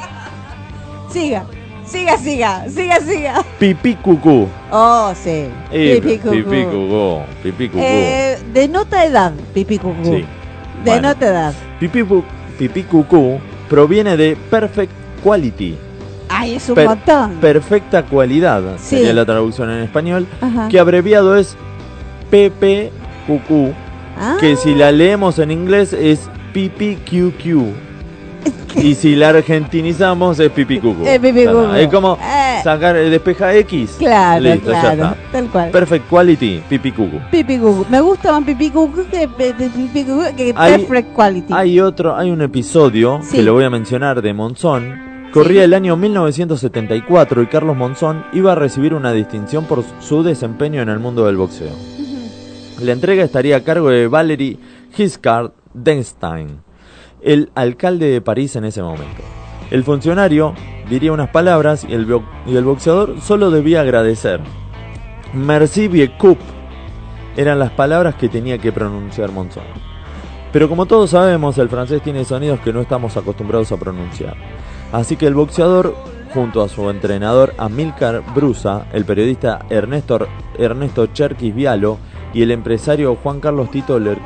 Siga, siga, siga, siga, siga. Pipí cucú. Oh, sí. Eh, Pipí cucú. Pipí cucú. Pipí cucú. Eh, denota edad, pipí cucú. Sí. Denota edad. Pipí, pu- pipí cucú proviene de perfect quality. Ay, es un Per- montón. Perfecta cualidad, Sí. sería la traducción en español, Ajá. que abreviado es P P Q Q, Ah. que si la leemos en inglés es P P Q Q. Y si la argentinizamos es Pipi Cucu. Es Pipi Ya está. Cucu. Es como Eh. sacar el despeja X. Claro, Listo, ya claro. está. Tal cual. Perfect quality, Pipi Cucu. Pipi cucú. Me gusta más pipí cucú que, que- que pipí cucú que Hay- perfect quality. Hay otro, hay un episodio Sí. que lo voy a mencionar de Monzón. Corría el año mil novecientos setenta y cuatro y Carlos Monzón iba a recibir una distinción por su desempeño en el mundo del boxeo. La entrega estaría a cargo de Valery Giscard d'Estaing, el alcalde de París en ese momento. El funcionario diría unas palabras y el, bo- y el boxeador solo debía agradecer. Merci beaucoup eran las palabras que tenía que pronunciar Monzón. Pero como todos sabemos, el francés tiene sonidos que no estamos acostumbrados a pronunciar. Así que el boxeador, junto a su entrenador Amílcar Brusa, el periodista Ernesto, Ernesto Cherkis Vialo y el empresario Juan Carlos Tito Le-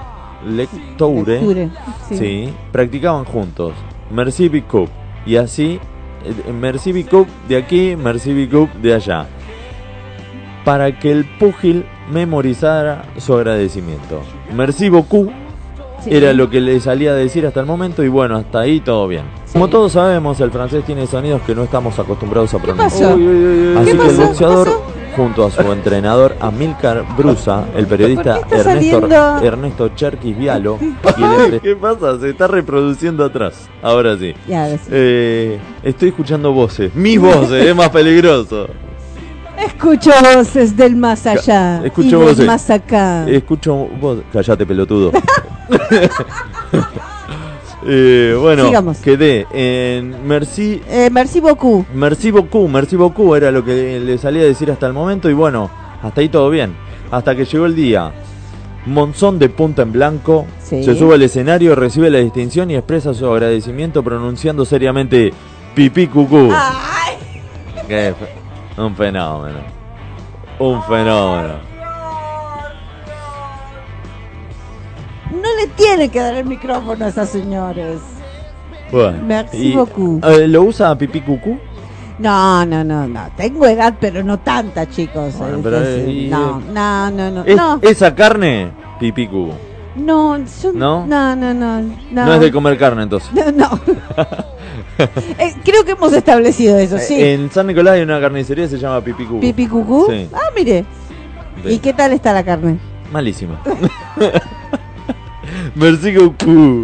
Lectoure, Lecture, sí. sí, practicaban juntos Merci beaucoup y así eh, Merci beaucoup de aquí, Merci beaucoup de allá, para que el púgil memorizara su agradecimiento. Merci beaucoup sí. Era lo que le salía a decir hasta el momento y bueno, hasta ahí todo bien. Sí. Como todos sabemos, el francés tiene sonidos que no estamos acostumbrados a pronunciar. Uy, uy, uy, uy. Así ¿Qué que pasó? el boxeador, junto a su entrenador Amílcar Brusa, el periodista Ernesto, Ernesto Cherkis Vialo, y el entre... ¿Qué pasa? Se está reproduciendo atrás. Ahora sí. Ya, sí. Eh, estoy escuchando voces. Mis voces, es más peligroso. Escucho voces del más allá. Escucho y del voces. más acá. Escucho voces. Cállate, pelotudo. Eh, bueno, sigamos. Quedé en Merci. Eh, merci beaucoup. Merci beaucoup, merci beaucoup era lo que le salía a decir hasta el momento y bueno, hasta ahí todo bien. Hasta que llegó el día. Monzón de punta en blanco sí. Se sube al escenario, recibe la distinción y expresa su agradecimiento pronunciando seriamente pipí cucú. Ay. Que un fenómeno. Un fenómeno. No le tiene que dar el micrófono a esas señores. Bueno, merci y, beaucoup. Eh, ¿Lo usa pipí cucú? No, no, no, no. Tengo edad, pero no tanta, chicos. Bueno, es pero, decir, y, no, no, no, no, es, no. Esa carne, pipí cucú. No, yo, ¿No? no, no, no, no. No es de comer carne entonces. No, no. eh, creo que hemos establecido eso, sí. En San Nicolás hay una carnicería que se llama Pipí Cucú. ¿Pipí Cucú? Sí. Ah, mire. Bien. ¿Y qué tal está la carne? Malísima. Merci Cucú.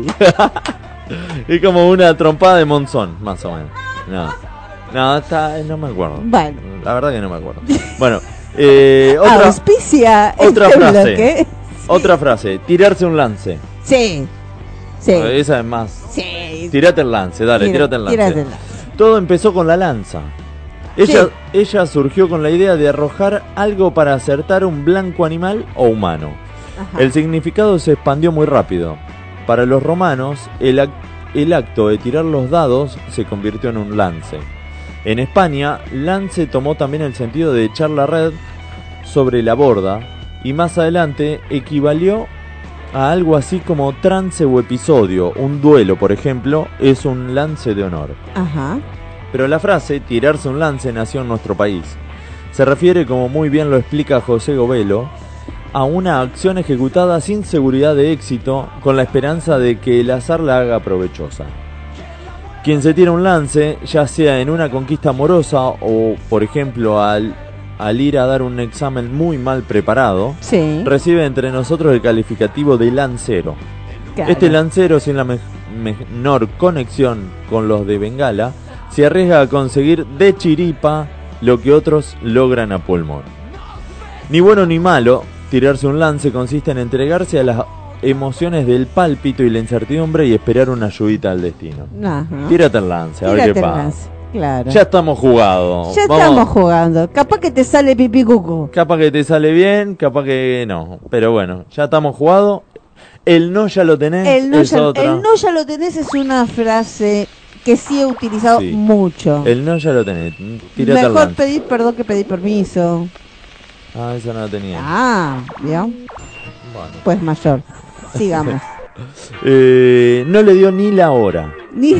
Es como una trompada de monzón, más o menos. No, no, está, no me acuerdo. Bueno. La verdad que no me acuerdo. Bueno, eh, otra, auspicia otra este frase. bloque. Otra frase, tirarse un lance. Sí. Sí. Esa es más. Sí. Tírate el lance, dale, Tira, tírate el lance. tírate el lance. Todo empezó con la lanza. Ella, Sí. ella surgió con la idea de arrojar algo para acertar un blanco animal o humano. Ajá. El significado se expandió muy rápido. Para los romanos, el, ac- el acto de tirar los dados se convirtió en un lance. En España, lance tomó también el sentido de echar la red sobre la borda y más adelante equivalió a algo así como trance o episodio. Un duelo, por ejemplo, es un lance de honor. Ajá. Pero la frase tirarse un lance nació en nuestro país. Se refiere, como muy bien lo explica José Govelo, a una acción ejecutada sin seguridad de éxito con la esperanza de que el azar la haga provechosa. Quien se tira un lance, ya sea en una conquista amorosa o, por ejemplo, al, al ir a dar un examen muy mal preparado, Sí. recibe entre nosotros el calificativo de lancero. Claro. Este lancero, sin la me- menor conexión con los de Bengala, se arriesga a conseguir de chiripa lo que otros logran a pulmón. Ni bueno ni malo, tirarse un lance consiste en entregarse a las emociones del pálpito y la incertidumbre y esperar una ayudita al destino. Ajá. Tírate el lance, a ver Tírate qué el pasa. lance, claro. Ya estamos jugados. Ya Vamos. estamos jugando. Capaz que te sale pipí cucú. Capaz que te sale bien, capaz que no. Pero bueno, ya estamos jugados. El no ya lo tenés. El no, es ya, otra. el no ya lo tenés es una frase que sí he utilizado Sí. mucho. El no ya lo tenés. Tírate al Mejor lance. pedir perdón que pedir permiso. Ah, esa no la tenía. Ah, ¿vio? Bueno. Pues mayor. Sigamos. Eh, no le dio ni la hora. Ni-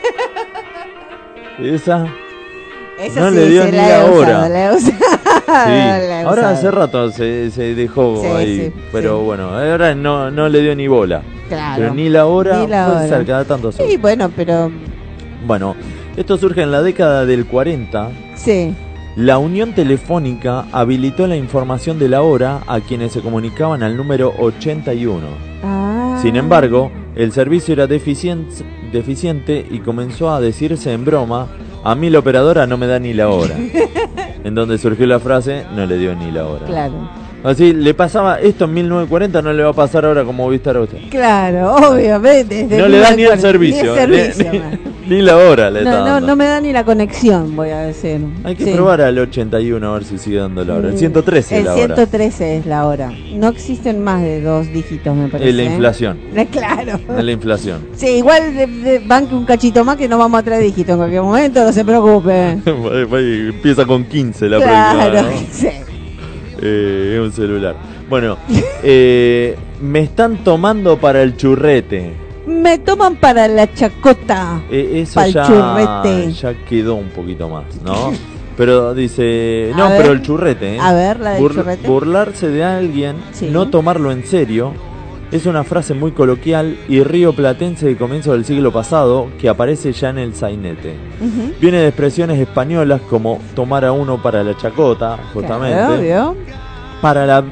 Esa. Esa no sí, le dio sí, ni la la he usado, hora. la he usado, Sí. la he Ahora usado. hace rato se, se dejó Sí, ahí. sí, pero sí. bueno, ahora no, no le dio ni bola. Claro. Pero ni la hora. Ni la puede hora. ser, cada tanto se- Sí, bueno, pero Bueno, esto surge en la década del cuarenta. sí. La Unión Telefónica habilitó la información de la hora a quienes se comunicaban al número ochenta y uno. Ah. Sin embargo, el servicio era deficien- deficiente y comenzó a decirse en broma: a mí la operadora no me da ni la hora. En donde surgió la frase: no le dio ni la hora. Claro. Así, le pasaba esto en mil novecientos cuarenta, no le va a pasar ahora como viste a usted. Claro, obviamente. desde No le da ni el cuarenta, servicio. Ni, el servicio, ni- man. ni la hora le está no, no, dando. no me da ni la conexión, voy a decir. Hay que Sí. probar al ochenta y uno a ver si sigue dando la hora. El ciento trece El es la ciento hora. trece es la hora. No existen más de dos dígitos, me parece. Es la inflación. ¿eh? Claro. Es la inflación. Sí, igual de, de, banque un cachito más que no vamos a tres dígitos en cualquier momento, no se preocupe. Empieza con quince la Claro, próxima, ¿no? sí. Eh, es un celular. Bueno, eh, me están tomando para el churrete. Me toman para la chacota. Eh, eso pa'l ya, churrete. ya quedó un poquito más, ¿no? Pero dice... A No, ver. pero el churrete, ¿eh? A ver, la del Bur- churrete. Burlarse de alguien, Sí. no tomarlo en serio, es una frase muy coloquial y rioplatense de comienzo del siglo pasado que aparece ya en el sainete. Ujú. Viene de expresiones españolas como tomar a uno para la chacota, justamente. Claro, ¿vio? Para la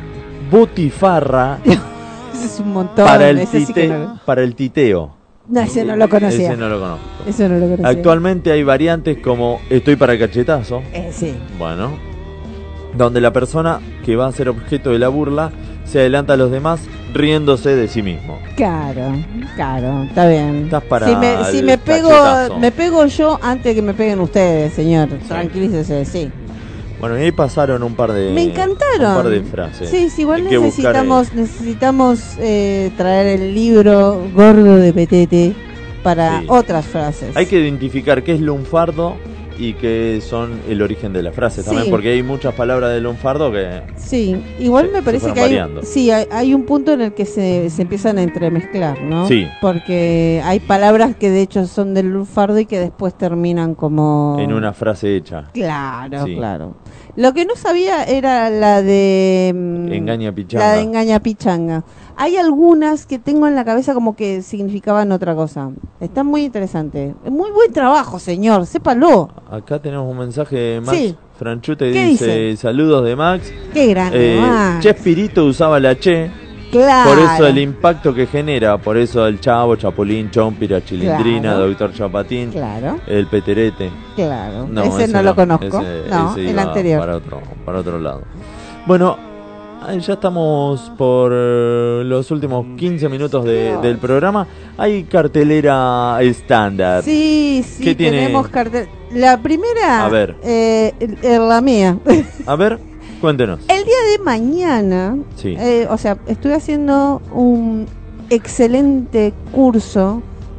botifarra, Ese es un montón. para el, ese sí que tite- no, para el titeo. no, ese no lo conocía. Ese no lo conozco. Eso no lo conocía. Actualmente hay variantes como estoy para el cachetazo. Eh, sí. Bueno, donde la persona que va a ser objeto de la burla se adelanta a los demás riéndose de sí mismo. Claro, claro, está bien. Estás para si me, si el me pego, cachetazo. me pego yo antes de que me peguen ustedes, señor. Tranquilícese, sí. Bueno, y ahí pasaron un par de Me encantaron. un par de frases. Sí, sí, igual Hay que buscar, necesitamos necesitamos eh, traer el libro Gordo de Petete para Sí. otras frases. Hay que identificar qué es lunfardo y qué son el origen de las frases también, Sí. porque hay muchas palabras de lunfardo que Sí, igual Se- me se parece fueron que hay, variando. sí, hay, hay un punto en el que se, se empiezan a entremezclar, ¿no? Sí. Porque hay palabras que de hecho son del lunfardo y que después terminan como... en una frase hecha. Claro, Sí. claro. Lo que no sabía era la de... mm, Engaña pichanga. La de engaña pichanga. Hay algunas que tengo en la cabeza como que significaban otra cosa. Está muy interesante. Muy buen trabajo, señor. Sépalo. Acá tenemos un mensaje de Max Sí. Franchute, ¿Qué dice, dice? saludos de Max. Qué grande, Eh, Max. Chespirito usaba la che. Claro. Por eso el impacto que genera, por eso el Chavo, Chapulín, Chompira, Chilindrina, Claro. Doctor Chapatín, Claro. el Peterete. Claro. Ese no lo conozco. No, el iba anterior. Para otro, para otro lado. Bueno, ahí ya estamos por eh, los últimos quince minutos de- del programa. Hay cartelera estándar. Sí, sí, ¿Qué tiene? tenemos cartel. La primera, A ver. eh, eh, la mía. A ver, cuéntenos. El día de mañana, Sí. eh, o sea, estoy haciendo un excelente curso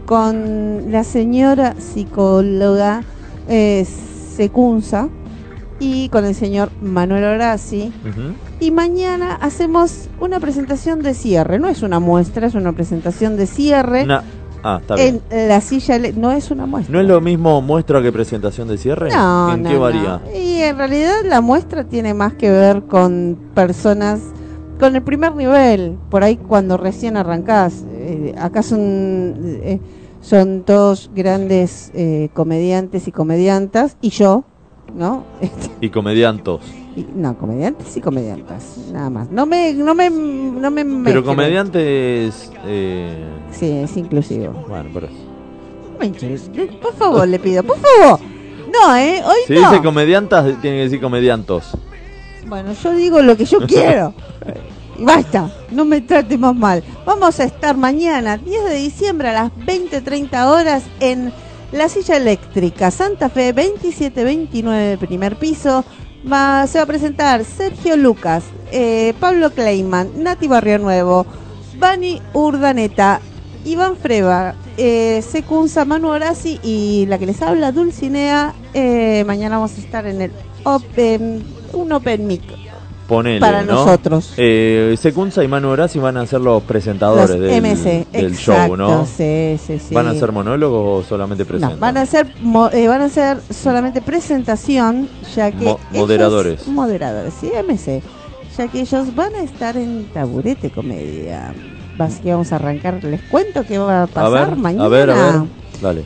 con la señora psicóloga eh, Secunza y con el señor Manuel Horaci. Ujú. Y mañana hacemos una presentación de cierre. No es una muestra, es una presentación de cierre. Una- Ah, está bien. En la silla, ele- no es una muestra. ¿No es lo mismo muestra que presentación de cierre? No, ¿En no, qué no. varía? Y en realidad la muestra tiene más que ver con personas con el primer nivel, por ahí cuando recién arrancás. Eh, acá son eh, son dos grandes eh, comediantes y comediantas y yo, ¿no? Y comediantos. Y- no, comediantes y comediantas, nada más. No me no me no me Pero mezclen. comediantes... Eh... Sí, es inclusivo. Bueno, por eso. Manches, por favor, le pido, por favor. No, eh, hoy Si no. dice comediantas, tiene que decir comediantos. Bueno, yo digo lo que yo quiero. Y basta, no me trate más mal. Vamos a estar mañana, diez de diciembre a las veinte treinta horas en La Silla Eléctrica, Santa Fe, veintisiete veintinueve, primer piso. Va, se va a presentar Sergio Lucas, eh, Pablo Kleiman, Nati Barrio Nuevo, Vani Urdaneta, Iván Freva, eh, Secunza, Manu Horaci y la que les habla, Dulcinea. Eh, mañana vamos a estar en el Open, un Open Mic. Ponele, Para ¿no? nosotros. Eh, Secunza y Manu Horaci van a ser los presentadores Los del, M C, del exacto, show, ¿no? sí, sí, sí. ¿Van a ser monólogos o solamente presentan? No, van a ser mo- eh, van a ser solamente presentación, ya que Mo- ellos- moderadores. moderadores, sí, M C, ya que ellos van a estar en Taburete Comedia. Así que vamos a arrancar, les cuento qué va a A pasar ver, mañana. a ver, a ver. Dale.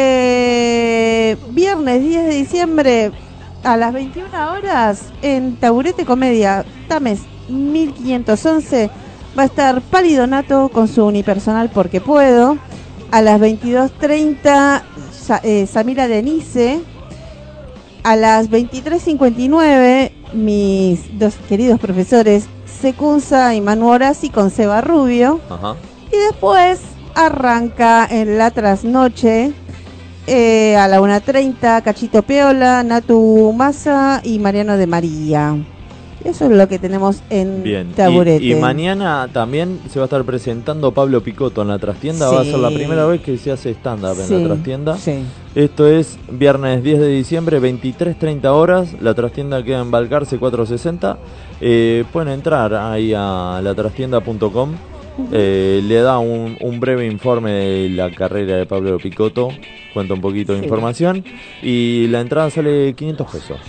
Eh, viernes diez de diciembre a las veintiuna horas en Taburete Comedia, Tames mil quinientos once, va a estar Palidonato con su unipersonal Porque Puedo. A las veintidós treinta Sa- eh, Samira Denise. A las veintitrés cincuenta y nueve mis dos queridos profesores Secunza y Manu Horaci con Seba Rubio. Ajá. Y después arranca en la trasnoche eh, a la una treinta Cachito Peola, Natu Massa y Mariano de María. Eso es lo que tenemos en Bien. Taburete. Y, y mañana también se va a estar presentando Pablo Picotto en la trastienda. Sí. Va a ser la primera vez que se hace stand-up Sí, en la trastienda. sí. Esto es viernes diez de diciembre, veintitrés treinta horas. La trastienda queda en Balcarce cuatrocientos sesenta. Eh, pueden entrar ahí a la trastienda punto com eh, le da un, un breve informe de la carrera de Pablo Picotto, cuenta un poquito de Sí. información y la entrada sale quinientos pesos.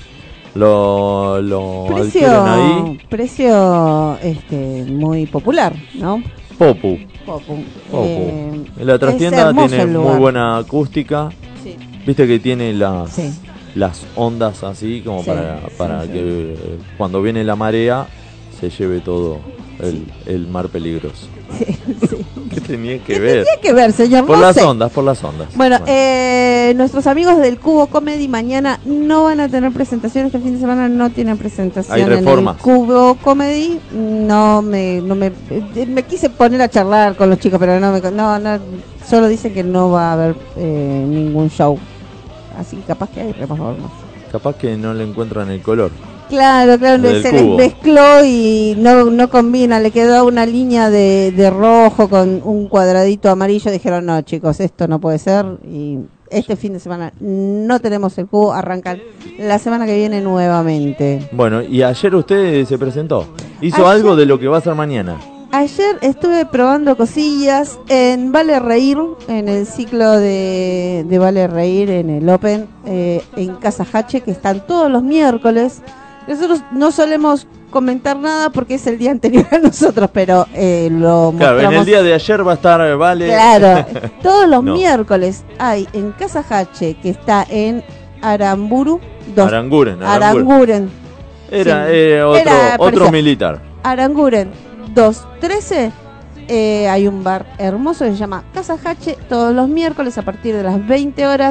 Lo, lo Precio, adquieren ahí. precio este, muy popular, ¿no? Popu. Popu. Popu. Eh, La trastienda es hermoso tiene el muy lugar. buena acústica. Sí. Viste que tiene las Sí. las ondas así como Sí, para, para sí, que eh, cuando viene la marea se lleve todo el, el mar peligroso. ¿Qué tenía que ver? Tiene que ver, señor. Por no las sé. ondas, por las ondas. Bueno, eh, nuestros amigos del Cubo Comedy mañana no van a tener presentación. Este fin de semana no tienen presentación Hay en el reformas. Cubo Comedy. No me, no me, eh, me quise poner a charlar con los chicos, pero no me, no, no, solo dicen que no va a haber eh, ningún show. Así que capaz que hay reformas. Capaz que no le encuentran el color. Claro, claro, Del se les cubo. mezcló y no, no combina, le quedó una línea de, de rojo con un cuadradito amarillo. Dijeron, no chicos, esto no puede ser. Y este fin de semana no tenemos el cubo, arrancan la semana que viene nuevamente. Bueno, y ayer usted se presentó. Hizo Ayer- algo de lo que va a ser mañana. Ayer estuve probando cosillas en Vale Reír, en el ciclo de, de Vale Reír, en el Open, eh, en Casa Hache, que están todos los miércoles. Nosotros no solemos comentar nada porque es el día anterior a nosotros, pero eh, lo Claro, en mostramos. el día de ayer va a estar, vale. Claro, todos los No. miércoles hay en Casa Hache, que está en Aramburu, dos- Aranguren, Aranguren. Aranguren, Era sí. eh, otro, Era otro parecía- militar. Aranguren doscientos trece. Eh, hay un bar hermoso que se llama Casa Hache, todos los miércoles a partir de las veinte horas.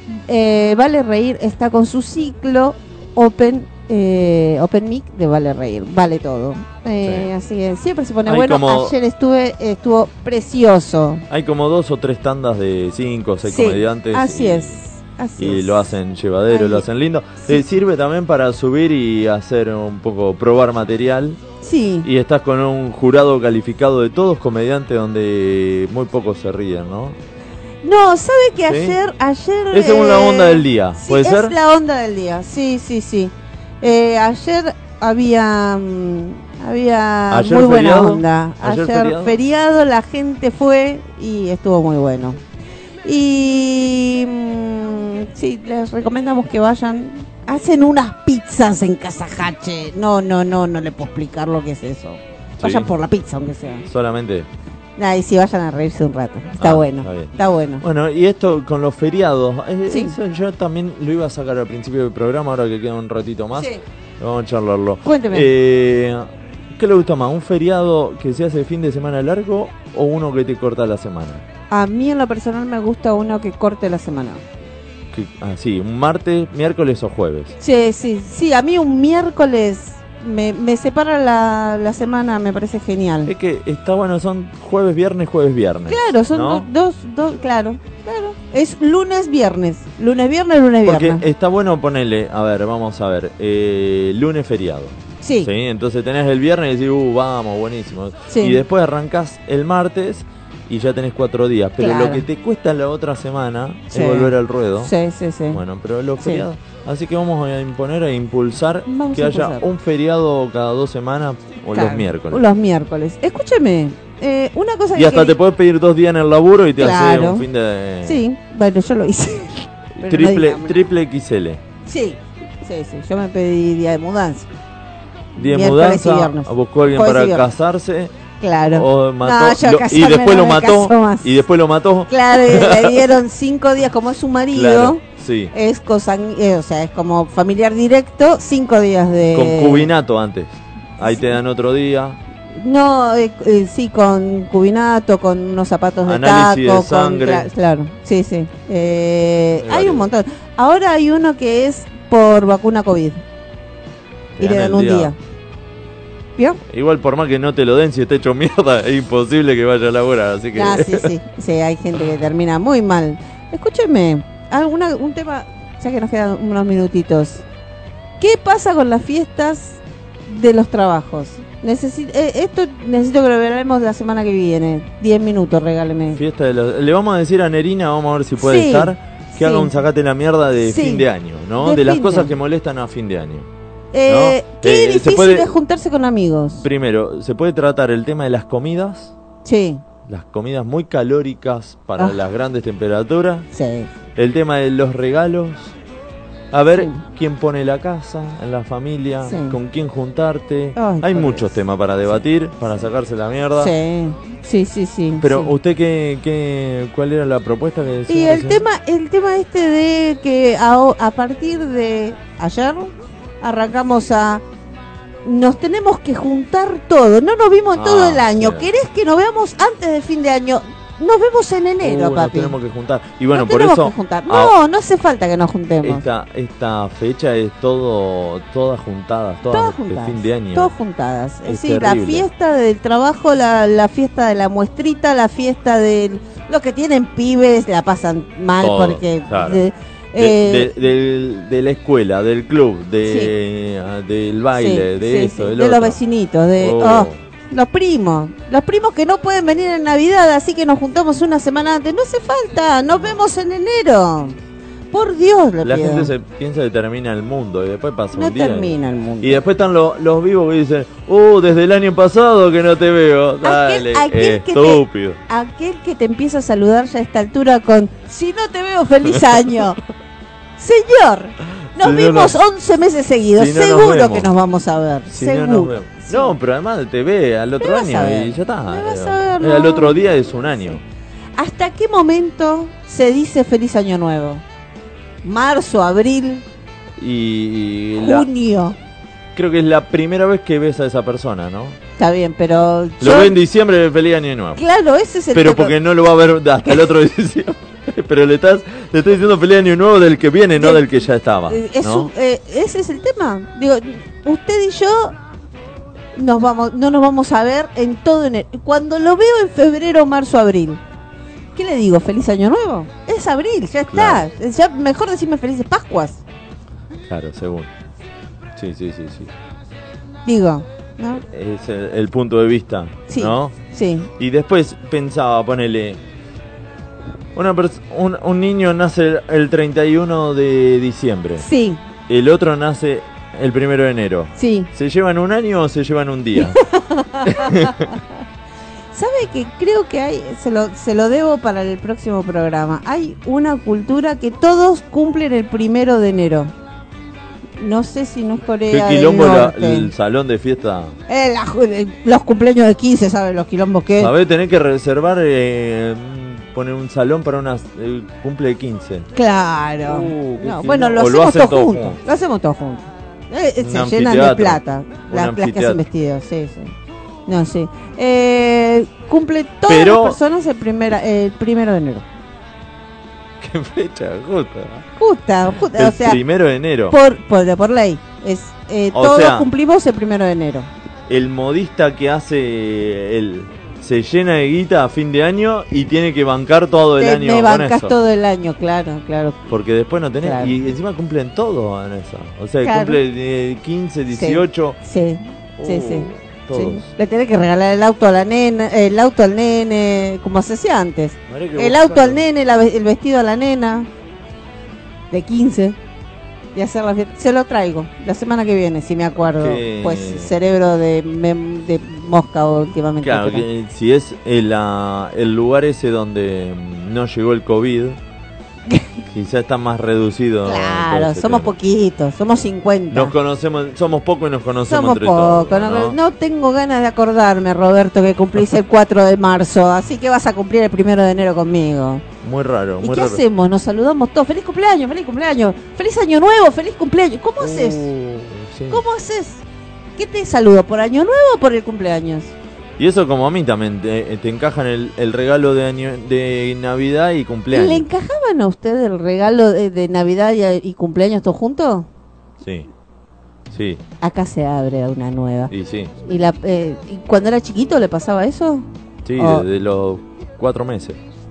Eh, Vale Reír está con su ciclo Open eh, Open Mic de Vale Reír, vale todo. Eh, Así que siempre se pone Hay bueno. como- Ayer estuve, estuvo precioso. Hay como dos o tres tandas de cinco o seis Sí, comediantes. así y- es. Así Y es. lo hacen llevadero, Ahí. lo hacen lindo. Eh, sirve también para subir y hacer un poco, probar material. Sí. Y estás con un jurado calificado de todos comediantes donde muy pocos se ríen, ¿no? No, ¿sabe que ¿Sí? ayer, ayer Es según la eh, onda del día, sí, ¿puede es ser? la onda del día, sí, sí, sí. Eh, ayer había mm, había ¿Ayer muy buena feriado? onda. ¿Ayer Ayer, feriado? feriado, la gente fue y estuvo muy bueno. Y mm, sí, les recomendamos que vayan. Hacen unas pizzas en Casa Hache. No, no, no, no le puedo explicar lo que es eso. Vayan Sí. por la pizza, aunque sea. Solamente. Nah, y sí, vayan a reírse un rato. Está Ah, bueno, está está, bien. bueno. Bueno, y esto con los feriados, eh, Sí. eso yo también lo iba a sacar al principio del programa, ahora que queda un ratito más. Sí. Vamos a charlarlo. Cuénteme. Eh, ¿Qué le gusta más? ¿Un feriado que se hace fin de semana largo o uno que te corta la semana? A mí en lo personal me gusta uno que corte la semana. Que, ah, sí, un martes, miércoles o jueves. Sí, sí, sí, a mí un miércoles me, me separa la, la semana, me parece genial. Es que está bueno, son jueves, viernes, jueves, viernes. Claro, son ¿no? do- dos, dos, claro, claro. Es lunes, viernes, lunes, viernes, lunes, Porque viernes. está bueno ponerle, a ver, vamos a ver, eh, lunes feriado. Sí. Entonces tenés el viernes y decís, uh, vamos, buenísimo. Sí. Y después arrancás el martes y ya tenés cuatro días. Pero Claro. lo que te cuesta la otra semana Sí. es volver al ruedo. Sí, sí, sí. Bueno, pero los Sí. feriados. Así que vamos a imponer e impulsar Vamos que a haya impulsar. un feriado cada dos semanas o Claro, los miércoles. Los miércoles. Escúcheme, eh, una cosa Y que hasta quería- te podés pedir dos días en el laburo y te hace Claro. un fin de Sí, bueno, yo lo hice. Pero no triple, digamos. triple X L. Sí, sí, sí, yo me pedí día de mudanza. Día de Miércoles y mudanza, viernes. buscó a alguien Jueves y para viernes. casarse. Claro. O mató, No, yo lo- y casarme después no lo me mató. caso más. Y después lo mató. Claro, y le dieron cinco días, como es su marido, Claro, sí. es cosa, eh, o sea, es como familiar directo, cinco días de... Concubinato antes. Ahí te dan otro día. No, eh, eh, sí, con cubinato, con unos zapatos de Análisis de taco, sangre. con, cla- claro, sí, sí. Eh, Hay hay varios. un montón. Ahora hay uno que es por vacuna COVID. Te Y le dan dan el un día. día. ¿Vio? Igual por más que no te lo den, si está hecho mierda, es imposible que vaya a laburar. Así que. Ah, sí, sí, sí, hay gente que termina muy mal. Escúcheme, alguna, un tema, ya que nos quedan unos minutitos. ¿Qué pasa con las fiestas de los trabajos? Necesi- eh, esto necesito que lo veremos la semana que viene. Diez minutos, regáleme. Fiesta de los- Le vamos a decir a Nerina, vamos a ver si puede Sí, estar, que sí. haga un sacate la mierda de Sí, fin de año, ¿no? de De, las fin cosas de- que molestan a fin de año. Eh, ¿no? Qué Eh, se difícil puede- es juntarse con amigos. Primero, se puede tratar el tema de las comidas, Sí. Las comidas muy calóricas para Ah. las grandes temperaturas. Sí. El tema de los regalos. A ver Sí. quién pone la casa en la familia, Sí. con quién juntarte. Ay, Hay por muchos temas para debatir, para sacarse la mierda. Sí, sí, sí, sí. Pero sí. usted qué, qué, ¿cuál era la propuesta que decía? Y el recién? tema, el tema este de que a, a partir de ayer arrancamos a nos tenemos que juntar todo. No nos vimos en Ah, todo el año. sí. ¿Querés que nos veamos antes de fin de año? Nos vemos en enero, Uh, nos papi. tenemos que juntar. Y bueno, Nos por tenemos eso que juntar. ah, No, no hace falta que nos juntemos. esta, esta fecha es todo, todas juntadas, todas, Todas de juntadas. fin de año. Todas juntadas. Es Sí, la terrible. fiesta del trabajo, la, la fiesta de la muestrita, la fiesta de los que tienen pibes, la pasan mal Todo, porque... claro. de- De, eh, de- del- de la escuela, del club, de, ah, del baile, sí, de sí, esto, sí, del de los otro. vecinitos, de Oh. oh, los primos, los primos que no pueden venir en Navidad, así que nos juntamos una semana antes. No hace falta, nos vemos en enero. Por Dios, le La pido. gente se piensa que termina el mundo y después pasa No un día. termina el mundo. Y después están los, los vivos que dicen, uh, desde el año pasado que no te veo. Dale, aquel que te- estúpido. Aquel que te empieza a saludar ya a esta altura con si no te veo, feliz año. Señor, nos Si no vimos nos- once meses seguidos. si no nos Seguro vemos. que nos vamos a ver. Si no seguro. nos vemos. No, pero además te ve al otro vas año a ver, y ya está. me vas Eh, a ver, eh, Al no. otro día es un año. ¿Hasta qué momento se dice feliz año nuevo? Marzo, abril, Y la- junio. creo que es la primera vez que ves a esa persona, ¿no? Está bien, pero Lo yo- ve en diciembre, feliz año nuevo. claro, ese es el Pero tema. porque no lo va a ver hasta el otro diciembre. Pero le estás, le estás diciendo feliz año nuevo del que viene, no Del- del que ya estaba. Eh, es ¿no? un- eh, ese es el tema. Digo, usted y yo nos vamos, no nos vamos a ver en todo enero. Cuando lo veo en febrero, marzo, abril, ¿qué le digo? ¿Feliz año nuevo? Es abril, ya está. Ya mejor decirme felices Pascuas. Claro, según. Sí, sí, sí, sí. Digo, ¿no? Es el, el punto de vista, Sí, ¿no? sí. Y después pensaba, ponele, una pers- un, un niño nace el treinta y uno de diciembre. Sí, El otro nace el primero de enero. sí. ¿Se llevan un año o se llevan un día? ¿Sabe que creo que hay, se lo, se lo debo para el próximo programa? Hay una cultura que todos cumplen el primero de enero. No sé si no es ¿Qué Corea del quilombo la- Norte. el salón de fiesta? Eh, la ju- eh, los cumpleaños de quince, ¿sabes los quilombos que? ¿Sabés? Tenés que reservar, eh, mm, poner un salón para una eh, cumple de quince. Claro. Uh, qué No, fino. bueno, lo O hacemos hacen todos todos juntos. juntos. Lo hacemos todos juntos. Eh, eh, Un se llenan de anfiteatro. plata Un las, las que anfiteatro. hacen vestidos. Sí, sí. No, sí. Eh, cumple todas Pero- las personas el, primera, el primero de enero. ¿Qué fecha? Justa. Justa, justa. El O sea, primero de enero. por, por, por ley. Es, eh, O todos sea- cumplimos el primero de enero. El modista que hace el se llena de guita a fin de año y tiene que bancar todo el Te- año me con bancas eso. todo el año, claro, claro. Porque después no tenés. Claro. Y encima cumplen todo en eso. O sea, Claro. cumple eh, quince, dieciocho. Sí, sí, sí. Todos. Sí. Le tenés que regalar el auto a la nena, el auto al nene, como se hacía antes. Habría que El buscarlo. auto al nene, la ve- el vestido a la nena, de quince, y hacer la fiesta. Se lo traigo la semana que viene, si me acuerdo. Que- Pues cerebro de, mem- de mosca últimamente. Claro, será. que si es el, ah, el lugar ese donde mm, no llegó el COVID, quizá está más reducido. todo Claro, ese somos tema. poquitos, somos cincuenta. Nos conocemos, somos pocos y nos conocemos Somos entre pocos. todos. No, ¿no? no tengo ganas de acordarme, Roberto, que cumplís el cuatro de marzo, así que vas a cumplir el primero de enero conmigo. Muy raro, ¿Y muy qué raro. hacemos? Nos saludamos todos. Feliz cumpleaños, feliz cumpleaños. Feliz año nuevo, feliz cumpleaños. ¿Cómo haces? Uh, sí. ¿Cómo haces? ¿Qué te saludo? ¿Por año nuevo o por el cumpleaños? Y eso como a mí también, te, te encajan el, el regalo de año de Navidad y cumpleaños. ¿Le encajaban a usted el regalo de, de Navidad y, y cumpleaños todos juntos? Sí, sí, Acá se abre una nueva. y sí, ¿Y, la, eh, ¿y cuando era chiquito le pasaba eso? sí, Oh. desde los cuatro meses.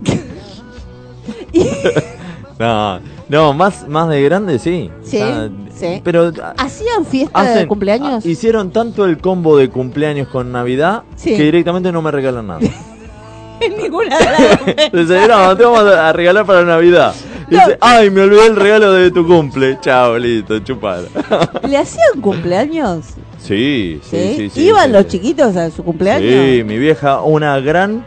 no, no, más, más de grande sí. Sí, Ah, sí. Pero ¿Hacían fiesta de hacen- cumpleaños? ah, hicieron tanto el combo de cumpleaños con Navidad Sí. que directamente no me regalan nada. Ninguna de las dos. Dice, no, te vamos a regalar para Navidad. Dice, ay, me olvidé el regalo de tu cumple. Chao, listo, chupar. ¿Le hacían cumpleaños? Sí, sí, ¿Sí? sí. sí ¿Iban sí, los sí. chiquitos a su cumpleaños? Sí, mi vieja, una gran,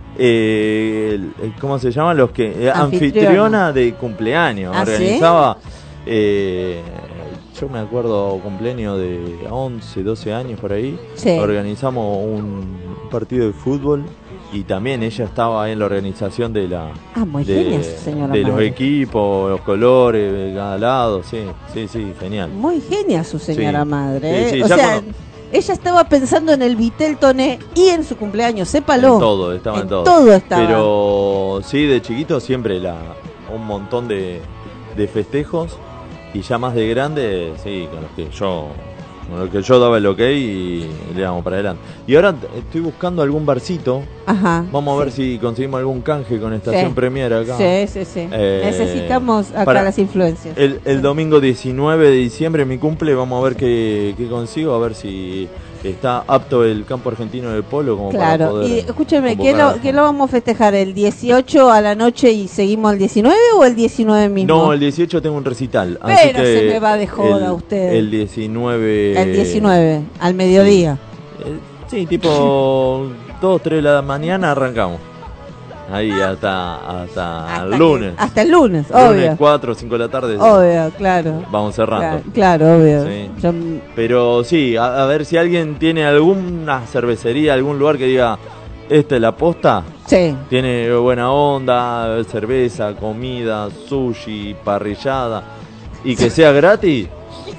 eh, el- ¿cómo se llama? Los que eh, Anfitriona. anfitriona de cumpleaños. ¿Ah, sí? Organizaba, eh, yo me acuerdo, cumpleaños de once, doce años por ahí. Sí. Organizamos un partido de fútbol y también ella estaba ahí en la organización de la Ah, muy de, genia su señora de los madre. equipos, los colores de cada lado. Sí, sí, sí, genial. Muy genia su señora Sí. madre. ¿eh? Sí, sí, o ya sea, cono- ella estaba pensando en el Viteltoné y en su cumpleaños, sépalo. En todo, estaba en, En todo. todo estaba. Pero sí, de chiquito siempre la un montón de, de festejos y ya más de grande, sí, con los que yo con los que yo daba el ok y le damos para adelante. Y ahora t- estoy buscando algún barcito. Ajá. Vamos a ver si conseguimos algún canje con Estación Sí. Premier acá. Sí, sí, sí. Eh, Necesitamos acá para las influencias. El, el domingo diecinueve de diciembre, mi cumple, vamos a ver qué, qué consigo, a ver si está apto el campo argentino de polo como para Claro, poder y escúcheme, ¿qué convocar. lo, ¿qué lo vamos a festejar? ¿El dieciocho a la noche y seguimos el diecinueve o el diecinueve mismo? No, el dieciocho tengo un recital. así Pero que se me va de joda el, usted. El diecinueve. El diecinueve, al mediodía. Eh, sí, tipo dos, tres de la mañana arrancamos. Ahí hasta, hasta el que- lunes. hasta el lunes, Lunes, obvio. cuatro o cinco de la tarde. Obvio, claro. Vamos cerrando. Claro, claro, obvio. Sí. Yo- Pero sí, a, a ver si alguien tiene alguna cervecería, algún lugar que diga, esta es la posta. Sí. Tiene buena onda, cerveza, comida, sushi, parrillada. Y que sea gratis,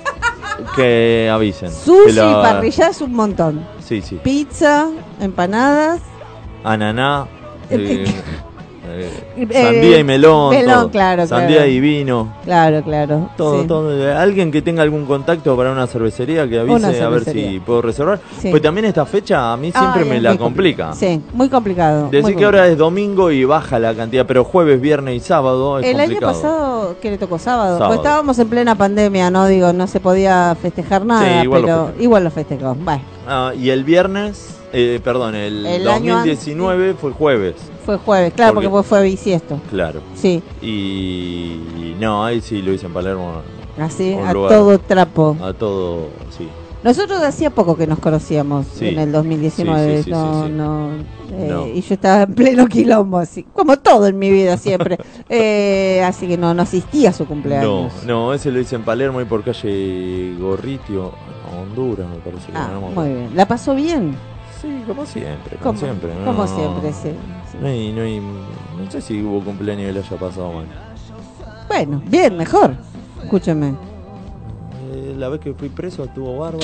que avisen. Sushi Que la- y parrillada es un montón. Sí, sí. Pizza, empanadas. Ananá. eh, eh, Eh, sandía y melón. melón, todo. claro, Sandía claro. y vino. Claro, claro. Todo, sí. todo. Alguien que tenga algún contacto para una cervecería que avise Una a ver cervecería. si puedo reservar. Sí. Pues también esta fecha a mí siempre Ay, me es la muy complica. Sí, muy complicado. muy Decir que complicado. ahora es domingo y baja la cantidad, pero jueves, viernes y sábado es El complicado. año pasado, que le tocó sábado? Sábado. Pues estábamos en plena pandemia, ¿no? Digo, no se podía festejar nada, Sí, igual lo pero festejó. igual lo festejó. Bueno, Ah, y el viernes, eh, perdón, el, El año dos mil diecinueve fue jueves. fue jueves, claro, porque, Porque- fue bisiesto. Claro. Sí, Y, y no, ahí sí lo hice en Palermo. así, un a lugar- todo trapo. A todo, sí. Nosotros hacía poco que nos conocíamos Sí. en el dos mil diecinueve, Sí, sí, sí, no, sí, sí. no, eh, No. y yo estaba en pleno quilombo, así, como todo en mi vida siempre. Eh, así que no, no asistía a su No, cumpleaños. no, ese lo hice en Palermo y por calle Gorritio, Honduras, me parece. que Ah, no me muy acuerdo. bien. ¿La pasó bien? Sí, como siempre, como, Como, siempre. no, como no, siempre, sí. sí. No, hay, no, hay- no sé si hubo cumpleaños que le haya pasado mal. Bueno, bien, mejor. Escúcheme. Eh, la vez que fui preso estuvo bárbaro.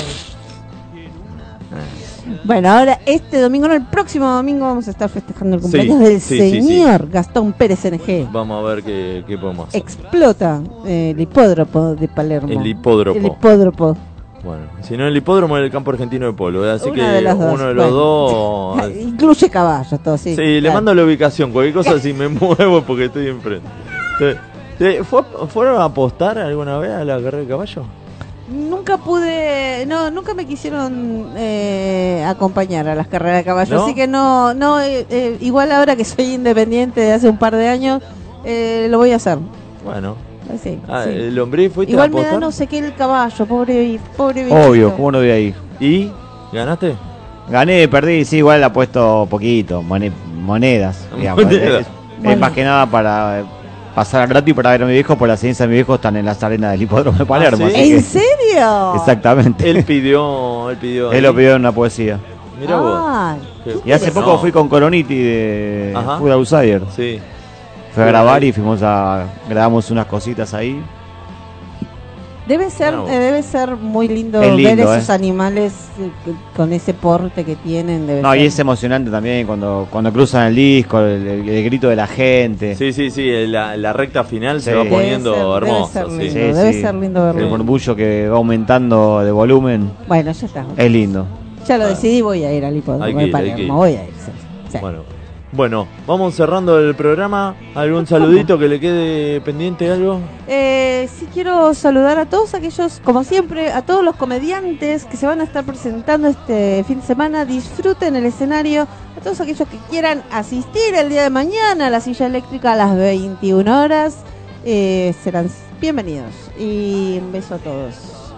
Bueno, ahora este domingo, no, el próximo domingo vamos a estar festejando el cumpleaños Sí, del sí, sí, sí. señor Gastón Pérez N G. Vamos a ver qué, qué podemos hacer. Explota eh, el hipódromo de Palermo. El hipódromo. El hipódromo. Bueno, si no el hipódromo es el campo argentino de polo, ¿eh? así Una que de las dos, uno de los bueno. dos. Incluye caballos, todo, sí. Sí, le claro. mando la ubicación, cualquier cosa si me muevo porque estoy enfrente. Sí. Sí, ¿fue- ¿Fueron a apostar alguna vez a la carrera de caballo? Nunca pude, no, nunca me quisieron eh, acompañar a las carreras de caballo, ¿No? así que no, no, eh, eh, igual ahora que soy independiente de hace un par de años, eh, lo voy a hacer. Bueno. Sí, Ah, sí. ¿el hombre fuiste Igual a me da apostar? no sé qué el caballo, pobre, pobre bichito. Obvio, ¿cómo no voy ahí? ¿Y? ¿Ganaste? Gané, perdí, sí, igual la apuesto poquito, mone- monedas. digamos. Monedas. Es, es más que nada para eh, pasar al rato y para ver a mi viejo, por la ciencia de mi viejo están en las arenas del hipódromo de Palermo. ¿sí? así que- ¿En serio? Exactamente. Él pidió, él pidió. Él lo pidió en una poesía. Mirá vos. Ay, Qué- Y hace poco No. fui con Coroniti de Ajá. Food Outsider. Sí. Fue a grabar y fuimos a. Grabamos unas cositas ahí. Debe ser, Bravo. eh, debe ser muy lindo, Es lindo, ver esos eh. animales eh, que- con ese porte que tienen. Debe No, ser. y es emocionante también cuando, cuando cruzan el disco, el, el- el grito de la gente. Sí, sí, sí, la, la recta final se Sí. va Debe poniendo ser- debe hermosa. ser sí. lindo. debe ser lindo verlo. El murmullo que va aumentando de volumen. Bueno, ya está. Es lindo. Ya lo decidí, voy a ir al hipódromo Hay que de ir, hay que ir. Palermo. Voy a ir. sí, sí. Bueno, bueno, vamos cerrando el programa. ¿Algún saludito que le quede pendiente, algo? Eh, sí quiero saludar a todos aquellos, como siempre, a todos los comediantes que se van a estar presentando este fin de semana. Disfruten el escenario. A todos aquellos que quieran asistir el día de mañana a la silla eléctrica a las veintiuna horas, eh, serán bienvenidos. Y un beso a todos.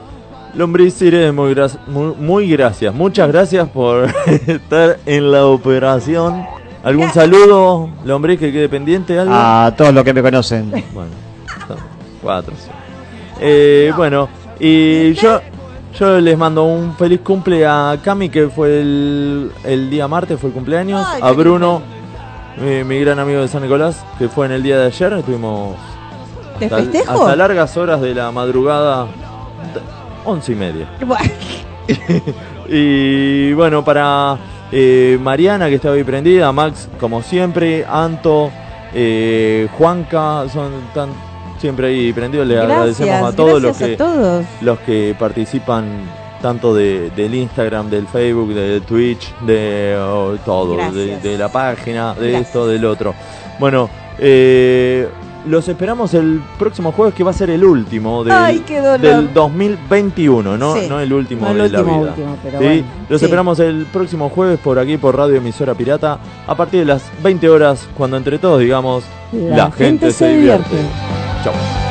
Lombriz Irene, muy, gra- muy, muy gracias. Muchas gracias por estar en la operación. ¿Algún saludo, Lombriz, que quede pendiente? ¿Algo? A todos los que me conocen. Bueno, cuatro, sí. Eh, bueno, y yo yo les mando un feliz cumple a Cami, que fue el, el día martes, fue el cumpleaños. Ay, a Bruno, mi, mi gran amigo de San Nicolás, que fue en el día de ayer. Estuvimos ¿De hasta, festejo? hasta largas horas de la madrugada, once y media. Y bueno, para eh, Mariana, que estaba ahí prendida, Max, como siempre, Anto, eh, Juanca, son tan siempre ahí prendidos. Le Gracias, agradecemos a todos los gracias que a todos. los que participan tanto de, del Instagram, del Facebook, del Twitch, de oh, todo, de, Gracias. de la página, de Gracias. esto, del otro. Bueno, eh, los esperamos el próximo jueves, que va a ser el último del, Ay, qué dolor. del dos mil veintiuno, ¿no? Sí, No el último no el de último, la vida. último, pero ¿Sí? bueno, Los sí. esperamos el próximo jueves por aquí, por Radio Emisora Pirata, a partir de las veinte horas, cuando entre todos digamos, la, gente, se divierte. Chau.